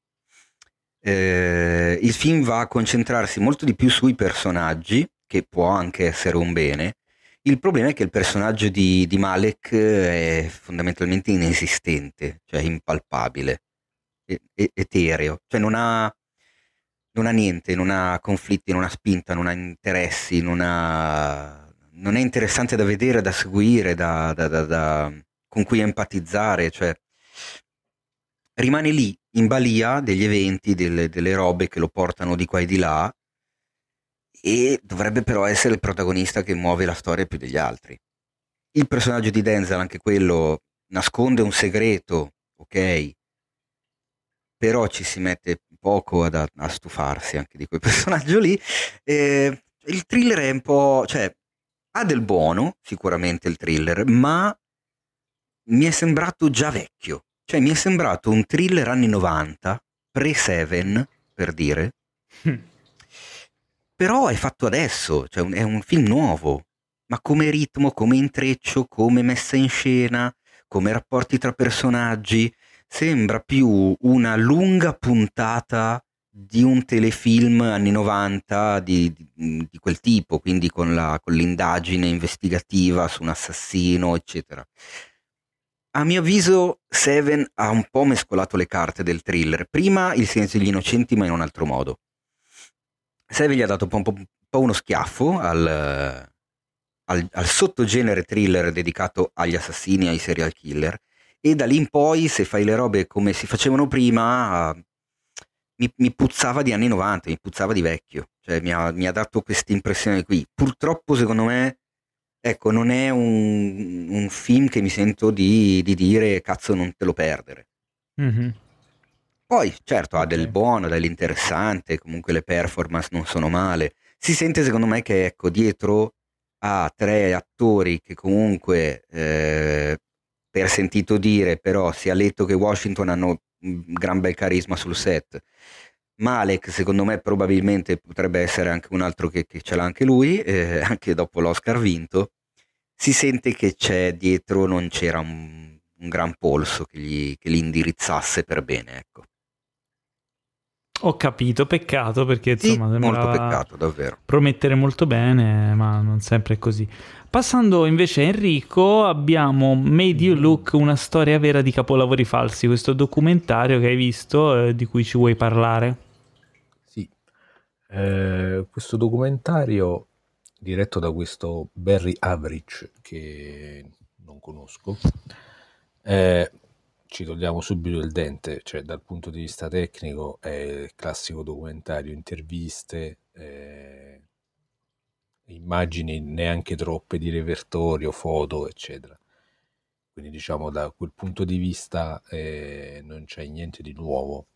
Eh, il film va a concentrarsi molto di più sui personaggi, che può anche essere un bene. Il problema è che il personaggio di, di Malek è fondamentalmente inesistente, cioè impalpabile, e, e, etereo, cioè non ha, non ha niente, non ha conflitti, non ha spinta, non ha interessi, non, ha, non è interessante da vedere, da seguire, da, da, da, da, con cui empatizzare, cioè rimane lì in balia degli eventi, delle, delle robe che lo portano di qua e di là, e dovrebbe però essere il protagonista che muove la storia più degli altri. Il personaggio di Denzel, anche quello, nasconde un segreto ok, però ci si mette poco ad- a stufarsi anche di quel personaggio lì. Eh, il thriller è un po', cioè, ha del buono, sicuramente il thriller, ma mi è sembrato già vecchio. Cioè, mi è sembrato un thriller anni novanta, pre-Seven, per dire, però è fatto adesso, cioè un- è un film nuovo, ma come ritmo, come intreccio, come messa in scena, come rapporti tra personaggi, sembra più una lunga puntata di un telefilm anni novanta di, di- di quel tipo, quindi con la- con l'indagine investigativa su un assassino, eccetera. A mio avviso, Seven ha un po' mescolato le carte del thriller. Prima Il silenzio degli innocenti, ma in un altro modo. Seven gli ha dato un po', un po' uno schiaffo al, al, al sottogenere thriller dedicato agli assassini, ai serial killer, e da lì in poi, se fai le robe come si facevano prima, uh, mi, mi puzzava di anni novanta, mi puzzava di vecchio. Cioè, mi ha, mi ha dato questa impressione qui. Purtroppo, secondo me, ecco, non è un, un film che mi sento di, di dire cazzo non te lo perdere. Mhm. Poi, certo, ha del Ok. buono, dell'interessante, comunque le performance non sono male. Si sente, secondo me, che ecco, dietro a tre attori che comunque, eh, per sentito dire, però sia Leto che Washington hanno un gran bel carisma sul set. Malek, secondo me, probabilmente potrebbe essere anche un altro che, che ce l'ha anche lui, eh, anche dopo l'Oscar vinto. Si sente che c'è dietro, non c'era un, un gran polso che, gli, che li indirizzasse per bene, ecco. Ho capito, peccato perché Sì, insomma molto sembrava peccato, davvero. promettere molto bene, ma non sempre è così. Passando invece a Enrico, abbiamo Made You Look, una storia vera di capolavori falsi, questo documentario che hai visto, eh, di cui ci vuoi parlare? Sì, eh, questo documentario diretto da questo Barry Average che non conosco, eh, ci togliamo subito il dente, cioè dal punto di vista tecnico è il classico documentario, interviste, eh, immagini neanche troppe di repertorio, foto, eccetera. Quindi diciamo da quel punto di vista eh, non c'è niente di nuovo,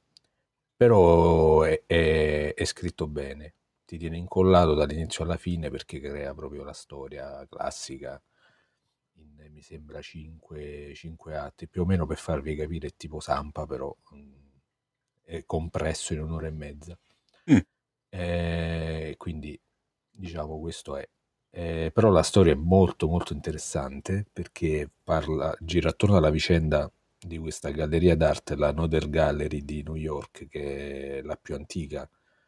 però è, è- è scritto bene, ti tiene incollato dall'inizio alla fine perché crea proprio la storia classica in, mi sembra, cinque, atti, più o meno per farvi capire, è tipo Sampa, però mm, è compresso in un'ora e mezza. Mm. Eh, quindi diciamo questo è. Eh, però la storia è molto molto interessante perché parla, gira attorno alla vicenda di questa galleria d'arte, la Noder Gallery di New York, che è la più antica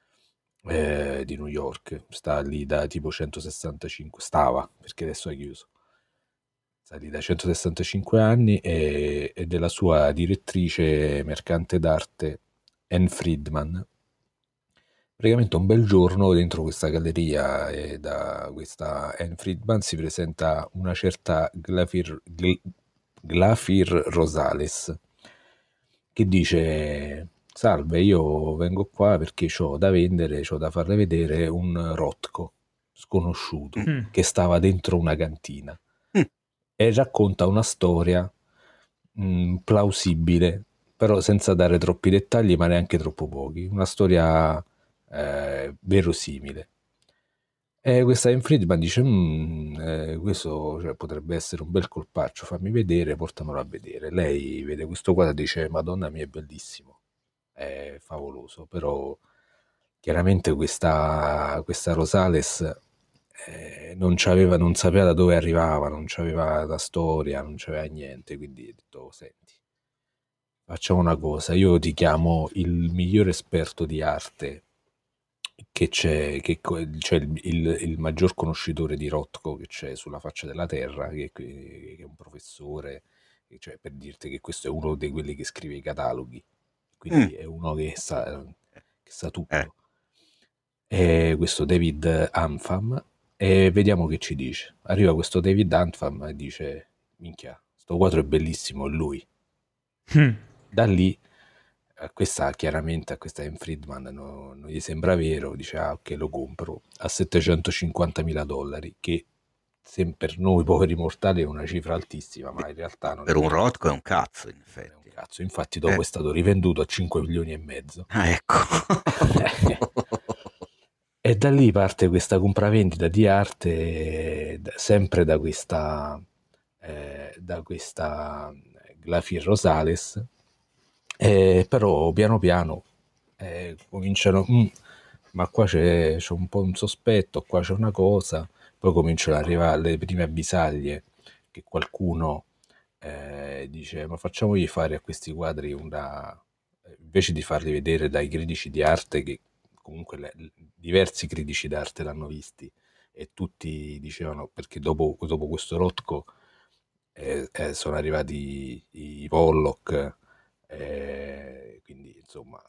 eh, di New York, sta lì da tipo centosessantacinque, stava perché adesso è chiuso, sta lì da centosessantacinque anni e, e della sua direttrice mercante d'arte Anne Friedman. Praticamente un bel giorno dentro questa galleria e da questa Anne Friedman si presenta una certa Glafir, Gl- Glafir Rosales che dice: salve, io vengo qua perché ho da vendere, ho da farle vedere un Rothko sconosciuto Mm. che stava dentro una cantina Mm. e racconta una storia mh, plausibile, però senza dare troppi dettagli, ma neanche troppo pochi. Una storia eh, verosimile. E questa Ian Friedman dice: "Mm, eh, questo cioè, potrebbe essere un bel colpaccio, fammi vedere, portamelo a vedere." Lei vede questo quadro e dice: Madonna mia, è bellissimo, è favoloso, però chiaramente questa, questa Rosales eh, non, c'aveva, non sapeva da dove arrivava, non c'aveva la storia, non c'aveva niente, quindi ho detto: senti, facciamo una cosa, io ti chiamo il migliore esperto di arte che c'è, che co- c'è il, il- il maggior conoscitore di Rothko che c'è sulla faccia della terra, che, che è un professore, che- cioè, per dirti che questo è uno di quelli che scrive i cataloghi, Mm. quindi è uno che sa, che sa tutto. Eh. È questo David Anfam, e vediamo che ci dice. Arriva questo David Anfam e dice: minchia, sto quadro è bellissimo, è lui. Mm. Da lì a questa chiaramente a questa Ian Friedman no- non gli sembra vero, dice: ah, ok, lo compro a settecentocinquantamila dollari, che se per noi poveri mortali è una cifra altissima, ma in realtà non Per è un tanto. Rothko è un cazzo, in È un effetti. cazzo, infatti dopo Eh. è stato rivenduto a cinque milioni e mezzo. Ah, ecco. E da lì parte questa compravendita di arte, eh, da- sempre da questa, eh, da questa Glafir Rosales, eh, però piano piano eh, cominciano, "Mm, ma qua c'è, c'è un po' un sospetto, qua c'è una cosa", poi cominciano ad arrivare le prime avvisaglie che qualcuno eh, dice, ma facciamogli fare a questi quadri una, invece di farli vedere dai critici di arte, che comunque le- diversi critici d'arte l'hanno visti e tutti dicevano, perché dopo, dopo questo Rothko eh, eh, sono arrivati i, i Pollock, eh, quindi insomma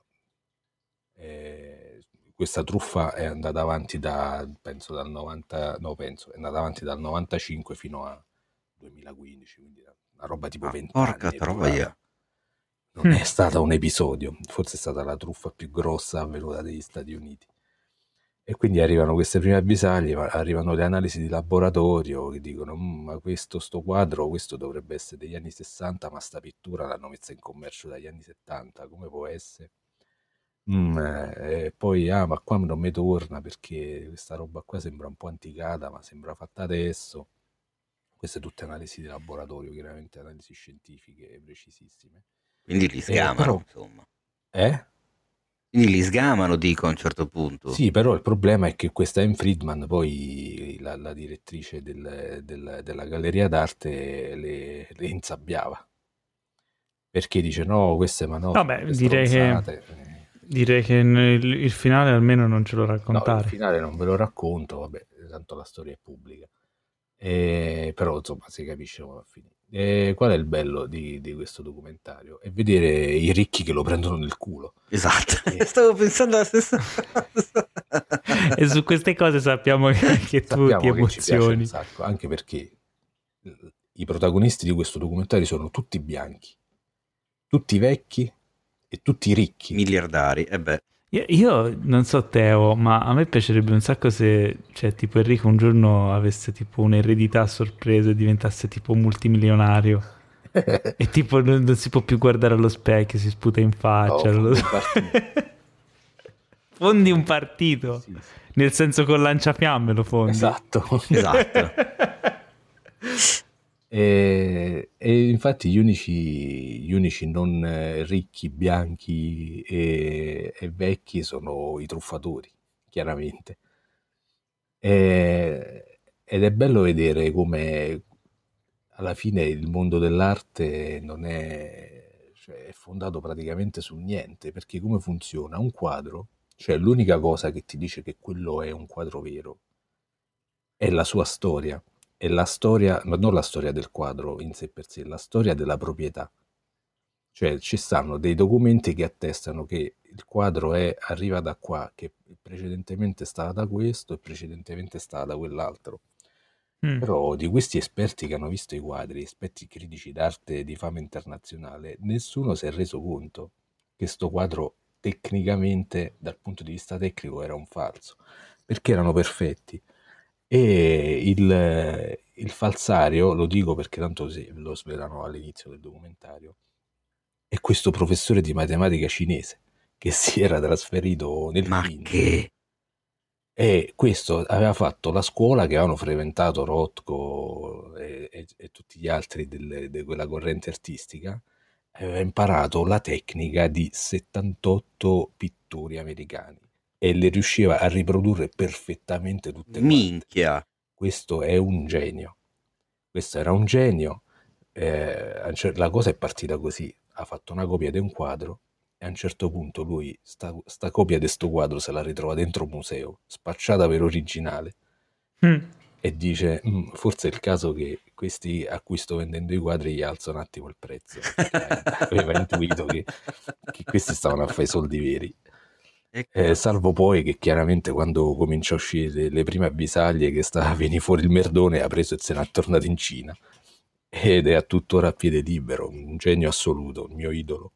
eh, questa truffa è andata avanti da, penso dal novanta, no penso, è andata avanti dal novantacinque fino a duemilaquindici, quindi una roba tipo Ah, venti porca anni è durata. troia. Non Mm. è stata un episodio, forse è stata la truffa più grossa avvenuta negli Stati Uniti. E quindi arrivano queste prime avvisaglie, ma arrivano le analisi di laboratorio che dicono, "Mm, ma questo sto quadro, questo dovrebbe essere degli anni sessanta, ma sta pittura l'hanno messa in commercio dagli anni settanta, come può essere?" Mm, eh, e poi, ah, ma qua non mi torna perché questa roba qua sembra un po' anticata, ma sembra fatta adesso. Queste tutte analisi di laboratorio, chiaramente analisi scientifiche precisissime. Quindi li Eh, sgamano, però, insomma. eh? Quindi li sgamano, dico, a un certo punto. Sì, però il problema è che questa Anne Friedman, poi la, la direttrice del- del- della galleria d'arte, le, le insabbiava. Perché dice, no, queste ma no, sono Vabbè, tutte direi che, stronzate. Eh, direi che il, il finale almeno non ce lo No, il raccontare. finale non ve lo racconto, vabbè, tanto la storia è pubblica. Eh, però insomma si capisce come va a finire. Eh, qual è il bello di, di questo documentario? È vedere i ricchi che lo prendono nel culo. Esatto, Perché stavo pensando alla stessa cosa. E su queste cose sappiamo che, che tu ti sappiamo che ci piace un emozioni. sacco, anche perché eh, i protagonisti di questo documentario sono tutti bianchi, tutti vecchi e tutti ricchi. Miliardari, e beh. Io, io non so Teo, ma a me piacerebbe un sacco se, cioè, tipo Enrico un giorno avesse tipo un'eredità a sorpresa e diventasse tipo multimilionario. E tipo non, non si può più guardare allo specchio, si sputa in faccia. No, non lo fondi so. un partito. Fondi un partito, Sì, sì. nel senso con lanciafiamme lo fondi. Esatto. Esatto. E, e infatti gli unici, gli unici non eh, ricchi, bianchi e, e vecchi sono i truffatori, chiaramente. E- ed è bello vedere come alla fine il mondo dell'arte non è, cioè, è fondato praticamente su niente, perché come funziona? Un quadro, cioè l'unica cosa che ti dice che quello è un quadro vero è la sua storia, è la storia, ma non la storia del quadro in sé per sé, la storia della proprietà. Cioè ci stanno dei documenti che attestano che il quadro è, arriva da qua, che precedentemente stava da questo e precedentemente stava da quell'altro. Mm. Però di questi esperti che hanno visto i quadri, esperti critici d'arte di fama internazionale, nessuno si è reso conto che sto quadro tecnicamente, dal punto di vista tecnico, era un falso, perché erano perfetti. E il, il falsario, lo dico perché tanto sì, lo svelano all'inizio del documentario, è questo professore di matematica cinese che si era trasferito nel Ma quindici che... e questo aveva fatto la scuola che avevano frequentato Rothko e, e- e tutti gli altri del- di quella corrente artistica, aveva imparato la tecnica di settantotto pittori americani e le riusciva a riprodurre perfettamente tutte quante. Minchia. Questo è un genio. Questo era un genio. Eh, a un cer- la cosa è partita così. Ha fatto una copia di un quadro e a un certo punto lui sta, sta copia di sto quadro se la ritrova dentro un museo, spacciata per originale, Mm. e dice, "Mm, forse è il caso che questi a cui sto vendendo i quadri gli alzo un attimo il prezzo", perché aveva intuito che, che questi stavano a fare i soldi veri. E Eh, salvo poi che chiaramente quando cominciò a uscire le, le prime avvisaglie che stava a venire fuori il merdone, ha preso e se n'è tornato in Cina ed è a tuttora a piede libero, un genio assoluto, il mio idolo.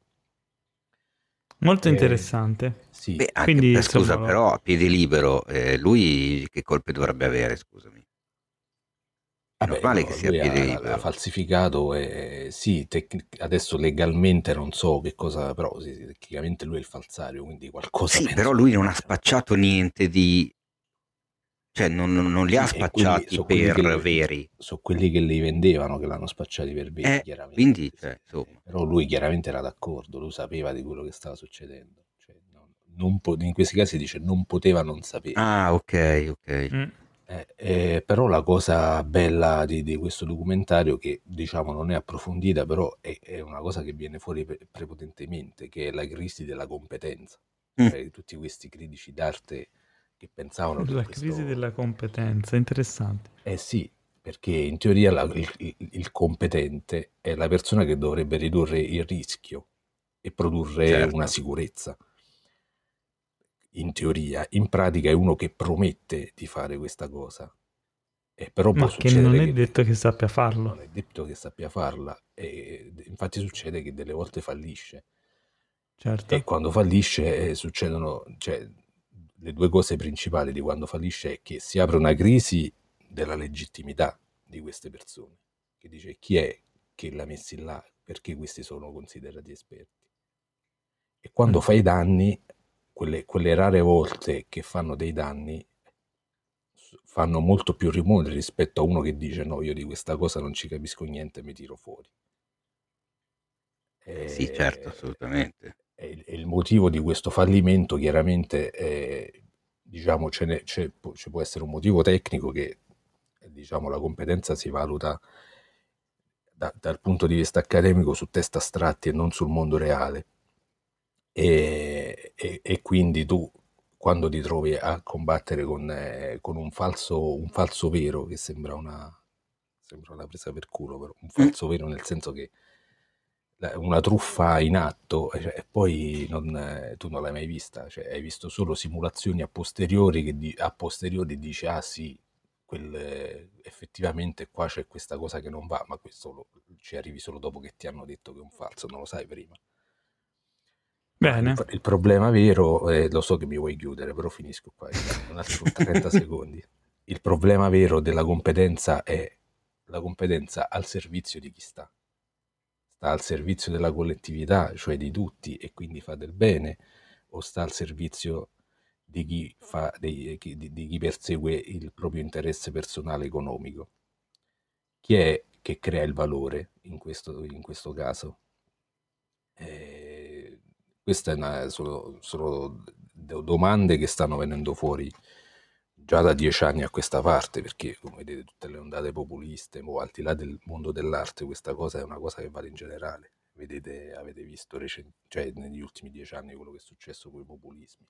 Molto Eh, interessante. Sì, Beh, anche, Quindi, eh, scusa, insomma, però a piede libero, eh, lui che colpe dovrebbe avere, scusami? è normale no, che sia lui piede ha, libero. ha falsificato e sì, tec- adesso legalmente non so che cosa, però sì, sì, tecnicamente lui è il falsario, quindi qualcosa Sì, penso però lui che non ha abbia. spacciato niente di... cioè non, non- non li ha Sì, e quelli spacciati sono quelli che, per le- veri. so quelli che li vendevano che l'hanno spacciati per veri, Eh, quindi, chiaramente, sì. cioè, insomma... Però lui chiaramente era d'accordo, lui sapeva di quello che stava succedendo. Cioè, non- non po- in questi casi dice non poteva non sapere. Ah, ok, ok. Mm. Eh, eh, però la cosa bella di, di questo documentario, che diciamo non è approfondita, però è, è una cosa che viene fuori pre- prepotentemente, che è la crisi della competenza. Mm. Cioè, tutti questi critici d'arte che pensavano che La questo... crisi della competenza, interessante. Eh sì, perché in teoria la- il, il- il competente è la persona che dovrebbe ridurre il rischio e produrre Certo. una sicurezza. In teoria, in pratica è uno che promette di fare questa cosa. E però può Ma che succedere non è che detto che sappia non farlo. è detto che sappia farla, e infatti succede che delle volte fallisce. Certo. E quando fallisce eh, succedono, cioè, le due cose principali di quando fallisce è che si apre una crisi della legittimità di queste persone, che dice chi è che l'ha messi là, perché questi sono considerati esperti. E quando Mm. fai danni, quelle, quelle rare volte che fanno dei danni s- fanno molto più rumore rispetto a uno che dice no, io di questa cosa non ci capisco niente, mi tiro fuori. Sì, certo, E- assolutamente. e il, e il motivo di questo fallimento chiaramente è, diciamo, ce ne- c'è- pu- ci può essere un motivo tecnico che, eh, diciamo, la competenza si valuta da- dal punto di vista accademico su test astratti e non sul mondo reale. E, e- e quindi tu, quando ti trovi a combattere con, eh, con un falso, un falso vero, che sembra una, sembra una presa per culo, però un Mm. falso vero nel senso che la- una truffa in atto, e cioè, e poi non, eh, tu non l'hai mai vista, cioè, hai visto solo simulazioni a posteriori che di- a posteriori dici ah sì, quel, eh, effettivamente qua c'è questa cosa che non va, ma questo lo- ci arrivi solo dopo che ti hanno detto che è un falso, non lo sai prima. Ma il, Bene. il problema vero, eh, lo so che mi vuoi chiudere, però finisco qua, in un altro trenta secondi. Il problema vero della competenza è la competenza al servizio di chi sta. Sta al servizio della collettività, cioè di tutti, e quindi fa del bene, o sta al servizio di chi, fa, dei- chi- di, di chi persegue il proprio interesse personale economico? Chi è che crea il valore in questo, in questo caso? Eh, queste è una- sono, sono do- domande che stanno venendo fuori già da dieci anni a questa parte, perché come vedete tutte le ondate populiste, mo, al di là del mondo dell'arte, questa cosa è una cosa che vale in generale. Vedete, avete visto recen- cioè, negli ultimi dieci anni quello che è successo con i populismi.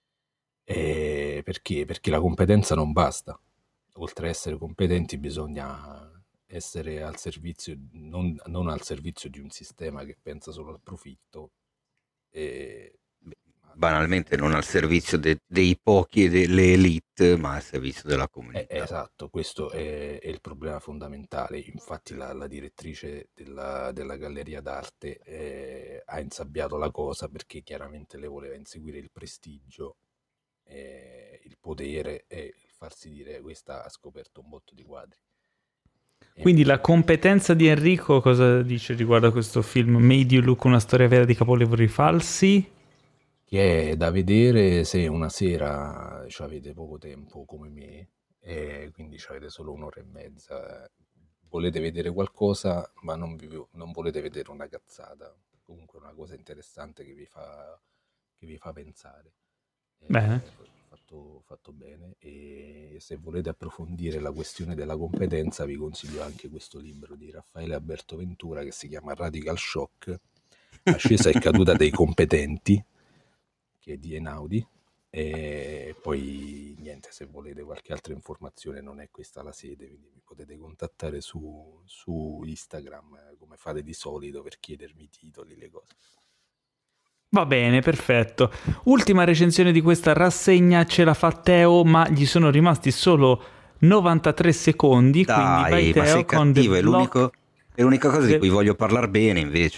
E perché? Perché la competenza non basta. Oltre a essere competenti bisogna essere al servizio, non, non al servizio di un sistema che pensa solo al profitto, e, ma Banalmente non al essere- servizio de- dei pochi e delle elite, ma al servizio della Eh, comunità. esatto, questo è, è il problema fondamentale. Infatti la, la direttrice della, della galleria d'arte eh, ha insabbiato la cosa perché chiaramente lei voleva inseguire il prestigio, eh, il potere e il farsi dire questa ha scoperto un botto di quadri. E Quindi invece la competenza di Enrico cosa dice riguardo a questo film Made You Look, una storia vera di capolavori falsi? che è da vedere se una sera ci avete poco tempo come me e quindi ci avete solo un'ora e mezza, volete vedere qualcosa ma non, vi, non volete vedere una cazzata, comunque una cosa interessante che vi fa, che vi fa pensare. Bene. Eh, fatto, fatto bene, e se volete approfondire la questione della competenza vi consiglio anche questo libro di Raffaele Alberto Ventura che si chiama Radical Shock, ascesa e caduta dei competenti, che è di Einaudi. E poi niente, se volete qualche altra informazione non è questa la sede, quindi mi potete contattare su, su Instagram eh, come fate di solito per chiedermi i titoli, le cose. Va bene, perfetto. Ultima recensione di questa rassegna ce la fa Teo, ma gli sono rimasti solo novantatré secondi, quindi Dai, vai ma Teo sei con The cattivo, è, Block. l'unico, è l'unica cosa di The- cui voglio parlare bene invece.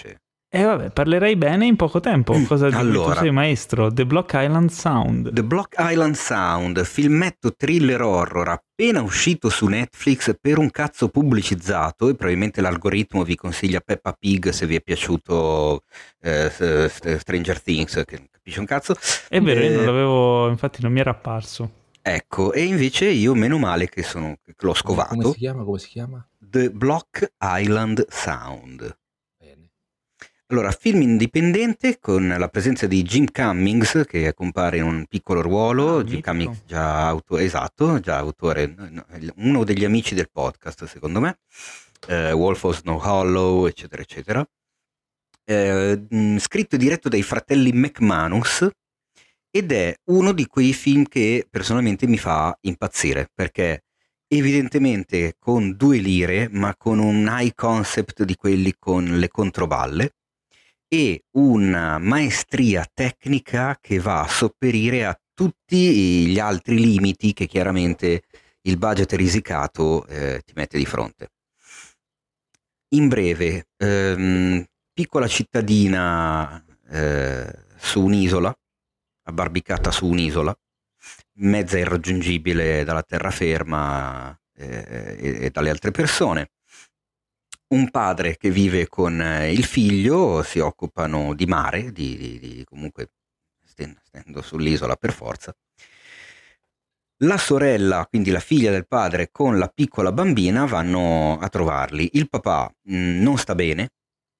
E vabbè, parlerei bene in poco tempo. Cosa di Allora. cui tu sei maestro? The Block Island Sound. The Block Island Sound, filmetto thriller horror appena uscito su Netflix, per un cazzo pubblicizzato, e probabilmente l'algoritmo vi consiglia Peppa Pig se vi è piaciuto eh, Stranger Things, che capisce un cazzo. È vero, Eh, io non l'avevo, infatti non mi era apparso. Ecco, e invece io meno male che, sono, che l'ho Come scovato. si chiama? Come si chiama? The Block Island Sound. Bene. Allora, film indipendente con la presenza di Jim Cummings, che compare in un piccolo ruolo. Ah, Jim mitico. Cummings, già auto, esatto, già autore, no, no, uno degli amici del podcast, secondo me. Eh, Wolf of Snow Hollow, eccetera, eccetera. Eh, mh, scritto e diretto dai fratelli McManus, ed è uno di quei film che personalmente mi fa impazzire, perché evidentemente con due lire, ma con un high concept di quelli con le controballe, e una maestria tecnica che va a sopperire a tutti gli altri limiti che chiaramente il budget risicato eh, ti mette di fronte. In breve, ehm, piccola cittadina eh, su un'isola, abbarbicata su un'isola, mezza irraggiungibile dalla terraferma eh, e, e dalle altre persone. Un padre che vive con eh, il figlio, si occupano di mare, di, di, di comunque stendo, stendo sull'isola per forza. La sorella, quindi la figlia del padre, con la piccola bambina vanno a trovarli. Il papà mh, non sta bene,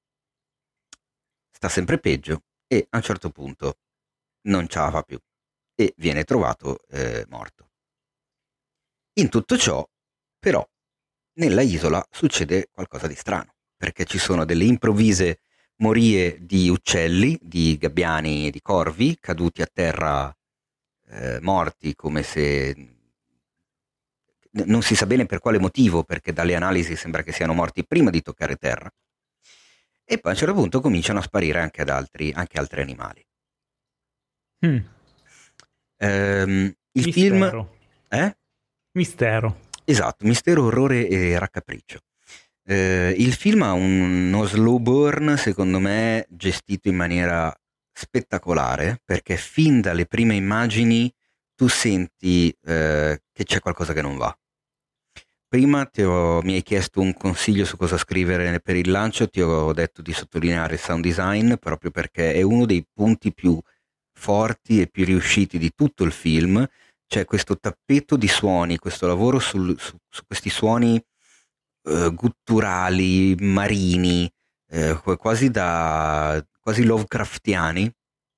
sta sempre peggio, e a un certo punto non ce la fa più e viene trovato eh, morto. In tutto ciò, però, nella isola succede qualcosa di strano, perché ci sono delle improvvise morie di uccelli, di gabbiani e di corvi caduti a terra eh, morti, come se n- non si sa bene per quale motivo, perché dalle analisi sembra che siano morti prima di toccare terra. E poi a un certo punto cominciano a sparire anche ad altri, anche altri animali. Mm. Ehm, il Mistero. film eh? Mistero. Esatto, mistero, orrore e raccapriccio. Eh, il film ha un- uno slow burn, secondo me, gestito in maniera spettacolare, perché fin dalle prime immagini tu senti eh, che c'è qualcosa che non va. Prima ti ho- mi hai chiesto un consiglio su cosa scrivere per il lancio, ti ho detto di sottolineare il sound design, proprio perché è uno dei punti più forti e più riusciti di tutto il film. C'è questo tappeto di suoni, questo lavoro sul- su, su questi suoni eh, gutturali, marini, eh, qu- quasi da quasi Lovecraftiani,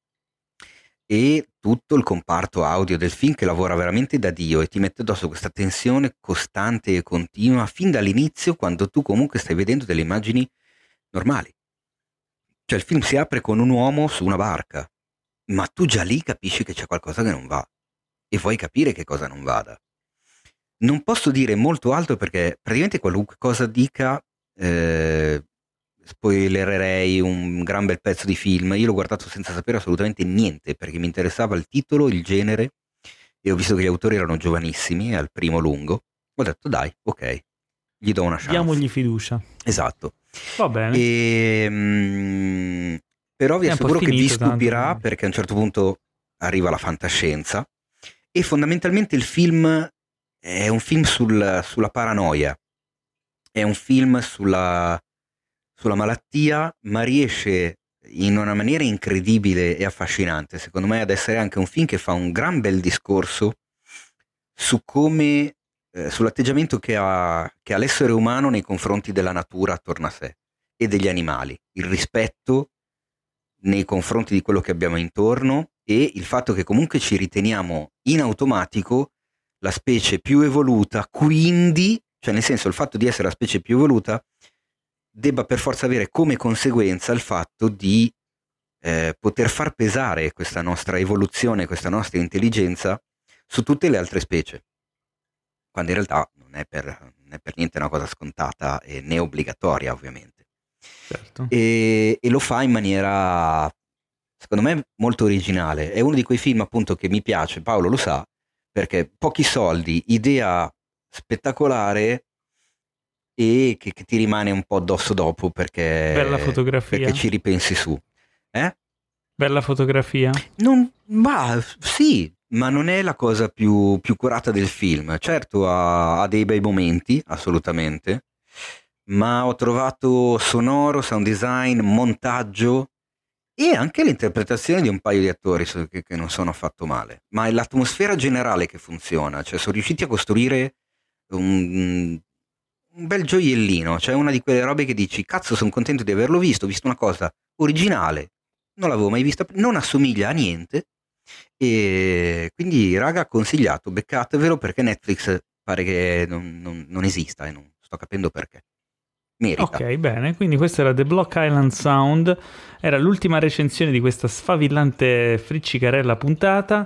e tutto il comparto audio del film che lavora veramente da Dio e ti mette addosso questa tensione costante e continua fin dall'inizio, quando tu comunque stai vedendo delle immagini normali. Cioè il film si apre con un uomo su una barca, ma tu già lì capisci che c'è qualcosa che non va e vuoi capire che cosa non vada. Non posso dire molto alto perché praticamente qualunque cosa dica eh, spoilererei un gran bel pezzo di film. Io l'ho guardato senza sapere assolutamente niente, perché mi interessava il titolo, il genere, e ho visto che gli autori erano giovanissimi al primo lungo. Ho detto dai, ok, gli do una chance. Diamogli fiducia. Esatto. Va bene. E, mm, però vi Tempo assicuro che vi finito, tanto, stupirà, quindi. perché a un certo punto arriva la fantascienza e fondamentalmente il film è un film sul- sulla paranoia, è un film sulla, sulla malattia, ma riesce in una maniera incredibile e affascinante, secondo me, ad essere anche un film che fa un gran bel discorso su come, eh, sull'atteggiamento che ha, che ha l'essere umano nei confronti della natura attorno a sé e degli animali, il rispetto nei confronti di quello che abbiamo intorno e il fatto che comunque ci riteniamo in automatico la specie più evoluta, quindi, cioè nel senso il fatto di essere la specie più evoluta debba per forza avere come conseguenza il fatto di eh, poter far pesare questa nostra evoluzione, questa nostra intelligenza su tutte le altre specie, quando in realtà non è per, non è per niente una cosa scontata e né obbligatoria, ovviamente. Certo. E, e lo fa in maniera, secondo me, molto originale. È uno di quei film appunto che mi piace, Paolo lo sa, perché pochi soldi, idea spettacolare, e che, che ti rimane un po' addosso dopo perché, Bella fotografia. perché ci ripensi su. Eh? Bella fotografia. Non, ma sì, ma non è la cosa più, più curata del film. Certo ha, ha dei bei momenti, assolutamente, ma ho trovato sonoro, sound design, montaggio e anche l'interpretazione di un paio di attori che, che non sono affatto male. Ma è l'atmosfera generale che funziona, cioè sono riusciti a costruire un, un bel gioiellino, cioè una di quelle robe che dici cazzo sono contento di averlo visto, ho visto una cosa originale, non l'avevo mai vista, non assomiglia a niente e quindi raga consigliato, beccatevelo perché Netflix pare che non, non, non esista e non sto capendo perché. Merita. Ok, bene, quindi questo era The Block Island Sound, era l'ultima recensione di questa sfavillante friccicarella puntata.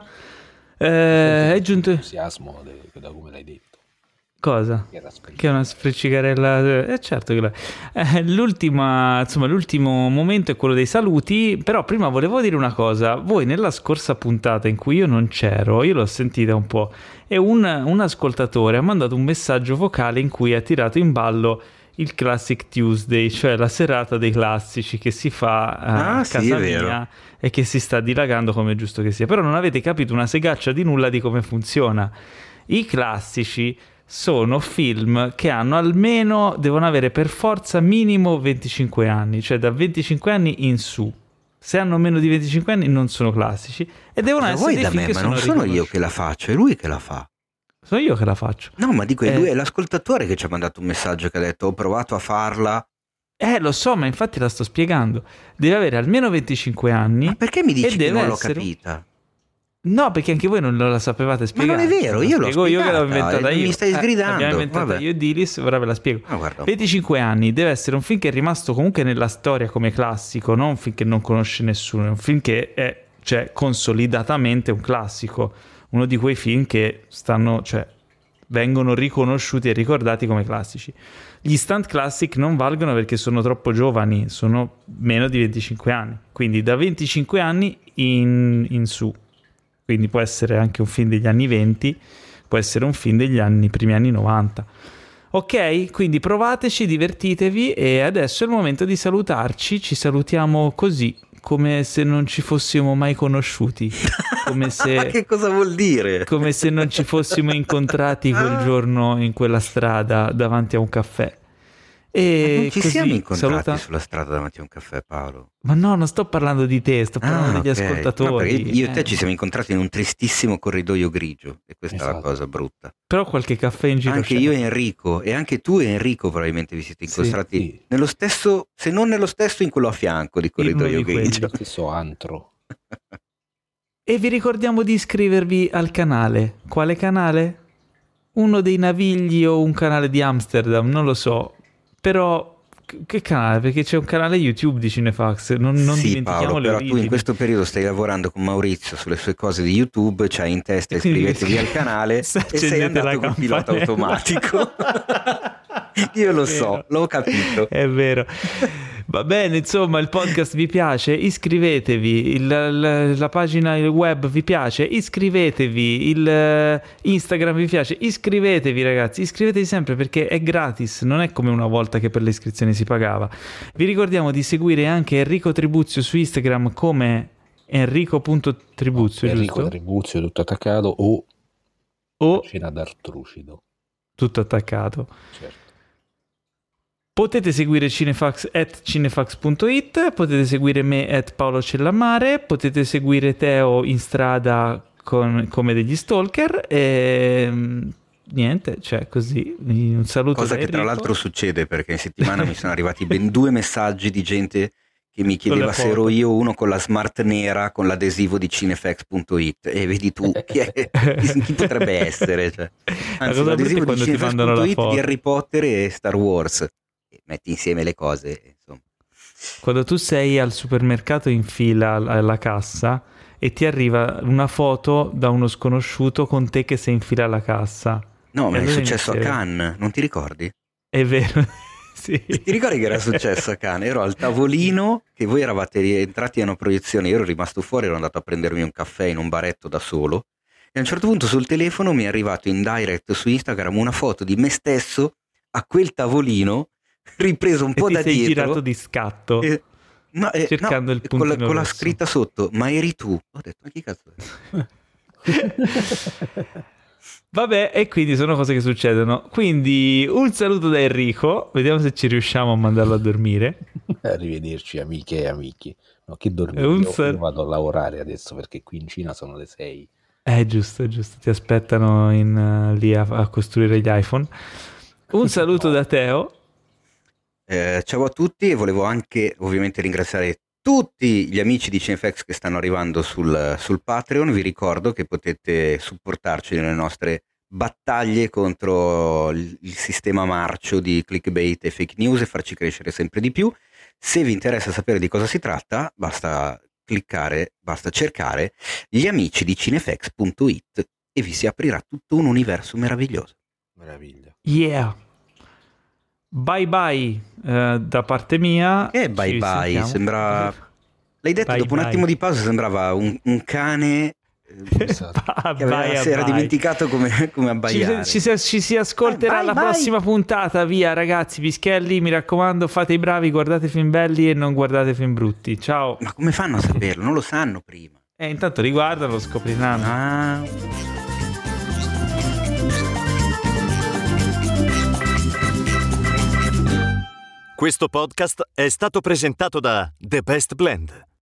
Eh, è giunto... entusiasmo de- da come l'hai detto. Cosa? Che, era che è una sfriccicarella, eh certo che lo è. Eh, l'ultima, insomma, l'ultimo momento è quello dei saluti, però prima volevo dire una cosa. Voi nella scorsa puntata in cui io non c'ero, io l'ho sentita un po', e un, un ascoltatore ha mandato un messaggio vocale in cui ha tirato in ballo il Classic Tuesday, cioè la serata dei classici che si fa eh, Ah, a sì, casa è vero. mia e che si sta dilagando come è giusto che sia. Però non avete capito una segaccia di nulla di come funziona. I classici sono film che hanno almeno, devono avere per forza minimo venticinque anni, cioè da venticinque anni in su. Se hanno meno di venticinque anni non sono classici e devono Ma essere vuoi dei da film me, che ma sono non sono io riconosciuti. che la faccio, è lui che la fa. Sono io che la faccio. No, ma dico, è, Eh. lui, è l'ascoltatore che ci ha mandato un messaggio che ha detto ho provato a farla. Eh, lo so, ma infatti la sto spiegando. Deve avere almeno venticinque anni. Ma perché mi e dici che deve non l'ho essere- capita? No, perché anche voi non la sapevate Ma spiegare. non è vero, io l'ho Spiego io che l'ho spiegata, inventata e io. mi stai Eh, sgridando, l'abbiamo inventata vabbè. io e Dilis, ora ve la spiego. Ah, guarda. venticinque anni, deve essere un film che è rimasto comunque nella storia come classico, non un film che non conosce nessuno, è un film che è, cioè, consolidatamente un classico, uno di quei film che stanno, cioè, vengono riconosciuti e ricordati come classici. Gli stunt classic non valgono perché sono troppo giovani, sono meno di venticinque anni, quindi da venticinque anni in, in su. Quindi può essere anche un film degli anni venti, può essere un film degli anni primi anni novanta. Ok? Quindi provateci, divertitevi e adesso è il momento di salutarci. Ci salutiamo così, come se non ci fossimo mai conosciuti, come Ma se, che cosa vuol dire? come se non ci fossimo incontrati quel giorno in quella strada davanti a un caffè. E Non ci così, siamo incontrati saluta- sulla strada davanti a un caffè, Paolo. Ma no, non sto parlando di te, sto parlando degli ok. ascoltatori. No, perché io e te Eh. ci siamo incontrati in un tristissimo corridoio grigio e questa è la Esatto. cosa brutta. Però qualche caffè in giro Anche c'è. io e Enrico e anche tu e Enrico probabilmente vi siete Sì, incontrati sì. nello stesso, se non nello stesso, in quello a fianco di corridoio di quelli. grigio. Lo stesso antro. E vi ricordiamo di iscrivervi al canale. Quale canale? Uno dei Navigli o un canale di Amsterdam, non lo so. Però che- che canale? Perché c'è un canale YouTube di Cinefax, non, non Sì, dimentichiamo Paolo, le però origini. tu in questo periodo stai lavorando con Maurizio sulle sue cose di YouTube, c'hai in testa E quindi iscrivetevi al canale se e sei accendete la andato con pilota campanella. automatico. Io lo È so, vero. l'ho capito. È vero. Va bene, insomma, il podcast vi piace? Iscrivetevi. Il- la, la pagina il web vi piace? Iscrivetevi. Il eh, Instagram vi piace? Iscrivetevi, ragazzi. Iscrivetevi sempre perché è gratis. Non è come una volta che per le iscrizioni si pagava. Vi ricordiamo di seguire anche Enrico Tribuzio su Instagram come enrico.tribuzio, Enrico giusto? Tribuzio tutto attaccato o O Cena d'Artrucido. tutto attaccato. Certo. Potete seguire Cinefax at cinefax punto it, potete seguire me at Paolo Cellammare, potete seguire Teo in strada con- come degli stalker e mm, niente, cioè così, un saluto Cosa da che tra Enrico. l'altro succede perché in settimana mi sono arrivati ben due messaggi di gente che mi chiedeva le se foto. ero io, uno con la smart nera con l'adesivo di cinefax punto it e vedi tu chi, è, chi, chi potrebbe essere, cioè. La Anzi cosa brutta è l'adesivo di quando ti mandano la cinefax punto it foto. di Harry Potter e Star Wars e metti insieme le cose, insomma. Quando tu sei al supermercato in fila alla alla cassa e ti arriva una foto da uno sconosciuto con te che sei in fila alla cassa. No, ma E è allora successo a inizia- Cannes, non ti ricordi? È vero, sì. Ti ricordi che era successo a Cannes? Ero al tavolino, che voi eravate rientrati a una proiezione, io ero rimasto fuori, ero andato a prendermi un caffè in un baretto da solo e a un certo punto sul telefono mi è arrivato in direct su Instagram una foto di me stesso a quel tavolino, ripreso un e po' ti da sei dietro. girato di scatto. E, no, eh, cercando no, il con la, puntino con la rosso. scritta sotto, ma eri tu. Ho detto, ma chi cazzo è? Vabbè, e quindi sono cose che succedono. Quindi un saluto da Enrico, vediamo se ci riusciamo a mandarlo a dormire. Arrivederci amiche e amici. No, che dormire? Un Io, sal- io vado a lavorare adesso perché qui in Cina sono le sei. Eh, giusto, giusto, ti aspettano in, uh, lì a, a costruire gli iPhone. Un saluto da Teo. Eh, ciao a tutti, e volevo anche ovviamente ringraziare tutti gli amici di Cinefx che stanno arrivando sul, sul Patreon. Vi ricordo che potete supportarci nelle nostre battaglie contro il, il sistema marcio di clickbait e fake news e farci crescere sempre di più. Se vi interessa sapere di cosa si tratta, basta cliccare, basta cercare gli amici di cinefx punto it e vi si aprirà tutto un universo meraviglioso. Meraviglia. Yeah. Bye bye eh, da parte mia. E Ci bye bye, risentiamo. sembra... L'hai detto Bye dopo un bye. attimo di pausa, sembrava un, un cane eh, Esatto. che aveva, si era Bye. dimenticato come, come Ci, abbaiare. ci, si- ci si ascolterà Bye, bye, la bye. prossima puntata. Via ragazzi, pischelli, mi raccomando, fate i bravi, guardate film belli e non guardate film brutti. Ciao. Ma come fanno a saperlo? Non lo sanno prima. E intanto riguardalo, lo scopriranno. Ah... Questo podcast è stato presentato da The Best Blend,